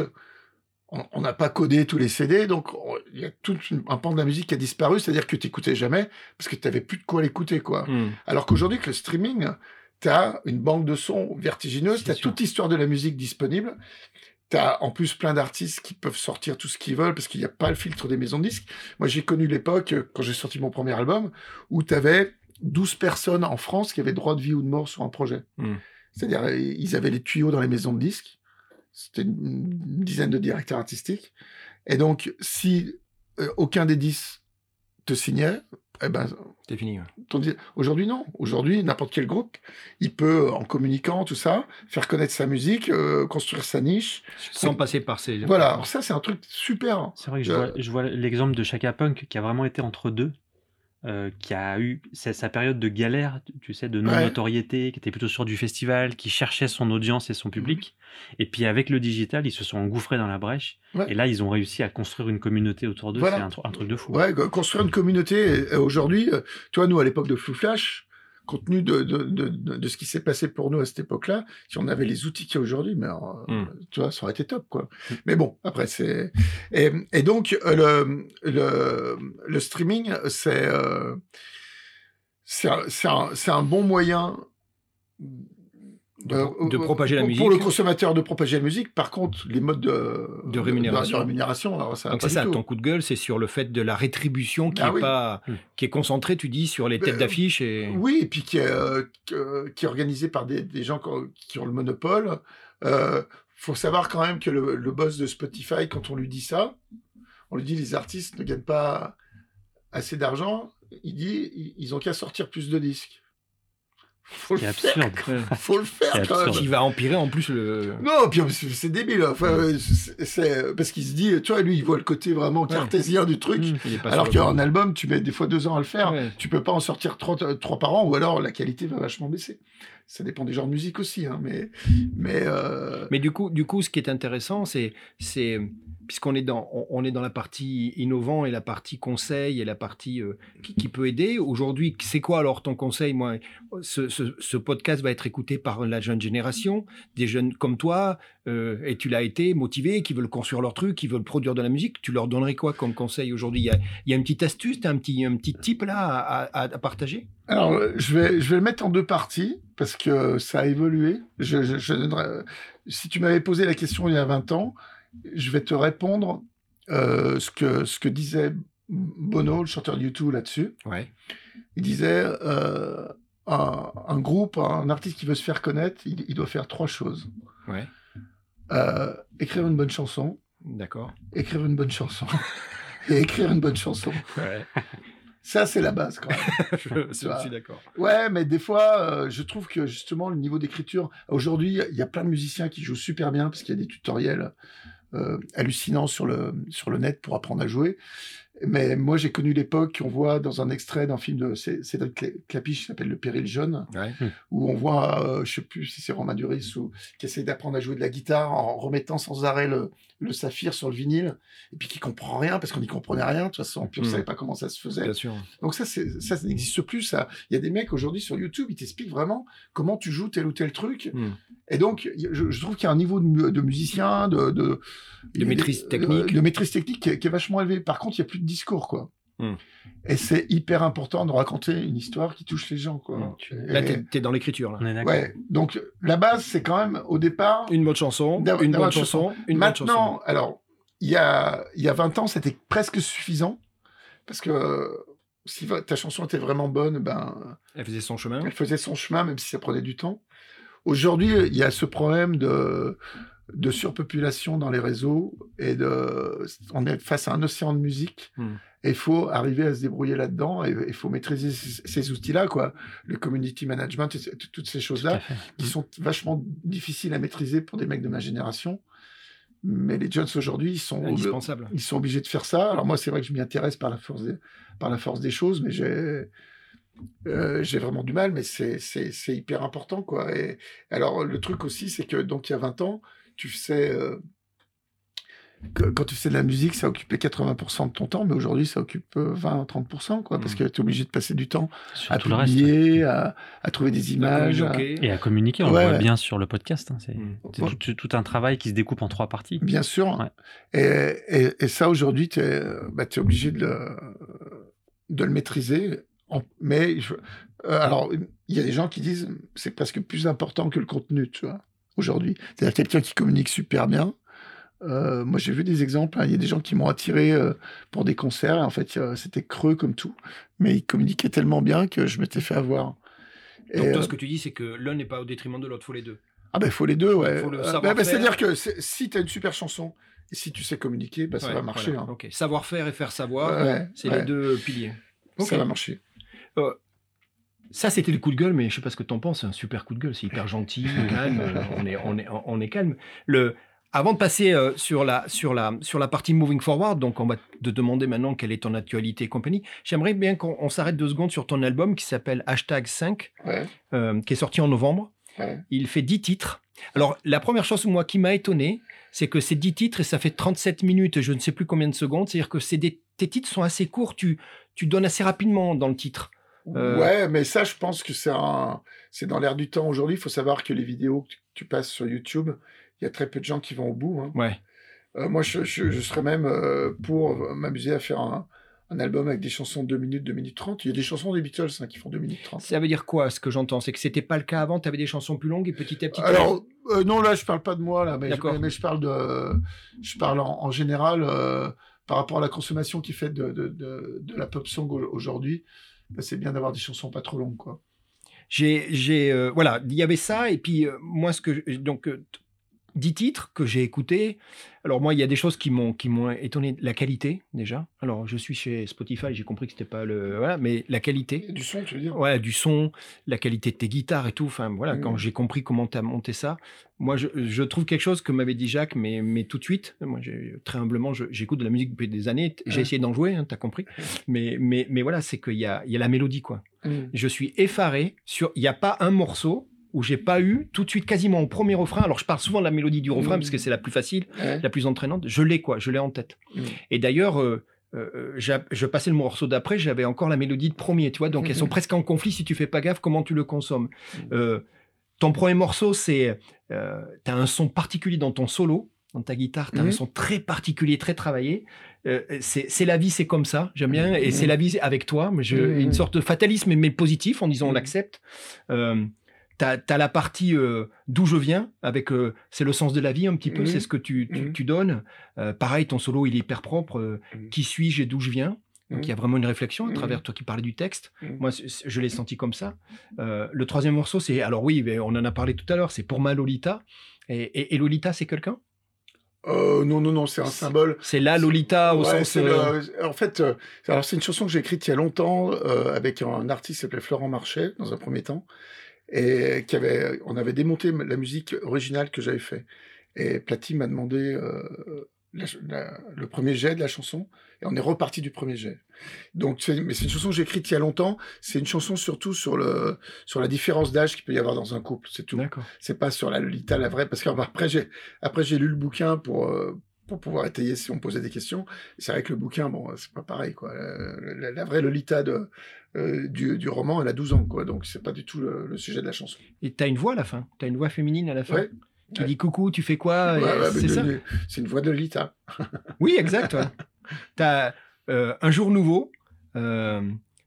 on n'a pas codé tous les C D, donc il y a tout une, un pan de la musique qui a disparu, c'est-à-dire que tu n'écoutais jamais, parce que tu n'avais plus de quoi l'écouter, quoi. Mm. Alors qu'aujourd'hui, que le streaming, tu as une banque de sons vertigineuse, tu as toute l'histoire de la musique disponible, tu as en plus plein d'artistes qui peuvent sortir tout ce qu'ils veulent, parce qu'il n'y a pas le filtre des maisons de disques. Moi, j'ai connu l'époque, quand j'ai sorti mon premier album, où tu avais douze personnes en France qui avaient droit de vie ou de mort sur un projet. Mm. C'est-à-dire, ils avaient les tuyaux dans les maisons de disques. C'était une dizaine de directeurs artistiques. Et donc, si euh, aucun des dix te signait, eh ben, c'est fini. Ouais. Aujourd'hui, non. Aujourd'hui, n'importe quel groupe, il peut, en communiquant, tout ça, faire connaître sa musique, euh, construire sa niche. Sans Donc, passer par ces... Voilà. Alors ça, c'est un truc super. C'est vrai que je, euh... vois, je vois l'exemple de Chaka Punk qui a vraiment été entre deux. Euh, qui a eu sa, sa période de galère, tu sais, de non-notoriété, ouais. qui était plutôt sur du festival, qui cherchait son audience et son public. Mmh. Et puis avec le digital, ils se sont engouffrés dans la brèche. Ouais. Et là, ils ont réussi à construire une communauté autour d'eux. Voilà. C'est un, un truc de fou. Ouais, construire une communauté. Et aujourd'hui, tu vois, nous, à l'époque de Flou Flash, compte tenu de, de, de, de, de ce qui s'est passé pour nous à cette époque-là, si on avait les outils qu'il y a aujourd'hui, mais alors, mm. tu vois, ça aurait été top, quoi. Mm. Mais bon, après, c'est... Et, et donc, le, le, le streaming, c'est, euh, c'est, un, c'est, un, c'est un bon moyen de, Euh, de euh, propager la pour, musique. Pour le consommateur, de propager la musique. Par contre, les modes de, De rémunération. de, de rémunération, alors ça va Donc pas c'est du ça, tout. ton coup de gueule, c'est sur le fait de la rétribution qui Ah est oui. pas, Mm. qui est concentrée, tu dis, sur les têtes Ben, d'affiche et. Oui, et puis qui est, euh, que- qui est organisé par des, des gens qui ont, qui ont le monopole. Euh, faut savoir quand même que le, le boss de Spotify, quand on lui dit ça, on lui dit les artistes ne gagnent pas assez d'argent. Il dit ils, ils ont qu'à sortir plus de disques. Faut le C'est faire. absurde. Faut le faire C'est quand même. absurde. Qui va empirer en plus le. Non, puis c'est c'est débile. Enfin, ouais, c'est c'est- parce qu'il se dit, tu vois, lui, il voit le côté vraiment cartésien du truc. Mm. Il est pas Alors sur le qu'un album, tu mets des fois deux ans à le faire. Ouais. Tu peux pas en sortir trois, trois par an, ou alors la qualité va vachement baisser. Ça dépend des genres de musique aussi, hein, mais, mais, euh, Mais du coup, du coup, ce qui est intéressant, c'est, c'est puisqu'on est dans, on, on est dans la partie innovant et la partie conseil et la partie euh, qui, qui peut aider. Aujourd'hui, c'est quoi alors ton conseil? Moi, ce, ce, ce podcast va être écouté par la jeune génération, des jeunes comme toi, euh, et tu l'as été, motivés, qui veulent construire leur truc, qui veulent produire de la musique. Tu leur donnerais quoi comme conseil aujourd'hui? Il y a, il y a une petite astuce, t'as un petit, un petit tip là à, à, à partager? alors, euh, je vais, je vais le mettre en deux parties, parce que ça a évolué. Je, je, je donnerai- si tu m'avais posé la question il y a vingt ans, je vais te répondre euh, ce, que, ce que disait Bono, le chanteur de U deux, là-dessus. Ouais. Il disait, euh, un, un groupe, un artiste qui veut se faire connaître, il, il doit faire trois choses. Ouais. Euh, écrire une bonne chanson, D'accord. écrire une bonne chanson et écrire une bonne chanson. Ouais. Ça, c'est la base, quand même. je, je vois. suis d'accord. Ouais, mais des fois, euh, je trouve que justement, le niveau d'écriture... Aujourd'hui, il y a plein de musiciens qui jouent super bien parce qu'il y a des tutoriels euh, hallucinants sur le, sur le net pour apprendre à jouer. Mais moi, j'ai connu l'époque qu'on voit dans un extrait d'un film de C- Cédric Cla- Clapiche qui s'appelle Le Péril Jaune, Ouais. où on voit, euh, je sais plus si c'est Romain Duris, ou qui essaie d'apprendre à jouer de la guitare en remettant sans arrêt le, le saphir sur le vinyle, et puis qui comprend rien parce qu'on n'y comprenait rien. De toute façon, puis on Mm. savait pas comment ça se faisait. Bien sûr. Donc ça, c'est, ça, ça n'existe plus. Ça, il y a des mecs aujourd'hui sur YouTube, ils t'expliquent vraiment comment tu joues tel ou tel truc. Mm. Et donc, y- je, je trouve qu'il y a un niveau de, mu- de musicien, de, de, De maîtrise technique. de, de maîtrise technique qui est, qui est vachement élevé. Par contre, il y a plus de discours, quoi. Mm. Et c'est hyper important de raconter une histoire qui touche les gens, quoi. Mm. Et- Là, t'es, t'es dans l'écriture. Là. On est d'accord. ouais. Donc la base, c'est quand même au départ. Une bonne chanson, D'avoir- une d'avoir bonne une chanson, une bonne Maintenant, chanson. alors, il y a, il y a vingt ans, c'était presque suffisant. Parce que euh, si va- ta chanson était vraiment bonne, ben, Elle faisait son chemin. elle faisait son chemin, même si ça prenait du temps. Aujourd'hui, il y a ce problème de, de surpopulation dans les réseaux et de, on est face à un océan de musique. Mm. Et il faut arriver à se débrouiller là-dedans et il faut maîtriser ces, ces outils-là, quoi. Le community management, et t- toutes ces Tout à choses-là fait. qui sont vachement difficiles à maîtriser pour des mecs de ma génération. Mais les jeunes aujourd'hui, ils sont, Indispensable. ils sont obligés de faire ça. Alors moi, c'est vrai que je m'y intéresse par la force des, par la force des choses, mais j'ai, euh, j'ai vraiment du mal. Mais c'est, c'est, c'est hyper important, quoi. Et alors le truc aussi, c'est que donc il y a vingt ans, tu sais, euh, que- quand tu faisais de la musique, ça occupait quatre-vingts pour cent de ton temps, mais aujourd'hui, ça occupe euh, vingt à trente pour cent, quoi, parce Mm. que tu es obligé de passer du temps Sur à tout le reste. publier, à, à trouver des images. à- communiquer. Et à communiquer, on Ouais, le voit ouais. bien sur le podcast. hein, C'est Mm. c'est Ouais. tout, tout un travail qui se découpe en trois parties. Bien sûr. Ouais. Et, et, et ça, aujourd'hui, tu es, bah, t'es obligé de le, de le maîtriser. En- mais je- euh, alors, il y a des gens qui disent c'est presque plus important que le contenu, tu vois, aujourd'hui. C'est-à-dire quelqu'un qui communique super bien. Euh, moi, j'ai vu des exemples. hein. Il y a des gens qui m'ont attiré euh, pour des concerts. Et en fait, euh, c'était creux comme tout. Mais ils communiquaient tellement bien que je m'étais fait avoir. Et, Donc toi, euh, ce que tu dis, c'est que l'un n'est pas au détriment de l'autre, faut les deux. ah ben, il faut les deux, ouais. faut le Euh, savoir bah, bah, faire. c'est-à-dire que c'est- si tu as une super chanson et si tu sais communiquer, bah, ça Ouais, va marcher. voilà. hein. Ok. Savoir-faire et faire savoir, Ouais, c'est ouais. les deux piliers. Ok. Ça va marcher. Ça, c'était le coup de gueule, mais je sais pas ce que t'en penses. C'est un super coup de gueule, c'est hyper gentil, calme. euh, on est, on est, on est calme. Le, avant de passer euh, sur la, sur la, sur la partie moving forward, donc on va te demander maintenant quelle est ton actualité et compagnie. J'aimerais bien qu'on on s'arrête deux secondes sur ton album qui s'appelle Hashtag cinq, Ouais, euh, qui est sorti en novembre. ouais. Il fait dix titres. Alors, la première chose, moi, qui m'a étonné, c'est que c'est dix titres et ça fait trente-sept minutes, je ne sais plus combien de secondes. C'est-à-dire que c'est des, tes titres sont assez courts, tu, tu donnes assez rapidement dans le titre. Euh, Ouais, mais ça, je pense que c'est un... c'est dans l'air du temps aujourd'hui. Il faut savoir que les vidéos que tu, tu passes sur YouTube, il y a très peu de gens qui vont au bout. hein. Ouais. Euh, moi, je, je, je serais même euh, pour m'amuser à faire un, un album avec des chansons de deux minutes, deux minutes trente. Il y a des chansons des Beatles hein, qui font deux minutes trente. Ça veut dire quoi, ce que j'entends? C'est que c'était pas le cas avant, tu avais des chansons plus longues et petit à petit... Alors, euh, non, là, je parle pas de moi, là, mais, je, mais je parle, de, je parle en, en général euh, par rapport à la consommation qui est faite de, de, de, de la pop song aujourd'hui. Ben, c'est bien d'avoir des chansons pas trop longues, quoi. J'ai, j'ai, euh, voilà, il y avait ça, et puis euh, moi, ce que... Je, donc, euh, dix titres que j'ai écoutés. Alors moi, il y a des choses qui m'ont qui m'ont étonné. La qualité, déjà. Alors, je suis chez Spotify, j'ai compris que c'était pas le... Voilà, mais la qualité. Et du son, tu veux dire? Ouais, du son, la qualité de tes guitares et tout. Enfin, voilà, mmh. Quand j'ai compris comment tu as monté ça, moi, je, je trouve quelque chose que m'avait dit Jacques, mais, mais tout de suite. Moi, j'ai, très humblement, je, j'écoute de la musique depuis des années. J'ai mmh. essayé d'en jouer, hein, tu as compris. Mais, mais, mais voilà, c'est qu'il y a, il y a la mélodie, quoi. Mmh. Je suis effaré sur... Il n'y a pas un morceau où j'ai pas eu tout de suite quasiment au premier refrain. Alors je parle souvent de la mélodie du refrain mmh. parce que c'est la plus facile, ouais. la plus entraînante. Je l'ai quoi, je l'ai en tête. Mmh. Et d'ailleurs, euh, euh, je passais le morceau d'après, j'avais encore la mélodie de premier, tu vois. Donc mmh. elles sont presque en conflit si tu fais pas gaffe comment tu le consommes. Mmh. Euh, ton premier morceau, c'est euh, t'as un son particulier dans ton solo, dans ta guitare, t'as mmh. un son très particulier, très travaillé. Euh, c'est, c'est la vie, c'est comme ça, j'aime bien. Et mmh. c'est la vie avec toi. Mais je, mmh. une sorte de fatalisme mais positif en disant mmh. on l'accepte. Euh, T'as, t'as la partie euh, d'où je viens, avec euh, c'est le sens de la vie un petit peu, mmh. c'est ce que tu, tu, mmh. tu donnes. Euh, pareil, ton solo, il est hyper propre. Euh, mmh. Qui suis-je et d'où je viens? Donc, il mmh. y a vraiment une réflexion à travers toi qui parlais du texte. Mmh. Moi, je l'ai senti comme ça. Euh, le troisième morceau, c'est... Alors oui, on en a parlé tout à l'heure, c'est Pour ma Lolita. Et, et, et Lolita, c'est quelqu'un? Euh, non, non, non, c'est un symbole. C'est la Lolita au ouais, sens... Euh... Le... En fait, euh, alors c'est une chanson que j'ai écrite il y a longtemps euh, avec un artiste qui s'appelait Florent Marchais, dans un premier temps. Et qui avait, on avait démonté la musique originale que j'avais fait. Et Platy m'a demandé euh, la, la, le premier jet de la chanson, et on est reparti du premier jet. Donc, c'est, mais c'est une chanson que j'ai écrite il y a longtemps. C'est une chanson surtout sur le sur la différence d'âge qu'il peut y avoir dans un couple. C'est tout. D'accord. C'est pas sur la Lolita, la vraie, parce qu'après j'ai après j'ai lu le bouquin pour euh, pour pouvoir étayer si on posait des questions. Et c'est vrai que le bouquin, bon, c'est pas pareil, quoi. La, la, la vraie Lolita de Euh, du, du roman, elle a douze ans, quoi, donc c'est pas du tout le, le sujet de la chanson. Et t'as une voix à la fin, t'as une voix féminine à la fin, ouais, qui ouais. dit coucou, tu fais quoi? Ouais, ouais, c'est ça de, c'est une voix de Lolita. Oui, exact. Ouais. T'as euh, Un jour nouveau. Euh,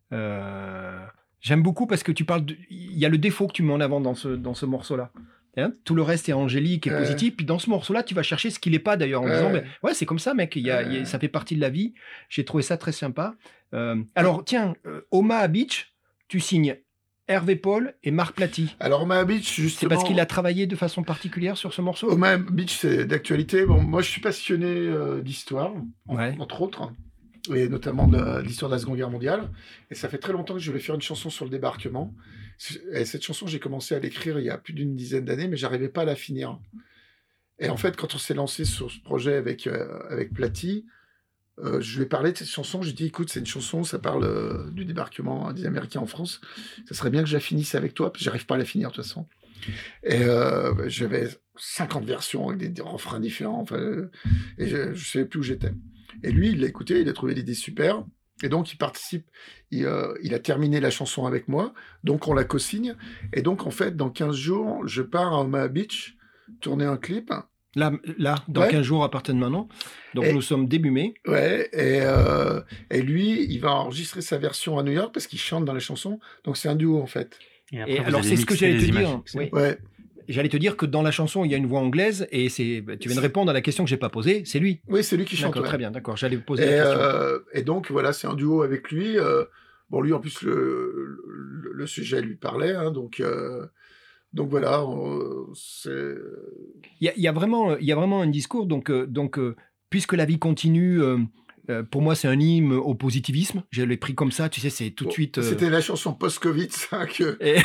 euh, j'aime beaucoup parce que tu parles. Il y a le défaut que tu mets en avant dans ce, dans ce morceau-là. Hein, tout le reste est angélique et ouais. positif. Puis dans ce morceau-là, tu vas chercher ce qu'il n'est pas d'ailleurs en ouais. disant, mais, ouais, c'est comme ça, mec. Il y a, ouais. il y a, ça fait partie de la vie. J'ai trouvé ça très sympa. Euh, alors, tiens, euh, Omaha Beach, tu signes Hervé Paul et Marc Platy. Alors, Omaha Beach, justement... C'est parce qu'il a travaillé de façon particulière sur ce morceau? Omaha Beach, c'est d'actualité. Bon, moi, je suis passionné euh, d'histoire, ouais. entre autres, et notamment de, de l'histoire de la Seconde Guerre mondiale. Et ça fait très longtemps que je voulais faire une chanson sur le débarquement. Et cette chanson, j'ai commencé à l'écrire il y a plus d'une dizaine d'années, mais j'arrivais pas à la finir. Et en fait, quand on s'est lancé sur ce projet avec, euh, avec Platy, euh, je lui ai parlé de cette chanson. J'ai dit, écoute, c'est une chanson, ça parle euh, du débarquement des Américains en France. Ça serait bien que je la finisse avec toi, parce que j'arrive pas à la finir de toute façon. Et euh, j'avais cinquante versions avec des, des refrains différents. Enfin, euh, et je ne savais plus où j'étais. Et lui, il l'a écouté, il a trouvé l'idée super. Et donc, il participe, il, euh, il a terminé la chanson avec moi, donc on la co-signe. Et donc, en fait, dans quinze jours, je pars à Omaha Beach tourner un clip. Là, là dans ouais. quinze jours à partir de maintenant. Donc, et, nous sommes début mai. Ouais, et, euh, et lui, il va enregistrer sa version à New York parce qu'il chante dans les chansons. Donc, c'est un duo, en fait. Et, après, et alors, c'est ce que j'allais te images. dire. Oui. Ouais. J'allais te dire que dans la chanson, il y a une voix anglaise et c'est, tu viens de répondre à la question que j'ai pas posée, c'est lui. Oui, c'est lui qui chante. D'accord, ouais. Très bien, d'accord. J'allais poser et, la question. Euh, et donc, voilà, c'est un duo avec lui. Euh, bon, lui, en plus, le, le, le sujet lui parlait. Hein, donc, euh, donc, voilà. On, c'est... Il, y a, il, y a vraiment, il y a vraiment un discours. Donc, euh, donc euh, puisque la vie continue... Euh, Euh, pour moi, c'est un hymne au positivisme. Je l'ai pris comme ça, tu sais, c'est tout bon, de suite... Euh... C'était la chanson post-Covid, ça, que... Et...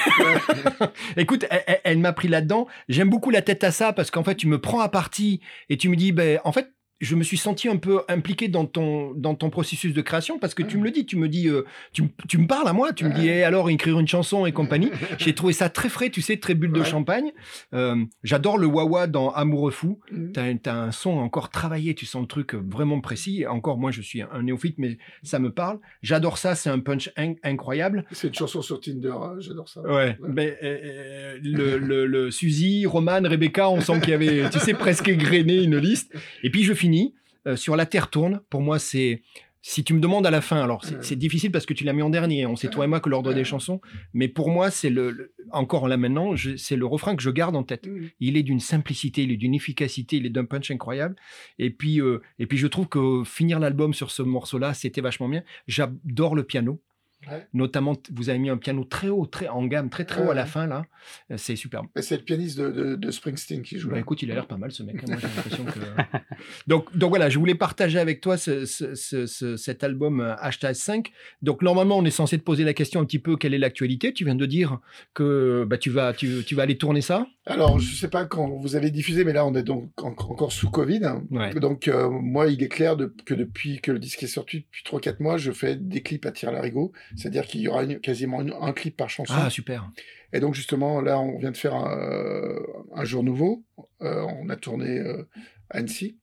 Écoute, elle, elle m'a pris là-dedans. J'aime beaucoup la tête à ça, parce qu'en fait, tu me prends à partie et tu me dis, ben, en fait, je me suis senti un peu impliqué dans ton, dans ton processus de création, parce que tu me le dis, tu me dis, euh, tu, tu me parles à moi, tu me dis, hey, alors, écrire une chanson et compagnie. J'ai trouvé ça très frais, tu sais, très bulle de ouais. champagne. Euh, j'adore le wah-wah dans Amoureux fou. Mm. T'as, t'as un son encore travaillé, tu sens le truc vraiment précis. Et encore, moi, je suis un néophyte, mais ça me parle. J'adore ça, c'est un punch in- incroyable. C'est une chanson sur Tinder, hein, j'adore ça. Ouais, ouais. Mais euh, le, le, le Suzy, Roman, Rebecca, on sent qu'il y avait, tu sais, presque égrené une liste. Et puis, je finis euh, sur La Terre tourne. Pour moi, c'est, Si tu me demandes à la fin, alors c'est, c'est difficile parce que tu l'as mis en dernier, on sait toi et moi que l'ordre des chansons, mais pour moi, c'est le, le encore là maintenant, je, c'est le refrain que je garde en tête. Il est d'une simplicité, il est d'une efficacité, il est d'un punch incroyable. Et puis, euh, et puis je trouve que finir l'album sur ce morceau-là, c'était vachement bien. J'adore le piano. Ouais. Notamment, vous avez mis un piano très haut, très en gamme, très très ouais. haut à la fin là. C'est superbe. Et c'est le pianiste de, de, de Springsteen qui joue. Bah, écoute, il a l'air pas mal ce mec. Hein. Moi, j'ai l'impression que. donc, donc voilà, je voulais partager avec toi ce, ce, ce, ce, cet album H T cinq. Donc normalement, on est censé te poser la question un petit peu quelle est l'actualité. Tu viens de dire que bah, tu vas, tu, tu vas aller tourner ça. Alors, je sais pas quand vous allez diffuser, mais là, on est donc en, encore sous Covid. Ouais. Donc euh, moi, il est clair de, que depuis que le disque est sorti, depuis trois quatre mois, je fais des clips à tire-larigot. C'est-à-dire qu'il y aura une, quasiment une, un clip par chanson. Ah, super. Et donc, justement, là, on vient de faire un, un jour nouveau. Euh, on a tourné euh, à Annecy.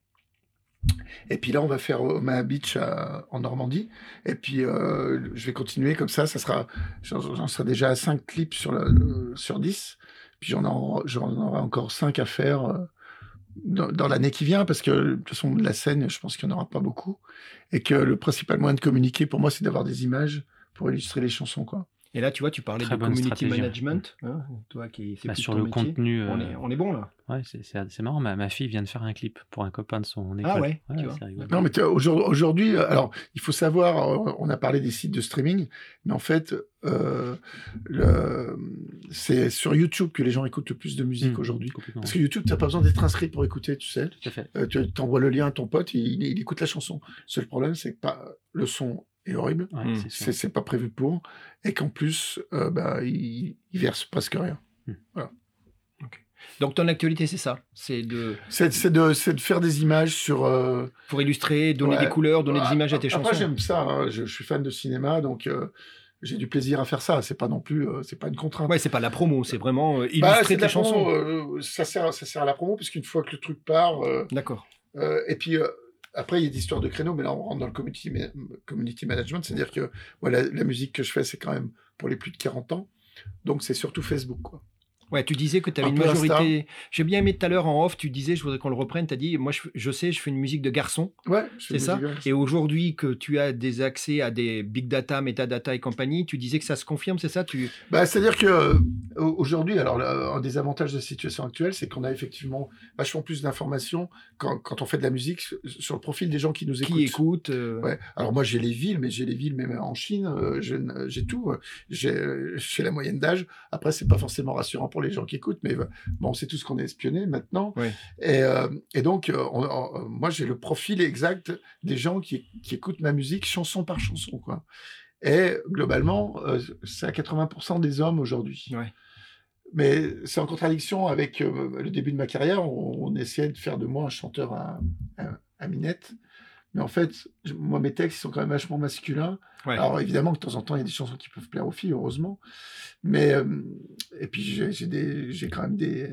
Et puis là, on va faire Omaha Beach à, en Normandie. Et puis, euh, je vais continuer comme ça. Ça sera, j'en, j'en serai déjà à cinq clips sur, le, le, sur dix. Puis j'en aurai, j'en aurai encore cinq à faire euh, dans, dans l'année qui vient. Parce que, de toute façon, de la scène, je pense qu'il n'y en aura pas beaucoup. Et que le principal moyen de communiquer, pour moi, c'est d'avoir des images pour illustrer les chansons, quoi. Et là, tu vois, tu parlais Très de community management, hein, toi qui fais bah, sur le métier. contenu. Euh... On, est, on est bon là. Ouais, c'est, c'est, c'est marrant. Ma, ma fille vient de faire un clip pour un copain de son école. Ah ouais. ouais tu vois. Non, mais aujourd'hui, alors il faut savoir, on a parlé des sites de streaming, mais en fait, euh, le, c'est sur YouTube que les gens écoutent le plus de musique mmh, aujourd'hui. Parce que YouTube, t'as pas besoin d'être inscrit pour écouter, tu sais. Tout à fait. Euh, tu t'envoies le lien à ton pote, il, il écoute la chanson. Le seul problème, c'est que pas le son est horrible, ouais, mmh. c'est, c'est pas prévu pour, et qu'en plus, euh, bah, il, il verse presque rien. Mmh. Voilà. Okay. Donc ton actualité, c'est ça, c'est de... C'est, c'est, de, c'est de faire des images sur... Euh... Pour illustrer, donner ouais. des couleurs, donner ah, des images à tes après, chansons. Après, j'aime ça, hein. je, je suis fan de cinéma, donc euh, j'ai du plaisir à faire ça, c'est pas non plus, euh, c'est pas une contrainte. Ouais, c'est pas la promo, c'est vraiment euh, illustrer bah, tes chansons. Promo, euh, ça, sert, ça sert à la promo, puisqu'une fois que le truc part... Euh, D'accord. Euh, et puis... Euh, Après, il y a des histoires de créneaux, mais là, on rentre dans le community, community management, c'est-à-dire que ouais, la, la musique que je fais, c'est quand même pour les plus de quarante ans, donc c'est surtout Facebook, quoi. Ouais, tu disais que tu avais une majorité... J'ai bien aimé tout à l'heure en off, tu disais, je voudrais qu'on le reprenne, tu as dit, moi je, je sais, je fais une musique de garçon. Ouais, c'est ça. Et aujourd'hui que tu as des accès à des big data, metadata et compagnie, tu disais que ça se confirme, c'est ça tu... bah, c'est-à-dire que euh, aujourd'hui, alors un des avantages de la situation actuelle, c'est qu'on a effectivement vachement plus d'informations quand, quand on fait de la musique sur le profil des gens qui nous écoutent. Qui écoutent. Euh... Ouais. Alors moi j'ai les villes, mais j'ai les villes même en Chine, euh, j'ai, j'ai tout. J'ai, j'ai la moyenne d'âge. Après, c'est pas forcément rassurant pour les gens qui écoutent, mais bon, on sait tous qu'on est espionné maintenant. Oui. Et, euh, et donc, on, on, moi, j'ai le profil exact des gens qui, qui écoutent ma musique chanson par chanson, quoi. Et globalement, euh, c'est à quatre-vingts pour cent des hommes aujourd'hui. Ouais. Mais c'est en contradiction avec euh, le début de ma carrière. On, on essayait de faire de moi un chanteur à, à, à minette. Mais en fait, je, moi, mes textes ils sont quand même vachement masculins. Ouais. Alors évidemment, de temps en temps, il y a des chansons qui peuvent plaire aux filles, heureusement. Mais euh, et puis j'ai, j'ai des, j'ai quand même des,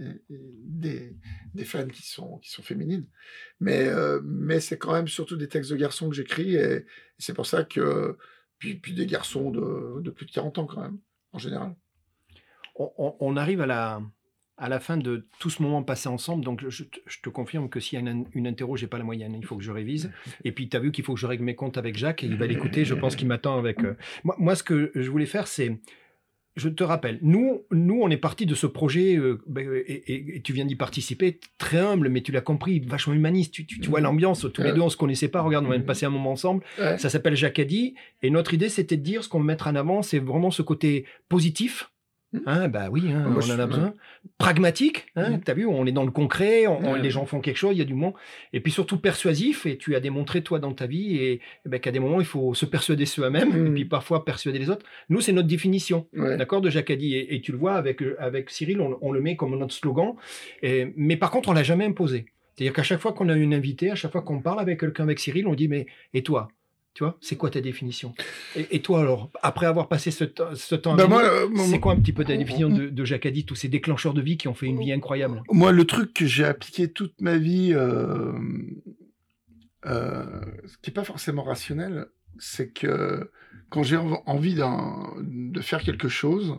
des, des fans qui sont qui sont féminines. Mais euh, mais c'est quand même surtout des textes de garçons que j'écris et, et c'est pour ça que puis puis des garçons de de plus de quarante ans quand même en général. On, on, on arrive à la à la fin de tout ce moment passé ensemble, donc je, je te confirme que s'il y a une, une interro, j'ai pas la moyenne, il faut que je révise. Et puis tu as vu qu'il faut que je règle mes comptes avec Jacques, et il va l'écouter, je pense qu'il m'attend avec... Euh... Moi, moi, ce que je voulais faire, c'est... Je te rappelle, nous, nous on est parti de ce projet, euh, et, et, et tu viens d'y participer, très humble, mais tu l'as compris, vachement humaniste, tu, tu, tu vois l'ambiance, tous les deux on se connaissait pas, regarde, on vient de passer un moment ensemble, ouais. Ça s'appelle Jacadi, et notre idée c'était de dire, ce qu'on veut mettre en avant, c'est vraiment ce côté positif. Hein, bah oui, hein, on en a besoin. Pragmatique, hein, mmh. Tu as vu, on est dans le concret, on, on, les gens font quelque chose, il y a du monde. Et puis surtout persuasif, et tu as démontré toi dans ta vie et, et ben, qu'à des moments, il faut se persuader soi-même, mmh. et puis parfois persuader les autres. Nous, c'est notre définition, ouais. D'accord, de Jacadi. Et, et tu le vois, avec, avec Cyril, on, on le met comme notre slogan. Et, mais par contre, on ne l'a jamais imposé. C'est-à-dire qu'à chaque fois qu'on a une invitée, à chaque fois qu'on parle avec quelqu'un, avec Cyril, on dit, mais et toi ? Tu vois, c'est quoi ta définition ? et, et toi, alors, après avoir passé ce, t- ce temps bah avec moi, nous, euh, c'est quoi un petit peu ta définition de, de Jacadi, tous ces déclencheurs de vie qui ont fait une vie incroyable ? Moi, le truc que j'ai appliqué toute ma vie, euh, euh, ce qui n'est pas forcément rationnel, c'est que quand j'ai envie d'un, de faire quelque chose,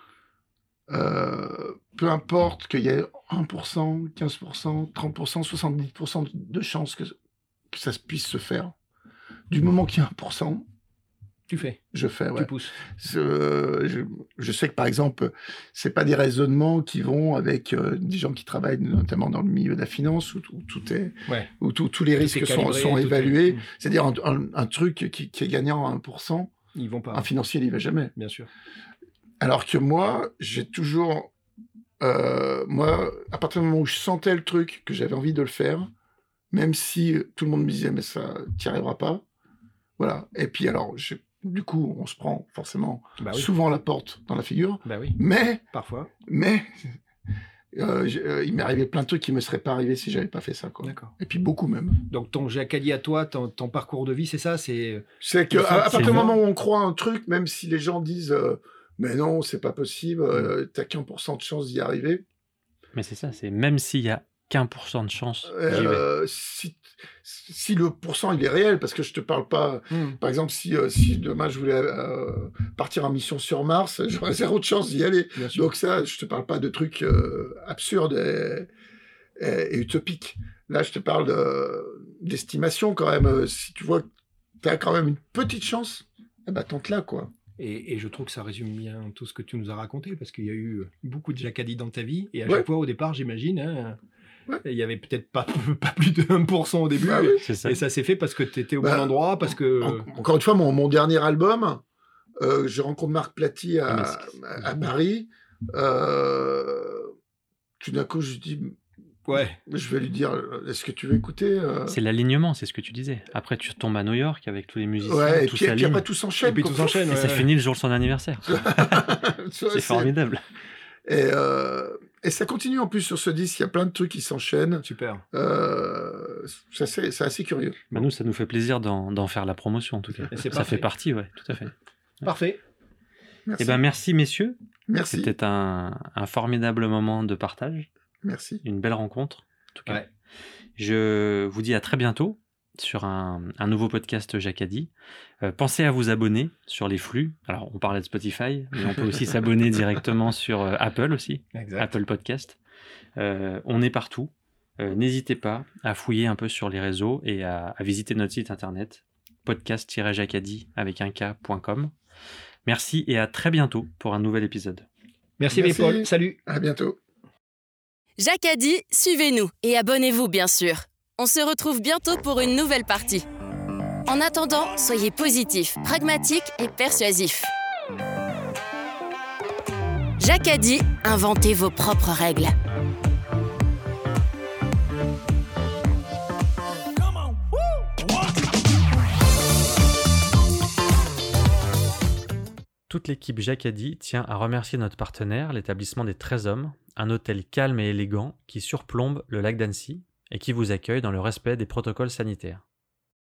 euh, peu importe qu'il y ait un pour cent, quinze pour cent, trente pour cent, soixante-dix pour cent de chances que, que ça puisse se faire, Du moment qu'il y a un pour cent, Tu fais, je fais, ouais. tu pousses. Ce- je, je sais que, par exemple, c'est pas des raisonnements qui vont avec euh, des gens qui travaillent notamment dans le milieu de la finance, où, tout- où tout est, Ouais. où tout- tous les Tout risques est sont, calibré, sont tout est- évalués. Mm. C'est-à-dire un, un- un truc qui, qui est gagnant à un pour cent, Ils vont pas, un financier, il y va jamais. bien sûr. Alors que moi, j'ai toujours... euh, moi, à partir du moment où je sentais le truc, que j'avais envie de le faire, même si tout le monde me disait, mais ça, t'y arriveras pas. Voilà. Et puis alors, j'ai- du coup, on se prend forcément Bah oui, souvent la porte dans la figure. bah oui, Mais, parfois. mais, euh, j'ai- euh, il m'est arrivé plein de trucs qui me seraient pas arrivés si j'avais pas fait ça, quoi. D'accord. Et puis beaucoup même. Donc ton Jacadi à toi, ton, ton parcours de vie, c'est ça, c'est C'est que Le à, fait à que partir c'est du moi. moment où on croit un truc, même si les gens disent, euh, mais non, c'est pas possible, euh, t'as qu'un pour cent de chance d'y arriver. Mais c'est ça, c'est même s'il y a qu'un pour cent de chance, j'y vais. Euh, si, si le pourcent il est réel, parce que je te parle pas. Hmm. Par exemple, si, euh, si demain je voulais euh, partir en mission sur Mars, j'aurais zéro de chance d'y aller. Bien sûr. Donc ça, je te parle pas de trucs euh, absurdes et, et- et utopiques. Là, je te parle de- d'estimation quand même. Euh, Si tu vois que tu as quand même une petite chance, eh ben tente là, quoi. Et, et je trouve que ça résume bien tout ce que tu nous as raconté, parce qu'il y a eu beaucoup de Jacadi dans ta vie, et à Ouais. chaque fois au départ, j'imagine, hein, Ouais. il y avait peut-être pas, pas plus de un pour cent au début, Bah oui. C'est ça. et ça s'est fait parce que tu étais au Bah, bon endroit, parce que... En- encore une fois, mon, mon dernier album, euh, je rencontre Marc Platy à, Ah, mais c'est- à- à Paris. Euh, tout d'un coup, je dis, Ouais, je vais lui dire, est-ce que tu veux écouter euh C'est l'alignement, c'est ce que tu disais. Après, tu retombes à New York avec tous les musiciens, Ouais, et tout puis, et puis s'aligne. après tout s'enchaîne. et puis quoi. tout s'enchaîne. Et ouais, ça ouais. finit le jour de son anniversaire. Tu vois, C'est c'est- formidable. Et, euh, et ça continue en plus sur ce disque, il y a plein de trucs qui s'enchaînent. Super. Euh, c'est assez, c'est assez curieux. Bah, nous, ça nous fait plaisir d'en d'en faire la promotion, en tout cas. Et c'est Ça parfait. fait partie, ouais, tout à fait. Parfait. Merci. Eh ben, merci, messieurs. Merci. C'était un, un formidable moment de partage, Merci. une belle rencontre. En tout cas. Ouais. Je vous dis à très bientôt sur un, un nouveau podcast Jacadi. Euh, pensez à vous abonner sur les flux. Alors, on parlait de Spotify, mais on peut aussi s'abonner directement sur euh, Apple aussi, Exact. Apple Podcast. Euh, on est partout. Euh, N'hésitez pas à fouiller un peu sur les réseaux et à, à visiter notre site internet podcast tiret jacadi avec un k point com. Merci et à très bientôt pour un nouvel épisode. Merci, Merci. Paul. Salut. À bientôt. Jacadi, suivez-nous et abonnez-vous bien sûr. On se retrouve bientôt pour une nouvelle partie. En attendant, soyez positifs, pragmatiques et persuasifs. Jacadi, inventez vos propres règles. Toute l'équipe Jacadi tient à remercier notre partenaire, l'établissement des treize Hommes, un hôtel calme et élégant qui surplombe le lac d'Annecy et qui vous accueille dans le respect des protocoles sanitaires.